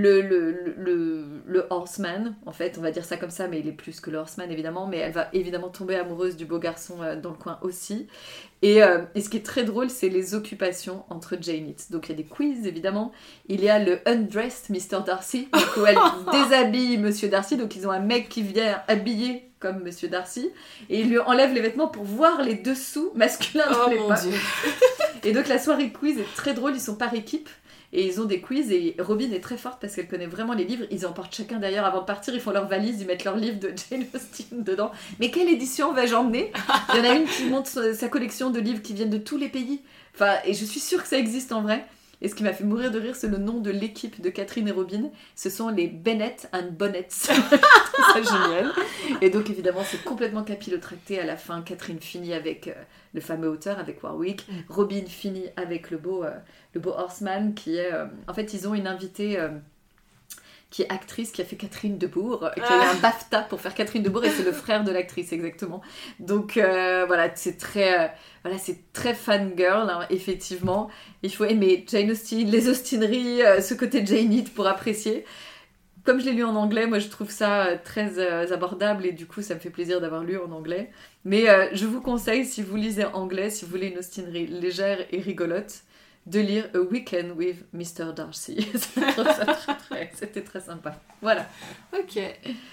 le horseman, en fait, on va dire ça comme ça, mais il est plus que le horseman, évidemment. Mais elle va évidemment tomber amoureuse du beau garçon dans le coin aussi. Et ce qui est très drôle, c'est les occupations entre Janeit. Donc il y a des quiz, évidemment. Il y a le Undressed Mr. Darcy, donc où elle déshabille Monsieur Darcy. Donc ils ont un mec qui vient habiller comme Monsieur Darcy, et il lui enlève les vêtements pour voir les dessous masculins dans les pas. Dieu. Et donc la soirée quiz est très drôle, ils sont par équipe, et ils ont des quiz, et Robin est très forte parce qu'elle connaît vraiment les livres. Ils emportent chacun d'ailleurs, avant de partir, ils font leur valise, ils mettent leur livre de Jane Austen dedans. Mais quelle édition vais-je emmener ? Il y en a une qui montre sa collection de livres qui viennent de tous les pays. Enfin, et je suis sûre que ça existe en vrai. Et ce qui m'a fait mourir de rire, c'est le nom de l'équipe de Catherine et Robin. Ce sont les Bennett and Bonnets. C'est génial. Et donc, évidemment, c'est complètement capillotracté. À la fin, Catherine finit avec le fameux auteur, avec Warwick. Robin finit avec le beau horseman, qui est... en fait, ils ont une invitée... qui est actrice, qui a fait Catherine de Bourg, qui a eu un BAFTA pour faire Catherine de Bourg, et c'est le frère de l'actrice, exactement. Donc voilà, c'est très fangirl, hein, effectivement. Il faut aimer Jane Austen, les austineries, ce côté Janeit pour apprécier. Comme je l'ai lu en anglais, moi je trouve ça très abordable, et du coup ça me fait plaisir d'avoir lu en anglais. Mais je vous conseille, si vous lisez anglais, si vous voulez une austinerie légère et rigolote, de lire A Weekend with Mr. Darcy. C'était très sympa. Voilà. Ok.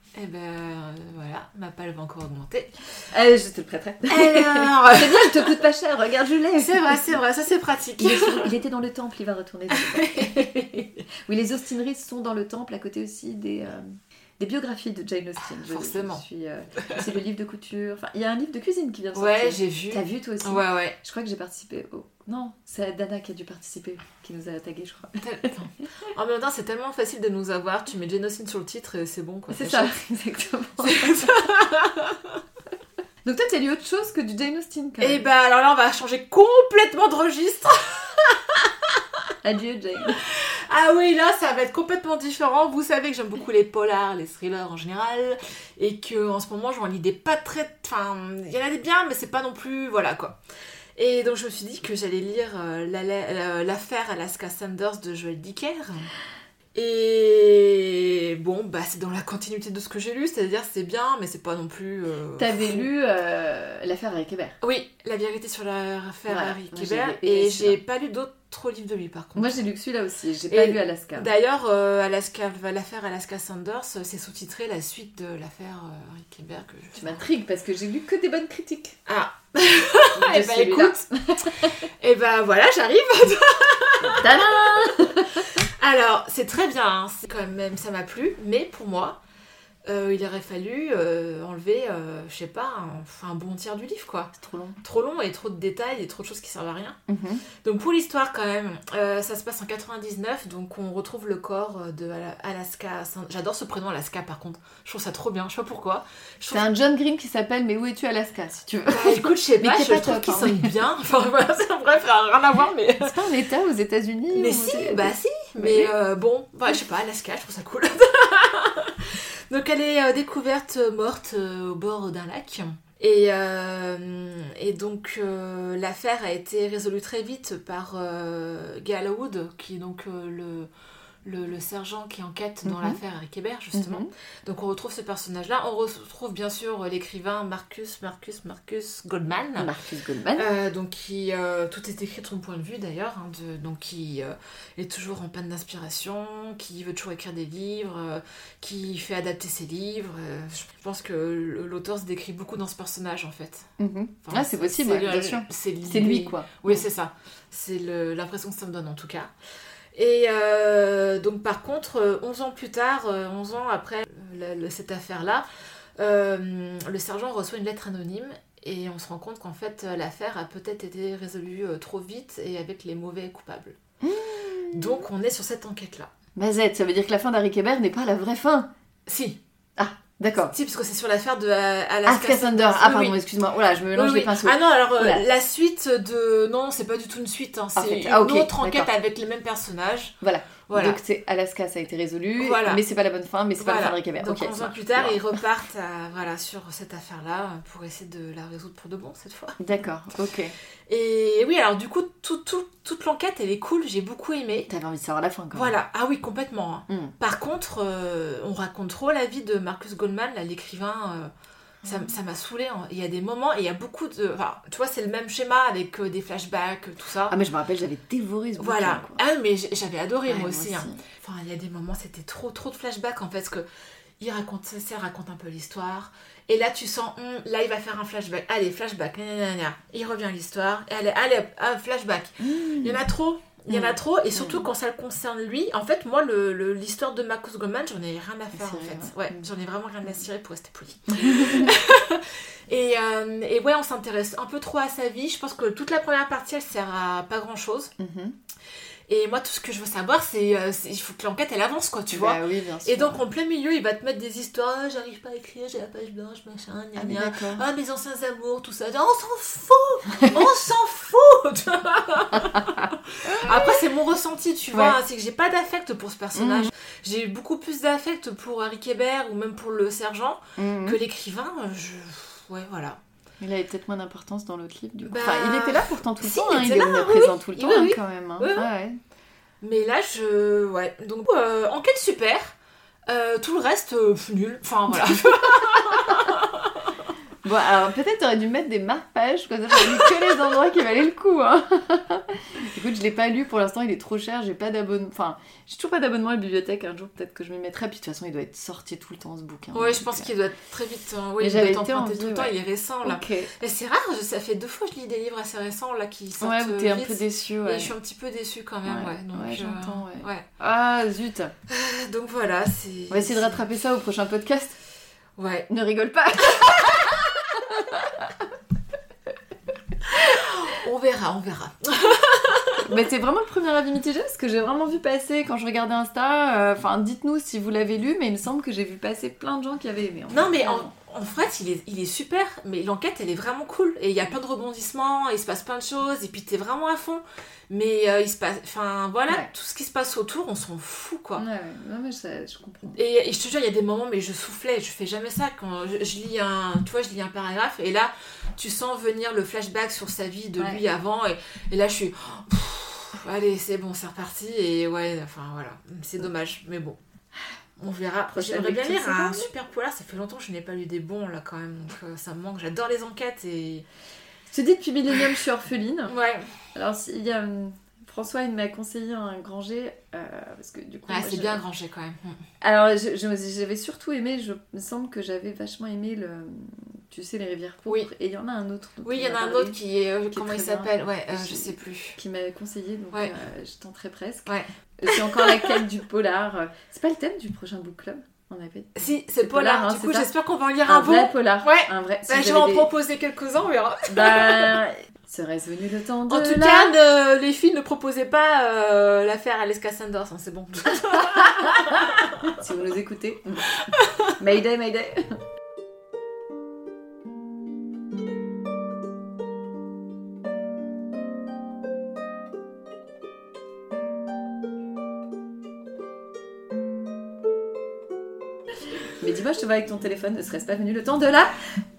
Eh ben voilà, ma palle va encore augmenter. Je te le prêterai. Alors... C'est bien, il te coûte pas cher, regarde, je l'ai. C'est vrai, ça c'est pratique. Il était dans le temple, il va retourner dans le temple. Oui, les Austen Reese sont dans le temple, à côté aussi des biographies de Jane Austen. Forcément. C'est le livre de couture. Enfin, il y a un livre de cuisine qui vient de sortir. Ouais, j'ai vu. T'as vu toi aussi? Ouais. Je crois que j'ai participé au... Non, c'est Dana qui a dû participer, qui nous a tagué, je crois. En même temps, c'est tellement facile de nous avoir. Tu mets Jane Austen sur le titre et c'est bon, quoi. C'est ça, exactement. Donc toi, t'as lu autre chose que du Jane Austen, quand même. Et bah alors là, on va changer complètement de registre. Adieu, Jane. Ah oui, là, ça va être complètement différent. Vous savez que j'aime beaucoup les polars, les thrillers en général, et que en ce moment, j'en lis des pas très... Enfin, il y en a des biens, mais c'est pas non plus... Voilà, quoi. Et donc, je me suis dit que j'allais lire l'affaire Alaska Sanders de Joël Dicker. Et bon, bah c'est dans la continuité de ce que j'ai lu, c'est-à-dire c'est bien, mais c'est pas non plus... T'avais lu l'affaire Harry Kébert. Oui, La vérité sur l'affaire Harry Kébert, et j'ai pas lu d'autres livres de lui par contre. Moi j'ai lu que celui-là aussi, j'ai pas lu Alaska. D'ailleurs, l'affaire Alaska Sanders, c'est sous-titré la suite de l'affaire Harry Kébert que je... Tu m'intrigues parce que j'ai lu que des bonnes critiques. Ah. Et bah écoute, et bah voilà, j'arrive. Tadam. Alors, c'est très bien, hein. C'est quand même, ça m'a plu, mais pour moi, il aurait fallu enlever, je sais pas, un bon tiers du livre, quoi. C'est trop long. Trop long et trop de détails et trop de choses qui servent à rien. Mm-hmm. Donc pour l'histoire, quand même, ça se passe en 99, donc on retrouve le corps de Alaska. J'adore ce prénom, Alaska, par contre. Je trouve ça trop bien, je sais pas pourquoi. C'est un John Green qui s'appelle Mais où es-tu, Alaska, si tu veux. Bah, écoute, je sais pas, je trouve qu'il sonne bien. Enfin voilà, bref, rien à voir, mais... C'est pas un état aux États-Unis? Mais si, si. Mais bon, bah, je sais pas, Alaska, je trouve ça cool. Donc elle est découverte morte au bord d'un lac. Et donc l'affaire a été résolue très vite par Gallowwood, qui est donc le sergent qui enquête dans l'affaire Harry Kébert, justement. Donc on retrouve ce personnage-là. On retrouve bien sûr l'écrivain Marcus Goldman. Marcus Goldman. Donc qui, tout est écrit de son point de vue d'ailleurs. Hein, donc qui est toujours en panne d'inspiration, qui veut toujours écrire des livres, qui fait adapter ses livres. Je pense que l'auteur se décrit beaucoup dans ce personnage en fait. Enfin, c'est possible, bien sûr. C'est lui quoi. Oui, c'est ça. C'est l'impression que ça me donne en tout cas. Et donc par contre, 11 ans plus tard, 11 ans après cette affaire-là, le sergent reçoit une lettre anonyme et on se rend compte qu'en fait l'affaire a peut-être été résolue trop vite et avec les mauvais coupables. Donc on est sur cette enquête-là. Mazette, ça veut dire que la fin d'Harry Kébert n'est pas la vraie fin? Si. Ah, d'accord. Si, parce que c'est sur l'affaire de Alaska Sanders. Ah pardon, excuse-moi. Voilà, je me mélange les pinceaux. Ah non, alors la suite de... Non, c'est pas du tout une suite. Hein. C'est une autre enquête avec les mêmes personnages. Voilà. Donc c'est Alaska, ça a été résolu, mais c'est pas la bonne fin, mais c'est pas la fin d'Harry Kébert. Donc 11 ans plus tard, ils repartent sur cette affaire-là pour essayer de la résoudre pour de bon cette fois. D'accord, ok. Et oui, alors du coup, toute l'enquête, elle est cool, j'ai beaucoup aimé. T'avais envie de savoir la fin quand même. Voilà, ah oui, complètement. Hein. Par contre, on raconte trop la vie de Marcus Goldman, là, l'écrivain... Ça m'a saoulée. Hein. Il y a des moments, et il y a beaucoup de... Enfin, tu vois, c'est le même schéma avec des flashbacks, tout ça. Ah, mais je me rappelle, j'avais dévoré ce bouquin. Voilà. Quoi. Ah, mais j'avais adoré, moi aussi. Hein. Enfin, il y a des moments, c'était trop de flashbacks, en fait, parce que il raconte un peu l'histoire. Et là, tu sens, là, il va faire un flashback. Allez, flashback. Il revient à l'histoire. Et allez, flashback. Il y en a trop. Il y en a trop, et surtout quand ça le concerne lui. En fait, moi, l'histoire de Marcus Goldman, j'en ai rien à faire, en fait. Ouais, j'en ai vraiment rien à cirer pour rester poli. Et ouais, on s'intéresse un peu trop à sa vie. Je pense que toute la première partie, elle sert à pas grand-chose. Et moi, tout ce que je veux savoir, c'est il faut que l'enquête, elle avance, quoi, tu vois. Oui, bien sûr. Et donc, en plein milieu, il va te mettre des histoires. J'arrive pas à écrire, j'ai la page blanche, machin, gna gna. Ah, mes anciens amours, tout ça. On s'en fout. On s'en fout. Après, c'est mon ressenti, tu vois. C'est que j'ai pas d'affect pour ce personnage. J'ai eu beaucoup plus d'affect pour Harry Kébert ou même pour le sergent que l'écrivain. Ouais, voilà. Il avait peut-être moins d'importance dans l'autre livre, du coup. Enfin, il était là pourtant tout le temps, il est omniprésent tout le temps, quand même. Hein. Oui. Mais là, Ouais. Donc, enquête super. Tout le reste, nul. Enfin, voilà. Bon, alors peut-être t'aurais dû mettre des marque-pages, comme ça j'aurais mis que les endroits qui valaient le coup. Hein. Écoute, je l'ai pas lu pour l'instant, il est trop cher, j'ai pas d'abonnement. Enfin, j'ai toujours pas d'abonnement à la bibliothèque. Un jour, peut-être que je m'y mettrai. Puis de toute façon, il doit être sorti tout le temps ce bouquin. Ouais, je pense qu'il doit être très vite. Oui, il doit être emprunté tout le temps, ouais. Il est récent là. Okay. Et c'est rare, ça fait 2 fois que je lis des livres assez récents là qui sortent. Ouais, où t'es vite. un peu déçue. Ouais. Et je suis un petit peu déçue quand même, ouais. Donc, ouais, j'entends, ouais. Ah, zut. Donc voilà, c'est. On va essayer de rattraper ça au prochain podcast. Ouais. Ne rigole pas. On verra. Mais c'est vraiment le premier avis mitigé, parce que j'ai vraiment vu passer quand je regardais Insta. Enfin, dites-nous si vous l'avez lu, mais il me semble que j'ai vu passer plein de gens qui avaient aimé. Non, mais en fait, il est super, mais l'enquête, elle est vraiment cool. Et il y a plein de rebondissements, il se passe plein de choses, et puis t'es vraiment à fond. Mais il se passe... Enfin, voilà, tout ce qui se passe autour, on s'en fout, quoi. Ouais, non, mais je comprends. Et je te jure, il y a des moments, mais je soufflais, je fais jamais ça. Quand je lis je lis un paragraphe, et là, tu sens venir le flashback sur sa vie de lui avant, et là, je suis... allez, c'est bon, c'est reparti, et ouais, enfin, voilà. C'est dommage, mais bon. On verra. J'aimerais bien lire un super polar, ça fait longtemps que je n'ai pas lu des bons, là, quand même, donc ça me manque. J'adore les enquêtes, et... Je te dis, depuis Millennium, je suis orpheline. Ouais. Alors, il y a... François, il m'a conseillé un Granger, parce que du coup... Ah, c'est bien Granger, quand même. Alors, j'avais surtout aimé, il me semble que j'avais vachement aimé le... Tu sais, les rivières pourpres. Oui. Et il y en a un autre. Oui, il y en a un autre qui est... comment il s'appelle? Ouais, je sais plus. Qui m'a conseillé, donc je tenterai presque. Ouais. C'est encore la quête du polar. C'est pas le thème du prochain book club? On avait... Si, c'est polar. Hein, du coup, j'espère qu'on va en lire un bon. vrai polar. Ouais. Un vrai. Si je vais en proposer quelques-uns, on verra. Serait-ce venu le temps de... En tout cas, les filles ne proposaient pas l'affaire Alaska Sanders, hein, c'est bon. Si vous nous écoutez. Mayday, mayday. Mais dis-moi, je te vois avec ton téléphone, ne serait-ce pas venu le temps de la...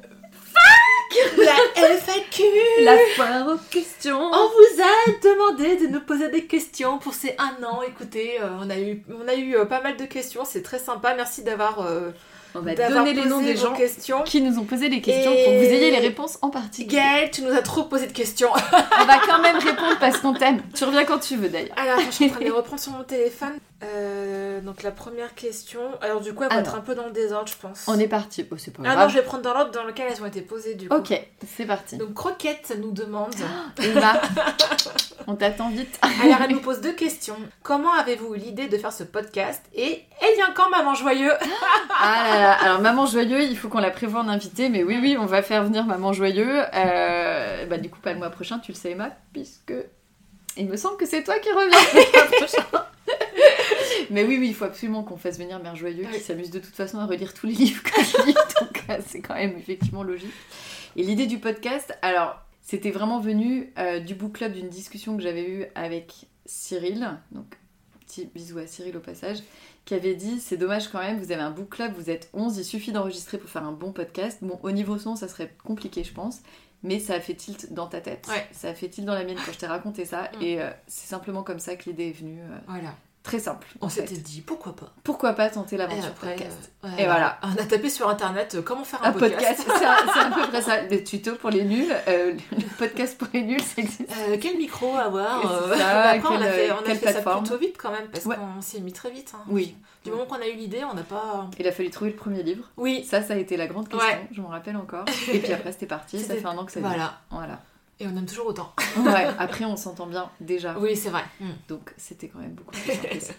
La FAQ! La foire aux questions! On vous a demandé de nous poser des questions pour ces 1 an. Écoutez, on a eu pas mal de questions, c'est très sympa. Merci d'avoir on va donner les noms des gens questions. Qui nous ont posé des questions pour que vous ayez les réponses en particulier. Gaëlle, tu nous as trop posé de questions. On va quand même répondre parce qu'on t'aime. Tu reviens quand tu veux d'ailleurs. Alors, je suis en train de reprendre sur mon téléphone. Donc la première question. Alors du coup, elle va être un peu dans le désordre, je pense. On est parti. Oh, c'est pas grave. Ah non, je vais prendre dans l'ordre dans lequel elles ont été posées du coup. Ok, c'est parti. Donc Croquette, ça nous demande. Emma, on t'attend vite. Alors elle nous pose 2 questions. Comment avez-vous eu l'idée de faire ce podcast? Et elle vient quand, Maman Joyeux? Ah là là. Alors Maman Joyeux, il faut qu'on la prévoie en invité, mais oui, on va faire venir Maman Joyeux. Du coup, pas le mois prochain, tu le sais Emma, puisque il me semble que c'est toi qui reviens le mois prochain. Mais oui, il faut absolument qu'on fasse venir Mère Joyeux, qui s'amuse de toute façon à relire tous les livres que je lis, donc c'est quand même effectivement logique. Et l'idée du podcast, alors, c'était vraiment venu du book club, d'une discussion que j'avais eue avec Cyril, donc petit bisou à Cyril au passage, qui avait dit, c'est dommage quand même, vous avez un book club, vous êtes 11, il suffit d'enregistrer pour faire un bon podcast. Bon, au niveau son, ça serait compliqué, je pense, mais ça a fait tilt dans ta tête, ça a fait tilt dans la mienne quand je t'ai raconté ça, et c'est simplement comme ça que l'idée est venue. Voilà. Très simple. On s'était dit, pourquoi pas? Pourquoi pas tenter l'aventure podcast? Et voilà. On a tapé sur internet comment faire un podcast. C'est à peu près ça. Les tutos pour les nuls, le podcast pour les nuls, ça existe. Quel micro avoir après, on a fait plateforme. ça plutôt vite quand même, parce qu'on s'y est mis très vite. Hein. Oui. Du moment qu'on a eu l'idée, on n'a pas... Il a fallu trouver le premier livre. Oui. Ça a été la grande question, je m'en rappelle encore. Et puis après, c'était parti, ça fait 1 an que ça dure. Voilà. Et on aime toujours autant. Ouais, après on s'entend bien déjà. Oui, c'est vrai. Donc c'était quand même beaucoup plus simple que ça.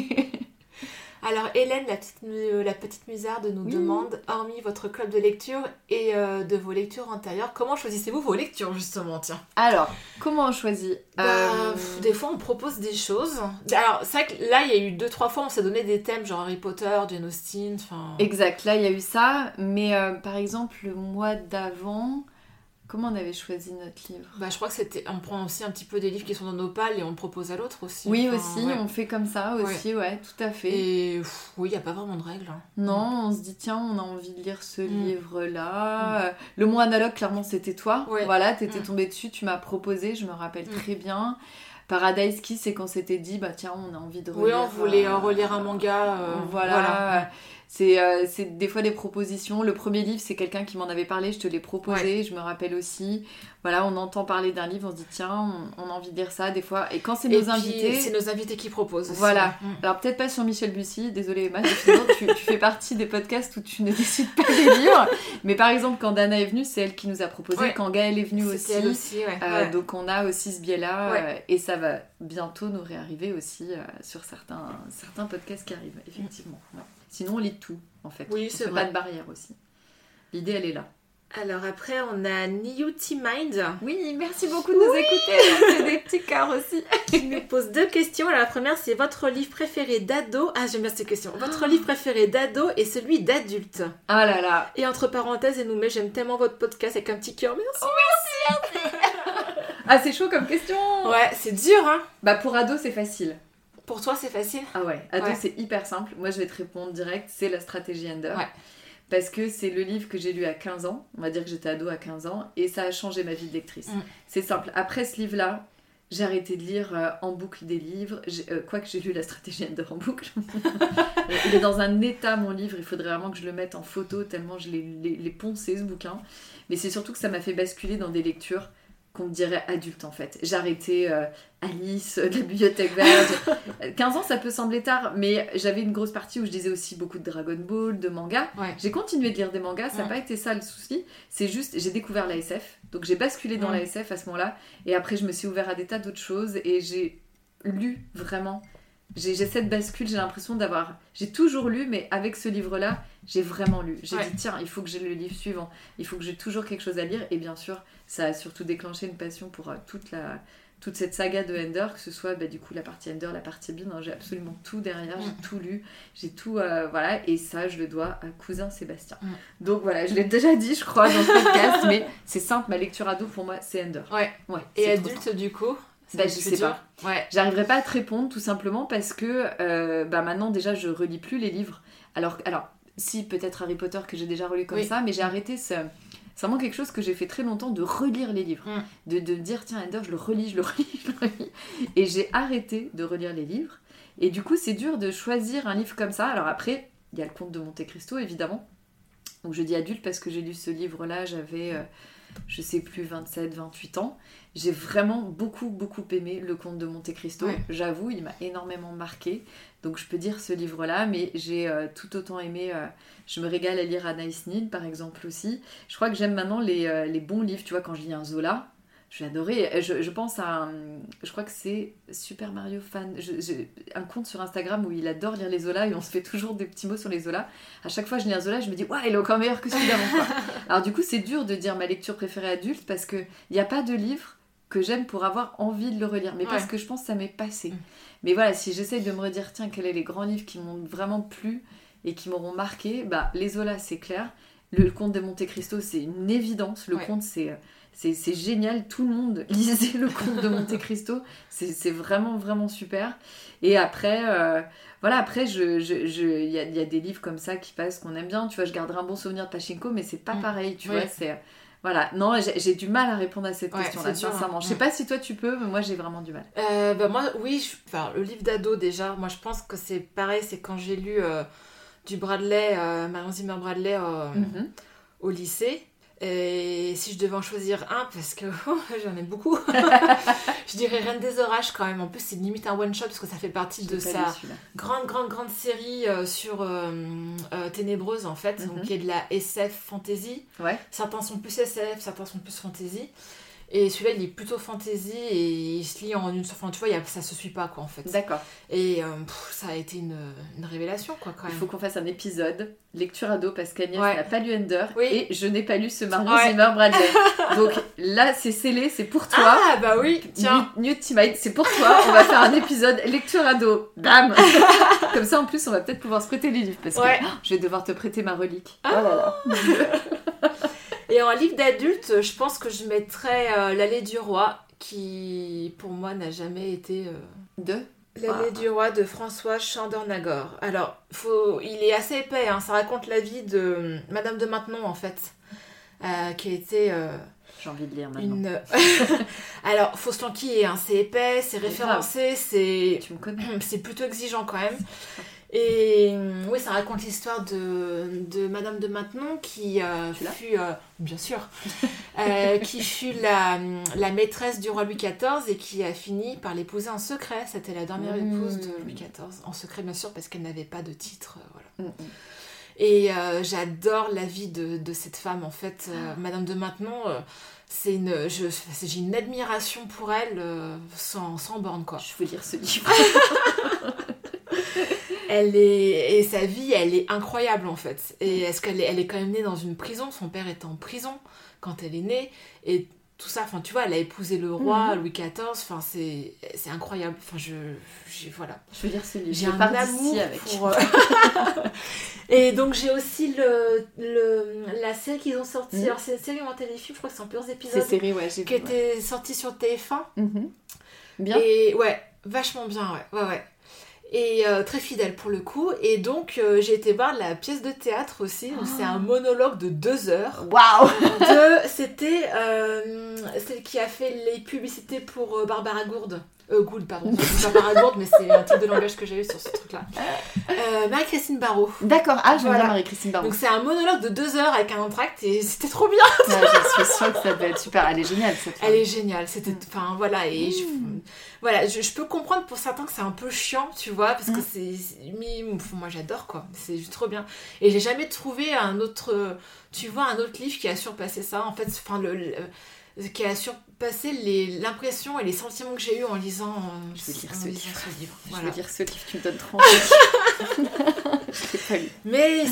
Alors Hélène, la petite musarde, nous demande, hormis votre club de lecture et de vos lectures antérieures, comment choisissez-vous vos lectures justement? Tiens. Alors, comment on choisit? Des fois on propose des choses. Alors c'est vrai que là il y a eu 2-3 fois on s'est donné des thèmes genre Harry Potter, Jane Austen, enfin... Exact, là il y a eu ça, mais par exemple le mois d'avant... Comment on avait choisi notre livre? Je crois que c'était... On prend aussi un petit peu des livres qui sont dans nos palles et on le propose à l'autre aussi. Oui, aussi, on fait comme ça aussi, ouais, tout à fait. Et oui, il n'y a pas vraiment de règles. Hein. Non, on se dit, tiens, on a envie de lire ce livre-là. Le mot analogue, clairement, c'était toi. Ouais. Voilà, t'étais tombée dessus, tu m'as proposé, je me rappelle très bien. Paradise Kiss, c'est qu'on s'était dit, tiens, on a envie de relire... Oui, on voulait relire un manga. Voilà. C'est des fois des propositions. Le premier livre, c'est quelqu'un qui m'en avait parlé, je te l'ai proposé, je me rappelle aussi. Voilà, on entend parler d'un livre, on se dit tiens, on a envie de lire ça des fois. Et quand c'est nos invités... c'est nos invités qui proposent aussi. Voilà. Alors peut-être pas sur Michel Bussy, désolée Emma, sinon tu fais partie des podcasts où tu ne décides pas des livres. Mais par exemple, quand Dana est venue, c'est elle qui nous a proposé. Quand Gaëlle est venue aussi. Elle aussi, Donc on a aussi ce biais-là. Et ça va bientôt nous réarriver aussi sur certains podcasts qui arrivent, effectivement. Ouais. Sinon, on lit tout, en fait. Oui, c'est vrai. Pas de barrière aussi. L'idée, elle est là. Alors après, on a Newty Mind. Oui, merci beaucoup de nous écouter. C'est des petits cœurs aussi. Qui nous pose 2 questions. Alors la première, c'est votre livre préféré d'ado. Ah, j'aime bien cette question. Votre livre préféré d'ado et celui d'adulte. Ah là là. Et entre parenthèses, elle nous met j'aime tellement votre podcast avec un petit cœur. Merci. Oh, merci. Ah, c'est chaud comme question. Ouais, c'est dur, hein. Bah pour ado, c'est facile. Pour toi, c'est facile? Ah ouais, ado, c'est hyper simple. Moi, je vais te répondre direct. C'est La Stratégie Ender. Ouais. Parce que c'est le livre que j'ai lu à 15 ans. On va dire que j'étais ado à 15 ans. Et ça a changé ma vie de lectrice. C'est simple. Après ce livre-là, j'ai arrêté de lire en boucle des livres. Quoique j'ai lu La Stratégie Ender en boucle. Il est dans un état, mon livre. Il faudrait vraiment que je le mette en photo tellement je l'ai poncé, ce bouquin. Mais c'est surtout que ça m'a fait basculer dans des lectures qu'on me dirait adulte en fait. J'ai arrêté Alice, de la Bibliothèque Verte. 15 ans, ça peut sembler tard, mais j'avais une grosse partie où je lisais aussi beaucoup de Dragon Ball, de mangas. Ouais. J'ai continué de lire des mangas, ça n'a pas été ça le souci. C'est juste, j'ai découvert la SF, donc j'ai basculé dans la SF à ce moment-là, et après je me suis ouvert à des tas d'autres choses, et j'ai lu vraiment... J'ai cette bascule, j'ai l'impression d'avoir... J'ai toujours lu, mais avec ce livre-là, j'ai vraiment lu. J'ai dit, tiens, il faut que j'ai le livre suivant. Il faut que j'ai toujours quelque chose à lire. Et bien sûr, ça a surtout déclenché une passion pour toute cette saga de Ender, que ce soit du coup la partie Ender, la partie Bean. Hein, j'ai absolument tout derrière, j'ai tout lu. J'ai tout... voilà, et ça, je le dois à cousin Sébastien. Donc voilà, je l'ai déjà dit, je crois, dans le podcast, mais c'est simple, ma lecture ado, pour moi, c'est Ender. Ouais, et adulte, du coup je sais pas. Ouais. J'arriverai pas à te répondre tout simplement parce que maintenant déjà je relis plus les livres. Alors si peut-être Harry Potter que j'ai déjà relu comme ça, mais j'ai arrêté c'est vraiment quelque chose que j'ai fait très longtemps de relire les livres. De dire tiens Ender je le relis. Et j'ai arrêté de relire les livres. Et du coup c'est dur de choisir un livre comme ça. Alors après il y a le Comte de Monte Cristo évidemment. Donc je dis adulte parce que j'ai lu ce livre là, j'avais... je sais plus, 27, 28 ans. J'ai vraiment beaucoup aimé Le Comte de Monte Cristo. J'avoue, il m'a énormément marqué. Donc je peux dire ce livre-là, mais j'ai tout autant aimé... je me régale à lire Anaïs Nin, par exemple, aussi. Je crois que j'aime maintenant les bons livres. Tu vois, quand je lis un Zola, je vais adorer. Je pense à... je crois que c'est Super Mario Fan. Un compte sur Instagram où il adore lire les Zola et on se fait toujours des petits mots sur les Zola. À chaque fois que je lis un Zola, je me dis « Ouais, il est encore meilleur que celui d'avant. » Alors du coup, c'est dur de dire ma lecture préférée adulte parce qu'il n'y a pas de livre que j'aime pour avoir envie de le relire. Mais parce que je pense que ça m'est passé. Mais voilà, si j'essaye de me redire « Tiens, quels sont les grands livres qui m'ont vraiment plu et qui m'auront marqué ?» les Zola, c'est clair. Le Comte de Monte Cristo, c'est une évidence. Le Comte, c'est génial, tout le monde lisait Le Comte de Monte Cristo, c'est vraiment super. Et après, après il y a des livres comme ça qui passent, qu'on aime bien, tu vois, je garderai un bon souvenir de Pachinko, mais c'est pas pareil, tu vois, c'est... Voilà, non, j'ai du mal à répondre à cette question-là, sincèrement. Je sais pas si toi tu peux, mais moi j'ai vraiment du mal. Moi, oui, le livre d'ado déjà, moi je pense que c'est pareil, c'est quand j'ai lu du Bradley, Marion Zimmer Bradley au lycée. Et si je devais en choisir un, parce que j'en ai beaucoup, je dirais Reine des Orages quand même. En plus, c'est limite un one-shot parce que ça fait partie de sa grande série sur Ténébreuse en fait, donc qui est de la SF fantasy. Certains sont plus SF, certains sont plus fantasy. Et celui-là, il est plutôt fantasy et il se lit en une... Enfin, tu vois, ça se suit pas, quoi, en fait. D'accord. Et ça a été une révélation, quoi, quand même. Il faut qu'on fasse un épisode lecture ado parce qu'Agnès n'a pas lu Ender et je n'ai pas lu ce Marion Zimmer Bradley. Donc là, c'est scellé, c'est pour toi. Ah, bah oui, tiens. Newty Mind, c'est pour toi. On va faire un épisode lecture ado. Bam. Comme ça, en plus, on va peut-être pouvoir se prêter les livres parce que je vais devoir te prêter ma relique. Oh là là. Et en livre d'adulte, je pense que je mettrais L'Allée du Roi, qui pour moi n'a jamais été... L'Allée du Roi de François Chandernagor. Alors, il est assez épais, hein, ça raconte la vie de Madame de Maintenon en fait, qui a été... J'ai envie de lire maintenant. Alors, faut se l'enquiller, hein, c'est épais, c'est référencé, Tu me connais. C'est plutôt exigeant quand même. Et oui, ça raconte l'histoire de Madame de Maintenon qui fut, bien sûr, qui fut la maîtresse du roi Louis XIV et qui a fini par l'épouser en secret. C'était la dernière épouse de Louis XIV. En secret, bien sûr, parce qu'elle n'avait pas de titre. Voilà. Et j'adore la vie de cette femme, en fait. Madame de Maintenon, j'ai une admiration pour elle sans borne, quoi. Je veux lire ce livre. Et sa vie, elle est incroyable, en fait. Et est-ce qu'elle elle est quand même née dans une prison? Son père était en prison quand elle est née. Et tout ça, enfin, tu vois, elle a épousé le roi Louis XIV. Enfin, c'est incroyable. Enfin, voilà. Je veux lire ce livre. J'ai un amour pour... Et donc, j'ai aussi la série qu'ils ont sortie. Alors, c'est une série ou un téléfilm, je crois que c'est en plusieurs épisodes. C'est série, ouais, j'ai vu. Qui était sortie sur TF1. Bien. Et ouais, vachement bien, ouais. Et très fidèle pour le coup. Et donc, j'ai été voir la pièce de théâtre aussi, où c'est un monologue de 2 heures. Waouh. C'était celle qui a fait les publicités pour Barbara Gould. Gould, pardon. Barbara Gould, mais c'est un type de langage que j'ai eu sur ce truc-là. Marie-Christine Barrault. D'accord, j'aime bien Marie-Christine Barrault. Donc c'est un monologue de 2 heures avec un entracte et c'était trop bien. Je suis sûre que ça peut être super. Elle est géniale, cette femme. Elle est géniale. C'était, enfin voilà, et je peux comprendre pour certains que c'est un peu chiant, tu vois, parce que mais moi j'adore, quoi. C'est juste trop bien. Et j'ai jamais trouvé un autre livre qui a surpassé ça. En fait, enfin qui a surpassé l'impression et les sentiments que j'ai eus en lisant ce livre. Voilà. Je veux lire ce livre, tu me donnes trop envie. Je l'ai pas lu. Mais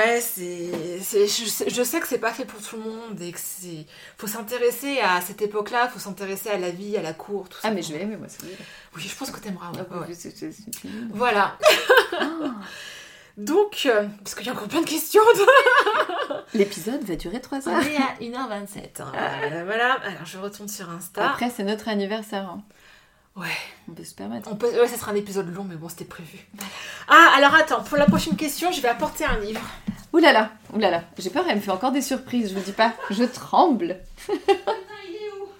je sais que c'est pas fait pour tout le monde et que faut s'intéresser à cette époque-là, faut s'intéresser à la vie, à la cour, tout ça. Ah, mais je vais aimer, moi, ce livre. Oui, je pense que t'aimeras, ouais. C'est Voilà. Donc, parce qu'il y a encore plein de questions. L'épisode va durer 3 heures. On est à 1h27. Hein. Voilà, alors je retourne sur Insta. Après, c'est notre anniversaire. Hein. Ouais. On peut se permettre. Ouais, ça sera un épisode long, mais bon, c'était prévu. Ah, alors attends, pour la prochaine question, je vais apporter un livre. Ouh là là. J'ai peur, elle me fait encore des surprises, je vous dis pas. Je tremble. Il est où?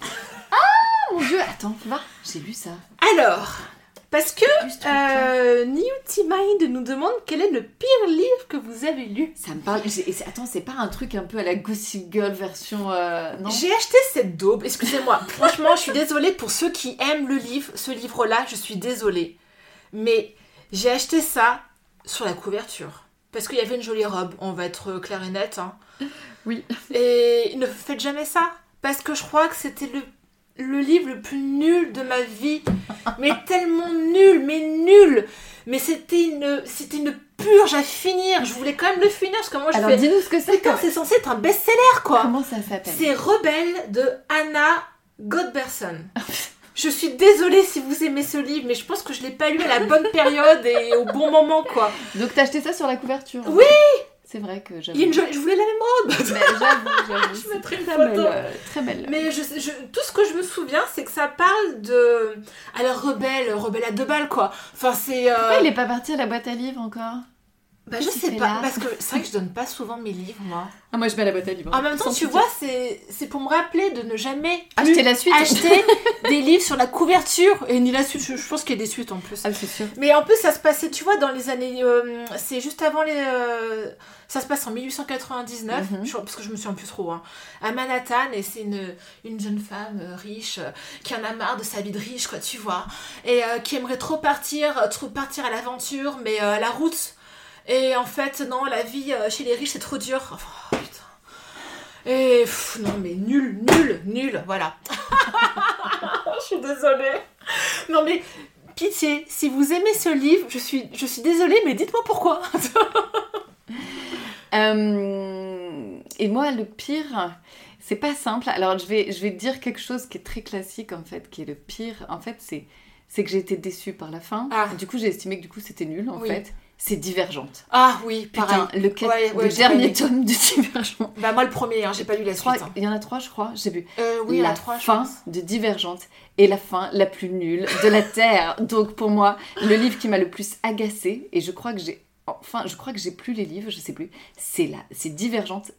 Ah, mon Dieu. Attends, va. J'ai lu ça. Alors... Parce que Newty Mind nous demande quel est le pire livre que vous avez lu. Ça me parle. Attends, c'est pas un truc un peu à la Gossip Girl version. Non. J'ai acheté cette daube. Excusez-moi. Franchement, je suis désolée pour ceux qui aiment ce livre-là. Je suis désolée. Mais j'ai acheté ça sur la couverture. Parce qu'il y avait une jolie robe. On va être clair et net. Hein. Oui. Et ne faites jamais ça. Parce que je crois que c'était le livre le plus nul de ma vie, mais tellement nul, mais c'était une purge à finir. Je voulais quand même le finir parce que moi Alors dis-nous ce que c'est. C'est censé être un best-seller, quoi. Comment ça s'appelle? C'est Rebelle de Anna Godberson. Je suis désolée si vous aimez ce livre, mais je pense que je l'ai pas lu à la bonne période et au bon moment, quoi. Donc t'as acheté ça sur la couverture? Oui. C'est vrai que j'avoue. Je voulais la même robe. Mais j'avoue. Je mettrai une très photo. belle, très belle. Mais tout ce que je me souviens, c'est que ça parle de... Alors, rebelle à 2 balles, quoi. Enfin, c'est... Pourquoi il est pas parti à la boîte à livres encore? Bah, je sais pas, parce que c'est vrai que je donne pas souvent mes livres, moi. Ah, moi je mets à la boîte à livres. En même temps, tu vois, c'est pour me rappeler de ne jamais acheter la suite. Acheter des livres sur la couverture. Et ni la suite, je pense qu'il y a des suites en plus. Ah, c'est sûr. Mais en plus, ça se passait, tu vois, dans les années... c'est juste avant les... ça se passe en 1899, parce que je me souviens plus trop, hein, à Manhattan, et c'est une jeune femme riche qui en a marre de sa vie de riche, quoi, tu vois, et qui aimerait trop partir à l'aventure, mais la route... Et en fait, non, la vie chez les riches, c'est trop dur. Oh, putain. Et non, mais nul, voilà. Je suis désolée. Non, mais pitié, si vous aimez ce livre, je suis désolée, mais dites-moi pourquoi. Et moi, le pire, c'est pas simple. Alors, je vais te dire quelque chose qui est très classique, en fait, qui est le pire. En fait, c'est que j'ai été déçue par la fin. Ah. Du coup, j'ai estimé que c'était nul, en fait. C'est Divergente. Ah oui, pareil. Putain, le dernier tome de Divergente. Bah moi le premier, hein, j'ai pas lu la suite. Il y en a 3, je crois, j'ai vu. Oui, il y en a 3, je pense. La fin de Divergente est la fin la plus nulle de la Terre. Donc pour moi, le livre qui m'a le plus agacée, et je crois que j'ai plus les livres, je sais plus, c'est Divergente.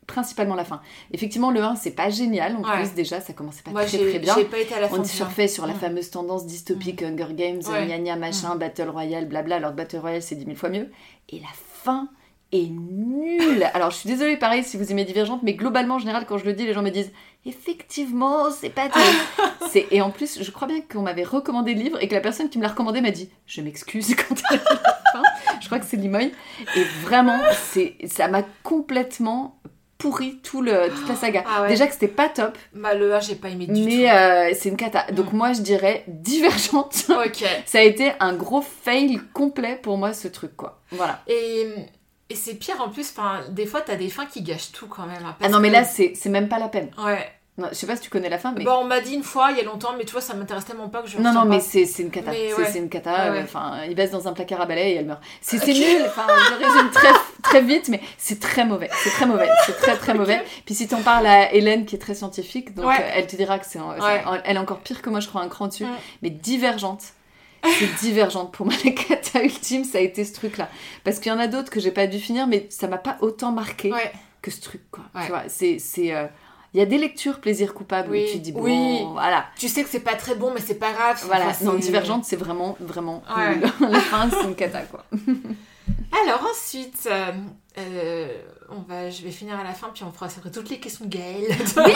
principalement la fin. Effectivement, le 1, c'est pas génial. En plus, déjà, ça commençait pas très bien. J'ai pas été à la fin. On surfait sur la fameuse tendance dystopique Hunger Games, gna machin, Battle Royale, blabla. Alors, Battle Royale, c'est 10 000 fois mieux. Et la fin est nulle. Alors, je suis désolée, pareil, si vous aimez Divergente, mais globalement, en général, quand je le dis, les gens me disent effectivement, c'est pas terrible. Et en plus, je crois bien qu'on m'avait recommandé le livre et que la personne qui me l'a recommandé m'a dit je m'excuse quand elle a lu la fin. Je crois que c'est Limoy. Et vraiment, ça m'a complètement pourri toute la saga. Déjà que c'était pas top. Le 1, j'ai pas aimé du tout. Mais c'est une cata. Donc moi, je dirais Divergente. Ça a été un gros fail complet pour moi, ce truc, quoi. Voilà. Et c'est pire en plus, des fois t'as des fins qui gâchent tout quand même. Ah non, mais là c'est même pas la peine. Ouais. Non, je sais pas si tu connais la fin, mais... on m'a dit une fois, il y a longtemps, mais tu vois, ça m'intéresse tellement pas que je... Non, mais c'est une cata. C'est une cata. Enfin, il baisse dans un placard à balai et elle meurt. C'est nul. Enfin, je résume très vite, mais c'est très mauvais. C'est très mauvais. C'est très mauvais. Puis si t'en parles à Hélène, qui est très scientifique, donc elle te dira que elle est encore pire que moi, je crois, un cran dessus. Mais Divergente. C'est Divergente. Pour moi, la cata ultime, ça a été ce truc-là. Parce qu'il y en a d'autres que j'ai pas dû finir, mais ça m'a pas autant marqué que ce truc, quoi. Tu vois, il y a des lectures plaisir coupable où tu te dis voilà. Tu sais que c'est pas très bon, mais c'est pas grave. Voilà, non, Divergente, c'est vraiment nul. La fin, c'est une cata, quoi. Alors ensuite, je vais finir à la fin, puis on fera après toutes les questions de Gaëlle.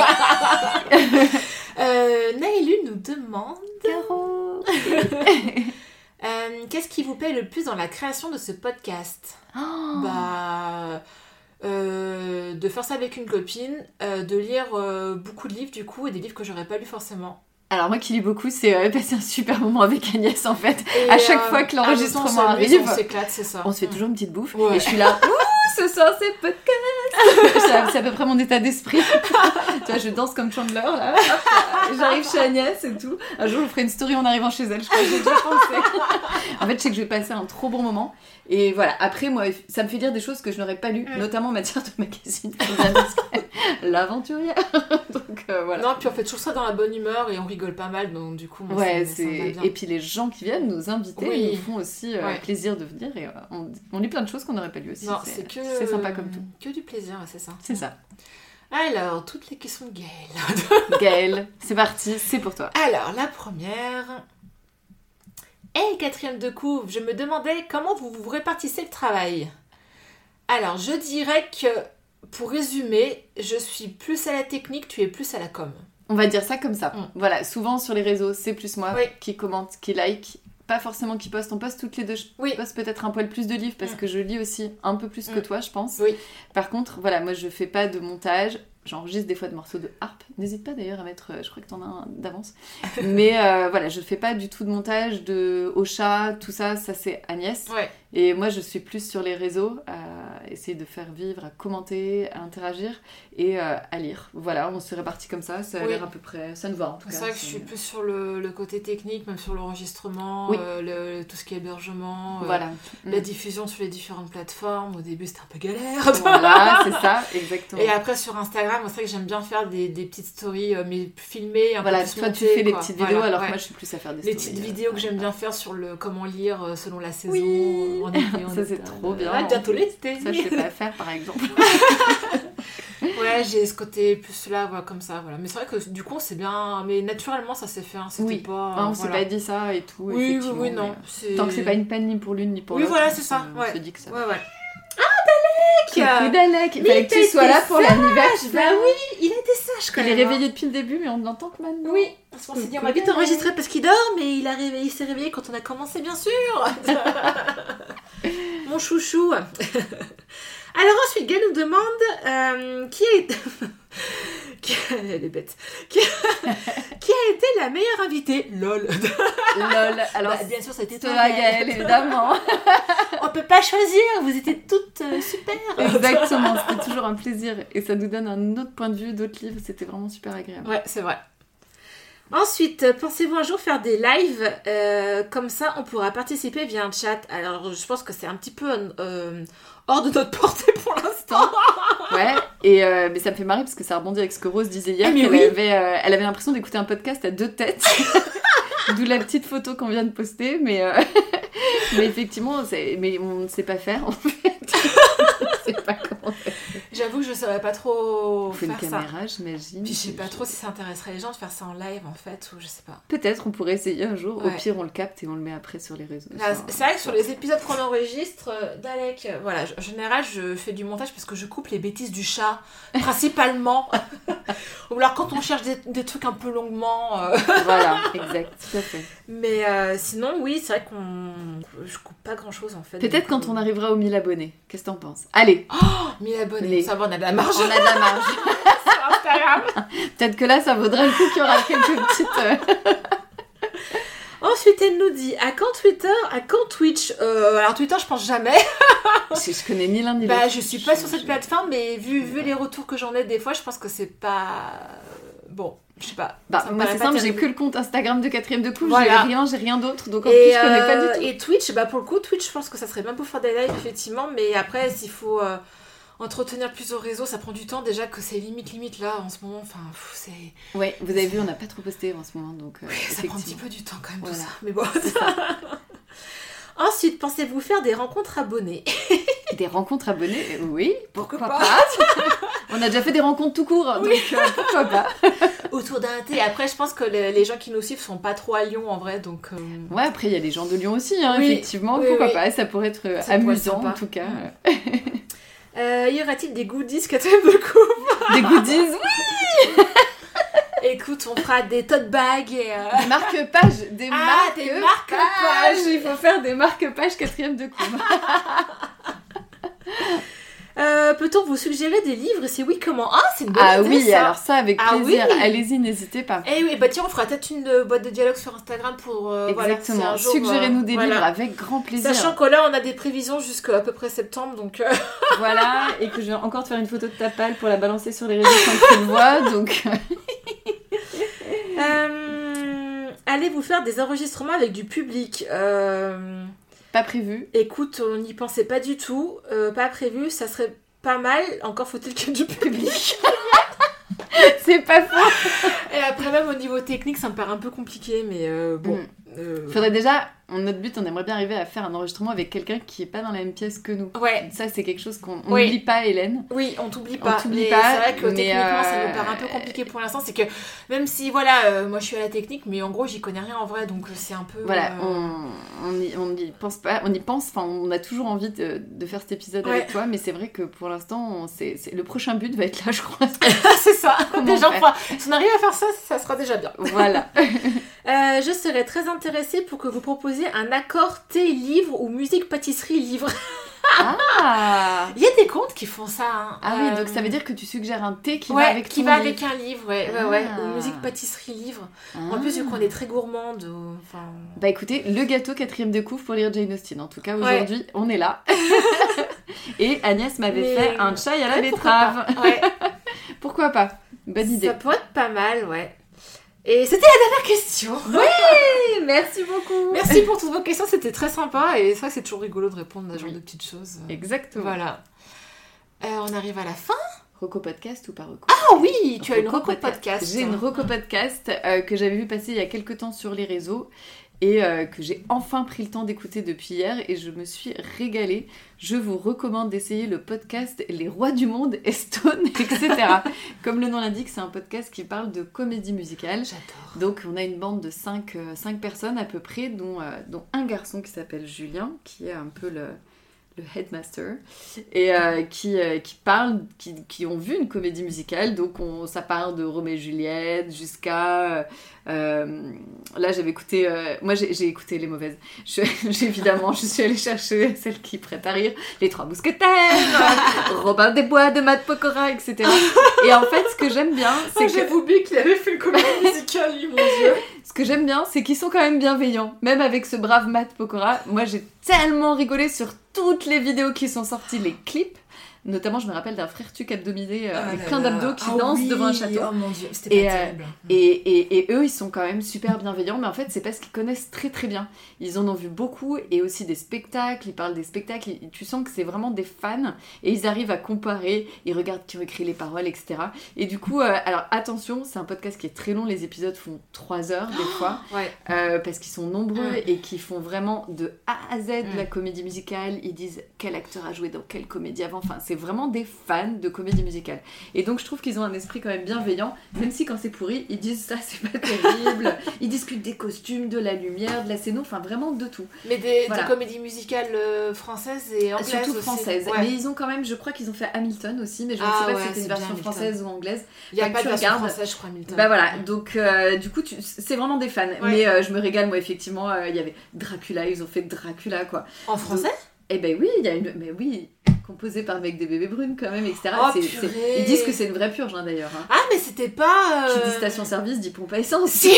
Naïlu nous demande... Caro. Qu'est-ce qui vous plaît le plus dans la création de ce podcast ? De faire ça avec une copine, de lire beaucoup de livres du coup, et des livres que j'aurais pas lu forcément. Alors moi qui lis beaucoup, c'est passer un super moment avec Agnès en fait. À chaque fois que l'enregistrement arrive, on s'éclate, c'est ça. On se fait toujours une petite bouffe et je suis là, ce soir c'est podcast. C'est à peu près mon état d'esprit. Tu vois, je danse comme Chandler là. J'arrive chez Agnès et tout. Un jour je ferai une story en arrivant chez elle, je crois que j'ai déjà pensé. En fait, je sais que je vais passer un trop bon moment. Et voilà, après moi, ça me fait dire des choses que je n'aurais pas lues, notamment en matière de magazine. L'aventurière. Donc voilà. Non, puis on fait toujours ça dans la bonne humeur et on rigole pas mal, donc du coup, et puis les gens qui viennent nous inviter nous font aussi plaisir de venir et on lit plein de choses qu'on n'aurait pas lues aussi. Non, c'est sympa comme tout. Que du plaisir, c'est ça. C'est ça. Alors, toutes les questions de Gaëlle. Gaëlle, c'est parti, c'est pour toi. Alors, la première... Hey, 4e de couve, je me demandais comment vous répartissez le travail. Alors, je dirais que, pour résumer, je suis plus à la technique, tu es plus à la com. On va dire ça comme ça. Voilà, souvent sur les réseaux, c'est plus moi qui commente, qui like, pas forcément qui poste. On poste toutes les deux. Je poste peut-être un poil plus de livres parce que je lis aussi un peu plus que toi, je pense. Oui. Par contre, voilà, moi je fais pas de montage. J'enregistre des fois de morceaux de harpe. N'hésite pas d'ailleurs à mettre, je crois que t'en as un d'avance. Mais voilà, je fais pas du tout de montage, de Ocha, tout ça, ça c'est Agnès. Ouais. Et moi je suis plus sur les réseaux, à essayer de faire vivre, à commenter, à interagir et à lire. Voilà, on se répartit comme ça a l'air à peu près, ça nous va en tout cas. C'est vrai que je suis plus sur le côté technique, même sur l'enregistrement, tout ce qui est hébergement, la diffusion sur les différentes plateformes. Au début c'était un peu galère. Voilà, c'est ça, exactement. Et après sur Instagram, c'est vrai que j'aime bien faire des petites stories, mais filmées, un peu plus toi montées, tu fais les petites vidéos, alors que moi je suis plus à faire des stories. Les petites vidéos que j'aime bien faire sur comment lire selon la saison. Ça c'est trop bien. Bientôt l'été. Ça je sais pas faire par exemple. Ouais, j'ai ce côté plus là, comme ça, voilà. Mais c'est vrai que du coup c'est bien, mais naturellement ça s'est fait, c'était pas... on s'est pas dit ça et tout. Oui, non. Tant que c'est pas une peine ni pour l'une ni pour l'autre. Oui, voilà, c'est ça. On se dit que ça. Ouais. Coucou Dalek. Il fallait que tu sois là pour l'anniversaire. Bah oui, il était sage quand même. Il est réveillé depuis le début, mais on ne l'entend que maintenant. Oui, parce qu'on s'est dit on va vite enregistrer parce qu'il dort, mais il s'est réveillé quand on a commencé, bien sûr. Mon chouchou. Alors ensuite, Gaëlle nous demande elle est bête. Qui a été la meilleure invitée ? Lol. Alors, bien sûr, ça a été toi, Gaëlle, évidemment. On peut pas choisir, vous étiez toutes super. Exactement, c'était toujours un plaisir. Et ça nous donne un autre point de vue, d'autres livres. C'était vraiment super agréable. Ouais, c'est vrai. Ensuite, pensez-vous un jour faire des lives comme ça, on pourra participer via un chat. Alors, je pense que c'est un petit peu hors de notre portée pour l'instant. Ouais, et mais ça me fait marrer parce que ça rebondit avec ce que Rose disait hier. Elle avait l'impression d'écouter un podcast à deux têtes. D'où la petite photo qu'on vient de poster. Mais effectivement, on ne sait pas faire en fait. On ne sait pas comment faire. J'avoue que je saurais pas trop faire ça. Une caméra, j'imagine. Puis je sais pas trop si ça intéresserait les gens de faire ça en live en fait, ou je sais pas. Peut-être, on pourrait essayer un jour. Au pire, on le capte et on le met après sur les réseaux. Là, c'est vrai que sur les épisodes qu'on enregistre, Dalek, voilà, en général, je fais du montage parce que je coupe les bêtises du chat, principalement. Ou alors quand on cherche des trucs un peu longuement. Voilà, exact, tout à fait. Mais sinon, oui, c'est vrai je coupe pas grand-chose en fait. Peut-être quand on arrivera aux 1000 abonnés. Qu'est-ce que t'en penses? Allez. 1000 abonnés, ça va, on a de la marge. On a de la marge. Sur Instagram. Peut-être que là, ça vaudrait le coup qu'il y aura quelques petites... Ensuite, elle nous dit, à quand Twitter, à quand Twitch alors Twitter, je pense jamais. Je connais ni l'un ni l'autre. Je suis pas sur cette plateforme, mais vu les retours que j'en ai des fois, je pense que c'est pas... Bon, je sais pas. Moi, c'est simple, j'ai que le compte Instagram de 4ème de couche, voilà. j'ai rien d'autre, donc en plus, je connais pas du tout. Et Twitch, pour le coup, Twitch, je pense que ça serait bien pour faire des lives, effectivement, mais après, s'il faut... entretenir plusieurs réseaux, ça prend du temps déjà que c'est limite là en ce moment. Enfin, c'est. Ouais, vous avez vu, on n'a pas trop posté en ce moment, donc. Oui, ça prend un petit peu du temps quand même tout ça. Mais bon. Ça. Ensuite, pensez-vous faire des rencontres abonnées? Des rencontres abonnées, oui. Pourquoi pas. On a déjà fait des rencontres tout court, oui. Donc pourquoi pas. Autour d'un thé. Après, je pense que les gens qui nous suivent sont pas trop à Lyon en vrai, donc. Ouais, après il y a des gens de Lyon aussi, hein, oui. effectivement. Oui, pourquoi pas. Ça pourrait être amusant en tout cas. Y aura-t-il des goodies 4ème de coupe? Des goodies, oui. Écoute, on fera des tote bags et... Des marque-pages. Des marque-pages. Il faut faire des marque-pages 4ème de coupe. Peut-on vous suggérer des livres et si oui, comment? Ah, c'est une bonne idée, oui, ça. alors ça, avec plaisir. Oui. Allez-y, n'hésitez pas. Et oui, tiens, on fera peut-être une boîte de dialogue sur Instagram pour... Exactement. Voilà, jour, suggérez-nous des livres avec grand plaisir. Sachant que là, on a des prévisions jusqu'à à peu près septembre, donc... Voilà, et que je vais encore te faire une photo de ta palle pour la balancer sur les réseaux sans que tu le vois, donc... Allez vous faire des enregistrements avec du public. Pas prévu. Écoute, on n'y pensait pas du tout. Pas prévu, ça serait pas mal. Encore faut-il qu'il y ait du public. C'est pas faux. Et après, même au niveau technique, ça me paraît un peu compliqué, mais bon... Faudrait déjà, notre but, on aimerait bien arriver à faire un enregistrement avec quelqu'un qui est pas dans la même pièce que nous. Ouais. Ça, c'est quelque chose qu'on n'oublie pas, Hélène. Oui, on t'oublie pas. On t'oublie pas. C'est vrai que techniquement, ça nous paraît un peu compliqué pour l'instant. C'est que même si, voilà, moi je suis à la technique, mais en gros, j'y connais rien en vrai, donc c'est un peu. Voilà, on n'y pense pas. On y pense. Enfin, on a toujours envie de faire cet épisode avec toi, mais c'est vrai que pour l'instant, c'est le prochain but va être là, je crois. C'est ça. Déjà, si on arrive à faire ça, ça sera déjà bien. Voilà. Je serais très intéressée pour que vous proposiez un accord thé-livre ou musique-pâtisserie-livre. Ah. Il y a des comptes qui font ça. Hein. Ah oui, donc ça veut dire que tu suggères un thé qui va avec ton livre. Avec un livre, ouais. Ou musique-pâtisserie-livre. En plus, vu qu'on est très gourmande. Bah écoutez, le gâteau 4ème de couve pour lire Jane Austen. En tout cas, aujourd'hui, on est là. Et Agnès m'avait fait un chai à la betterave. Pourquoi pas. Bonne idée. Ça pourrait être pas mal, ouais. Et c'était la dernière question. Oui, merci beaucoup. Merci pour toutes vos questions, c'était très sympa. Et ça, c'est toujours rigolo de répondre à ce genre de petites choses. Exactement. Voilà. On arrive à la fin. Reco podcast ou pas reco? Ah oui, tu as une reco podcast. J'ai une reco podcast que j'avais vu passer il y a quelques temps sur les réseaux et que j'ai enfin pris le temps d'écouter depuis hier et je me suis régalée. Je vous recommande d'essayer le podcast Les Rois du Monde et Stone, etc. Comme le nom l'indique, c'est un podcast qui parle de comédie musicale. J'adore. Donc on a une bande de 5 personnes à peu près, dont un garçon qui s'appelle Julien, qui est un peu le headmaster, et qui ont vu une comédie musicale, donc ça part de Roméo et Juliette jusqu'à... là j'avais écouté... moi j'ai écouté les mauvaises. Évidemment, je suis allée chercher celles qui prêtent à rire, Les Trois Mousquetaires, Robin des Bois de Matt Pokora, etc. Et en fait, ce que j'aime bien, c'est que... J'avais oublié qu'il avait fait une comédie musicale, lui, mon Dieu. Ce que j'aime bien, c'est qu'ils sont quand même bienveillants. Même avec ce brave Matt Pokora, moi j'ai tellement rigolé sur toutes les vidéos qui sont sorties, les clips. Notamment, je me rappelle d'un frère tuc abdominé avec plein d'abdos qui dansent devant un château. Oh mon Dieu, c'était pas terrible. Et eux, ils sont quand même super bienveillants, mais en fait, c'est parce qu'ils connaissent très très bien. Ils en ont vu beaucoup, et aussi des spectacles, ils parlent des spectacles, tu sens que c'est vraiment des fans, et ils arrivent à comparer, ils regardent qui ont écrit les paroles, etc. Et du coup, alors attention, c'est un podcast qui est très long, les épisodes font 3 heures des fois, parce qu'ils sont nombreux, et qui font vraiment de A à Z de la comédie musicale, ils disent quel acteur a joué dans quelle comédie avant, enfin c'est vraiment des fans de comédie musicale. Et donc je trouve qu'ils ont un esprit quand même bienveillant, même si quand c'est pourri, ils disent ça c'est pas terrible, ils discutent des costumes, de la lumière, de la scéno, enfin vraiment de tout. Mais des comédies musicales françaises et anglaises surtout aussi. Françaises. Ouais. Mais ils ont quand même, je crois qu'ils ont fait Hamilton aussi, mais je ne sais pas si c'était une version française ou anglaise. Il n'y a pas de version française, je crois, Hamilton. Bah voilà, donc du coup, c'est vraiment des fans. Ouais. Mais je me régale, moi, effectivement, il y avait Dracula, ils ont fait Dracula, quoi. En français? Donc, eh ben oui, il y a une... Mais oui, composé par le mec des bébés brunes, quand même, etc. Oh, ils disent que c'est une vraie purge, hein, d'ailleurs. Hein. Ah, mais c'était pas... Qui dit station-service, dit pompe à essence. Si.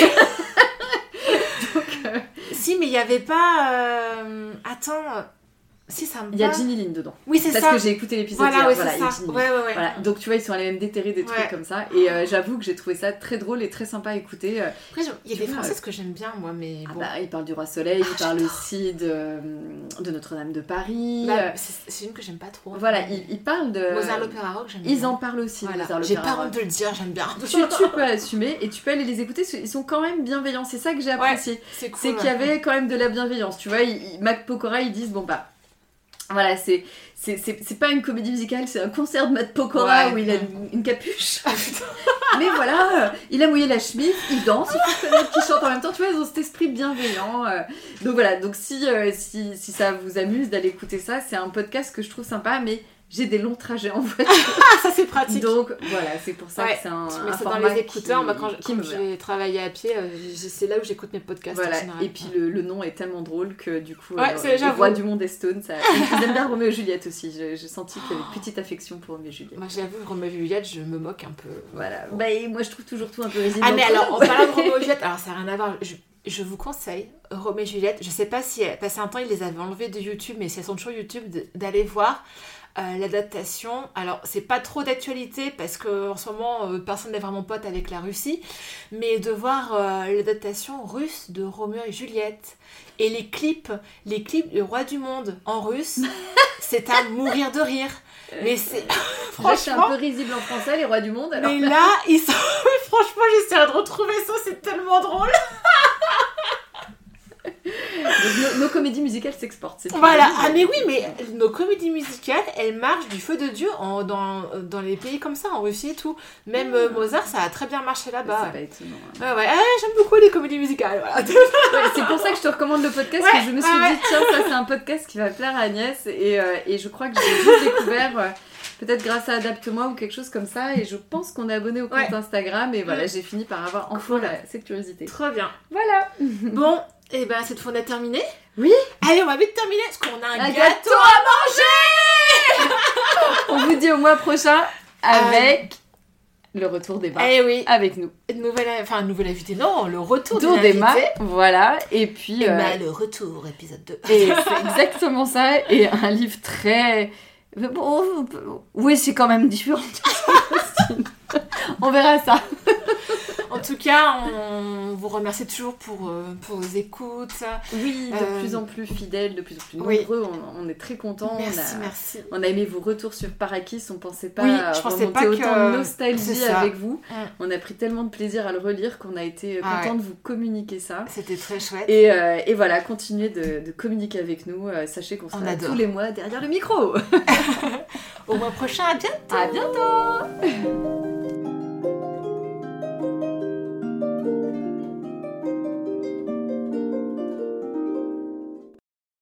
Donc, si, mais il n'y avait pas... Attends... Si, ça me il y a Ginny Lynn dedans. Oui, c'est parce ça. que j'ai écouté l'épisode hier. Ouais, voilà, c'est ça. Ouais. Voilà. Donc, tu vois, ils sont allés même déterrer des trucs comme ça. Et j'avoue que j'ai trouvé ça très drôle et très sympa à écouter. Après, il y a des françaises que j'aime bien, moi, mais bon. Ils parlent du Roi Soleil, ils parlent aussi de Notre-Dame de Paris. C'est une que j'aime pas trop. Voilà, ils parlent de... Mozart l'Opéra Rock, j'aime bien. Ils en parlent aussi, Mozart l'Opéra J'ai pas honte de le dire, j'aime bien. Tu peux l'assumer et tu peux aller les écouter, ils sont quand même bienveillants. C'est ça que j'ai apprécié. C'est cool. C'est qu'il y avait quand même de la bienveillance. Tu vois, Mac Pokora, ils disent, bon bah... Voilà, c'est pas une comédie musicale, c'est un concert de Matt Pokora où il a une capuche. Mais voilà, il a mouillé la chemise, il danse, il faut connaître qu'il chante en même temps. Tu vois, ils ont cet esprit bienveillant. Donc voilà, donc si ça vous amuse d'aller écouter ça, c'est un podcast que je trouve sympa, mais j'ai des longs trajets en voiture. Ça c'est pratique. Donc voilà, c'est pour ça que c'est un format dans les écouteurs. Moi, quand j'ai travaillé à pied, c'est là où j'écoute mes podcasts. Voilà. Et puis le nom est tellement drôle que du coup, les Rois du monde et Stone, ça... Ils aiment bien Roméo et Juliette aussi. J'ai senti qu'il y avait une petite affection pour Roméo et Juliette. Moi j'avoue, Roméo et Juliette, je me moque un peu. Voilà. Bah, moi je trouve toujours tout un peu résiliant. Ah mais alors, en parlant de Roméo et Juliette, alors ça n'a rien à voir. Je vous conseille Roméo et Juliette. Je sais pas si passé un temps ils les avaient enlevés de YouTube, mais si elles sont toujours YouTube, d'aller voir. L'adaptation, alors c'est pas trop d'actualité parce qu'en ce moment personne n'est vraiment pote avec la Russie, mais de voir l'adaptation russe de Roméo et Juliette et les clips du Roi du Monde en russe, c'est à mourir de rire. Mais c'est franchement, c'est un peu risible en français les Rois du Monde. Alors... Mais là ils sont, franchement j'essaierai de retrouver ça, c'est tellement drôle. Donc, nos comédies musicales s'exportent. Voilà, mais oui, mais nos comédies musicales, elles marchent du feu de Dieu dans les pays comme ça, en Russie et tout. Même Mozart, ça a très bien marché là-bas. C'est pas étonnant. Ouais. J'aime beaucoup les comédies musicales. Voilà. C'est pour ça que je te recommande le podcast, que je me suis dit, tiens, ça c'est un podcast qui va plaire à Agnès. Et je crois que j'ai juste découvert... Peut-être grâce à Adapte-moi ou quelque chose comme ça. Et je pense qu'on est abonné au compte Instagram. Et voilà, j'ai fini par avoir enfin cette curiosité. Trop bien. Voilà. Bon, et ben cette fois on a terminé. Oui. Allez, on va vite terminer parce qu'on a un gâteau à manger. On vous dit au mois prochain avec le retour d'Emma. Eh oui. Avec nous. Nouvelle invitée. Non, le retour d'Emma. Voilà. Et puis... Emma, le retour, épisode 2. Et c'est exactement ça. Et un livre très... Oui, c'est quand même différent. On verra ça. En tout cas, on vous remercie toujours pour vos écoutes. Oui, de plus en plus fidèles, de plus en plus nombreux. On est très contents. Merci. On a aimé vos retours sur Parakis. On pensait pas remonter autant de nostalgie avec vous. On a pris tellement de plaisir à le relire qu'on a été content de vous communiquer ça. C'était très chouette. Et voilà, continuez de communiquer avec nous. Sachez qu'on sera tous les mois derrière le micro. Au mois prochain, à bientôt. À bientôt.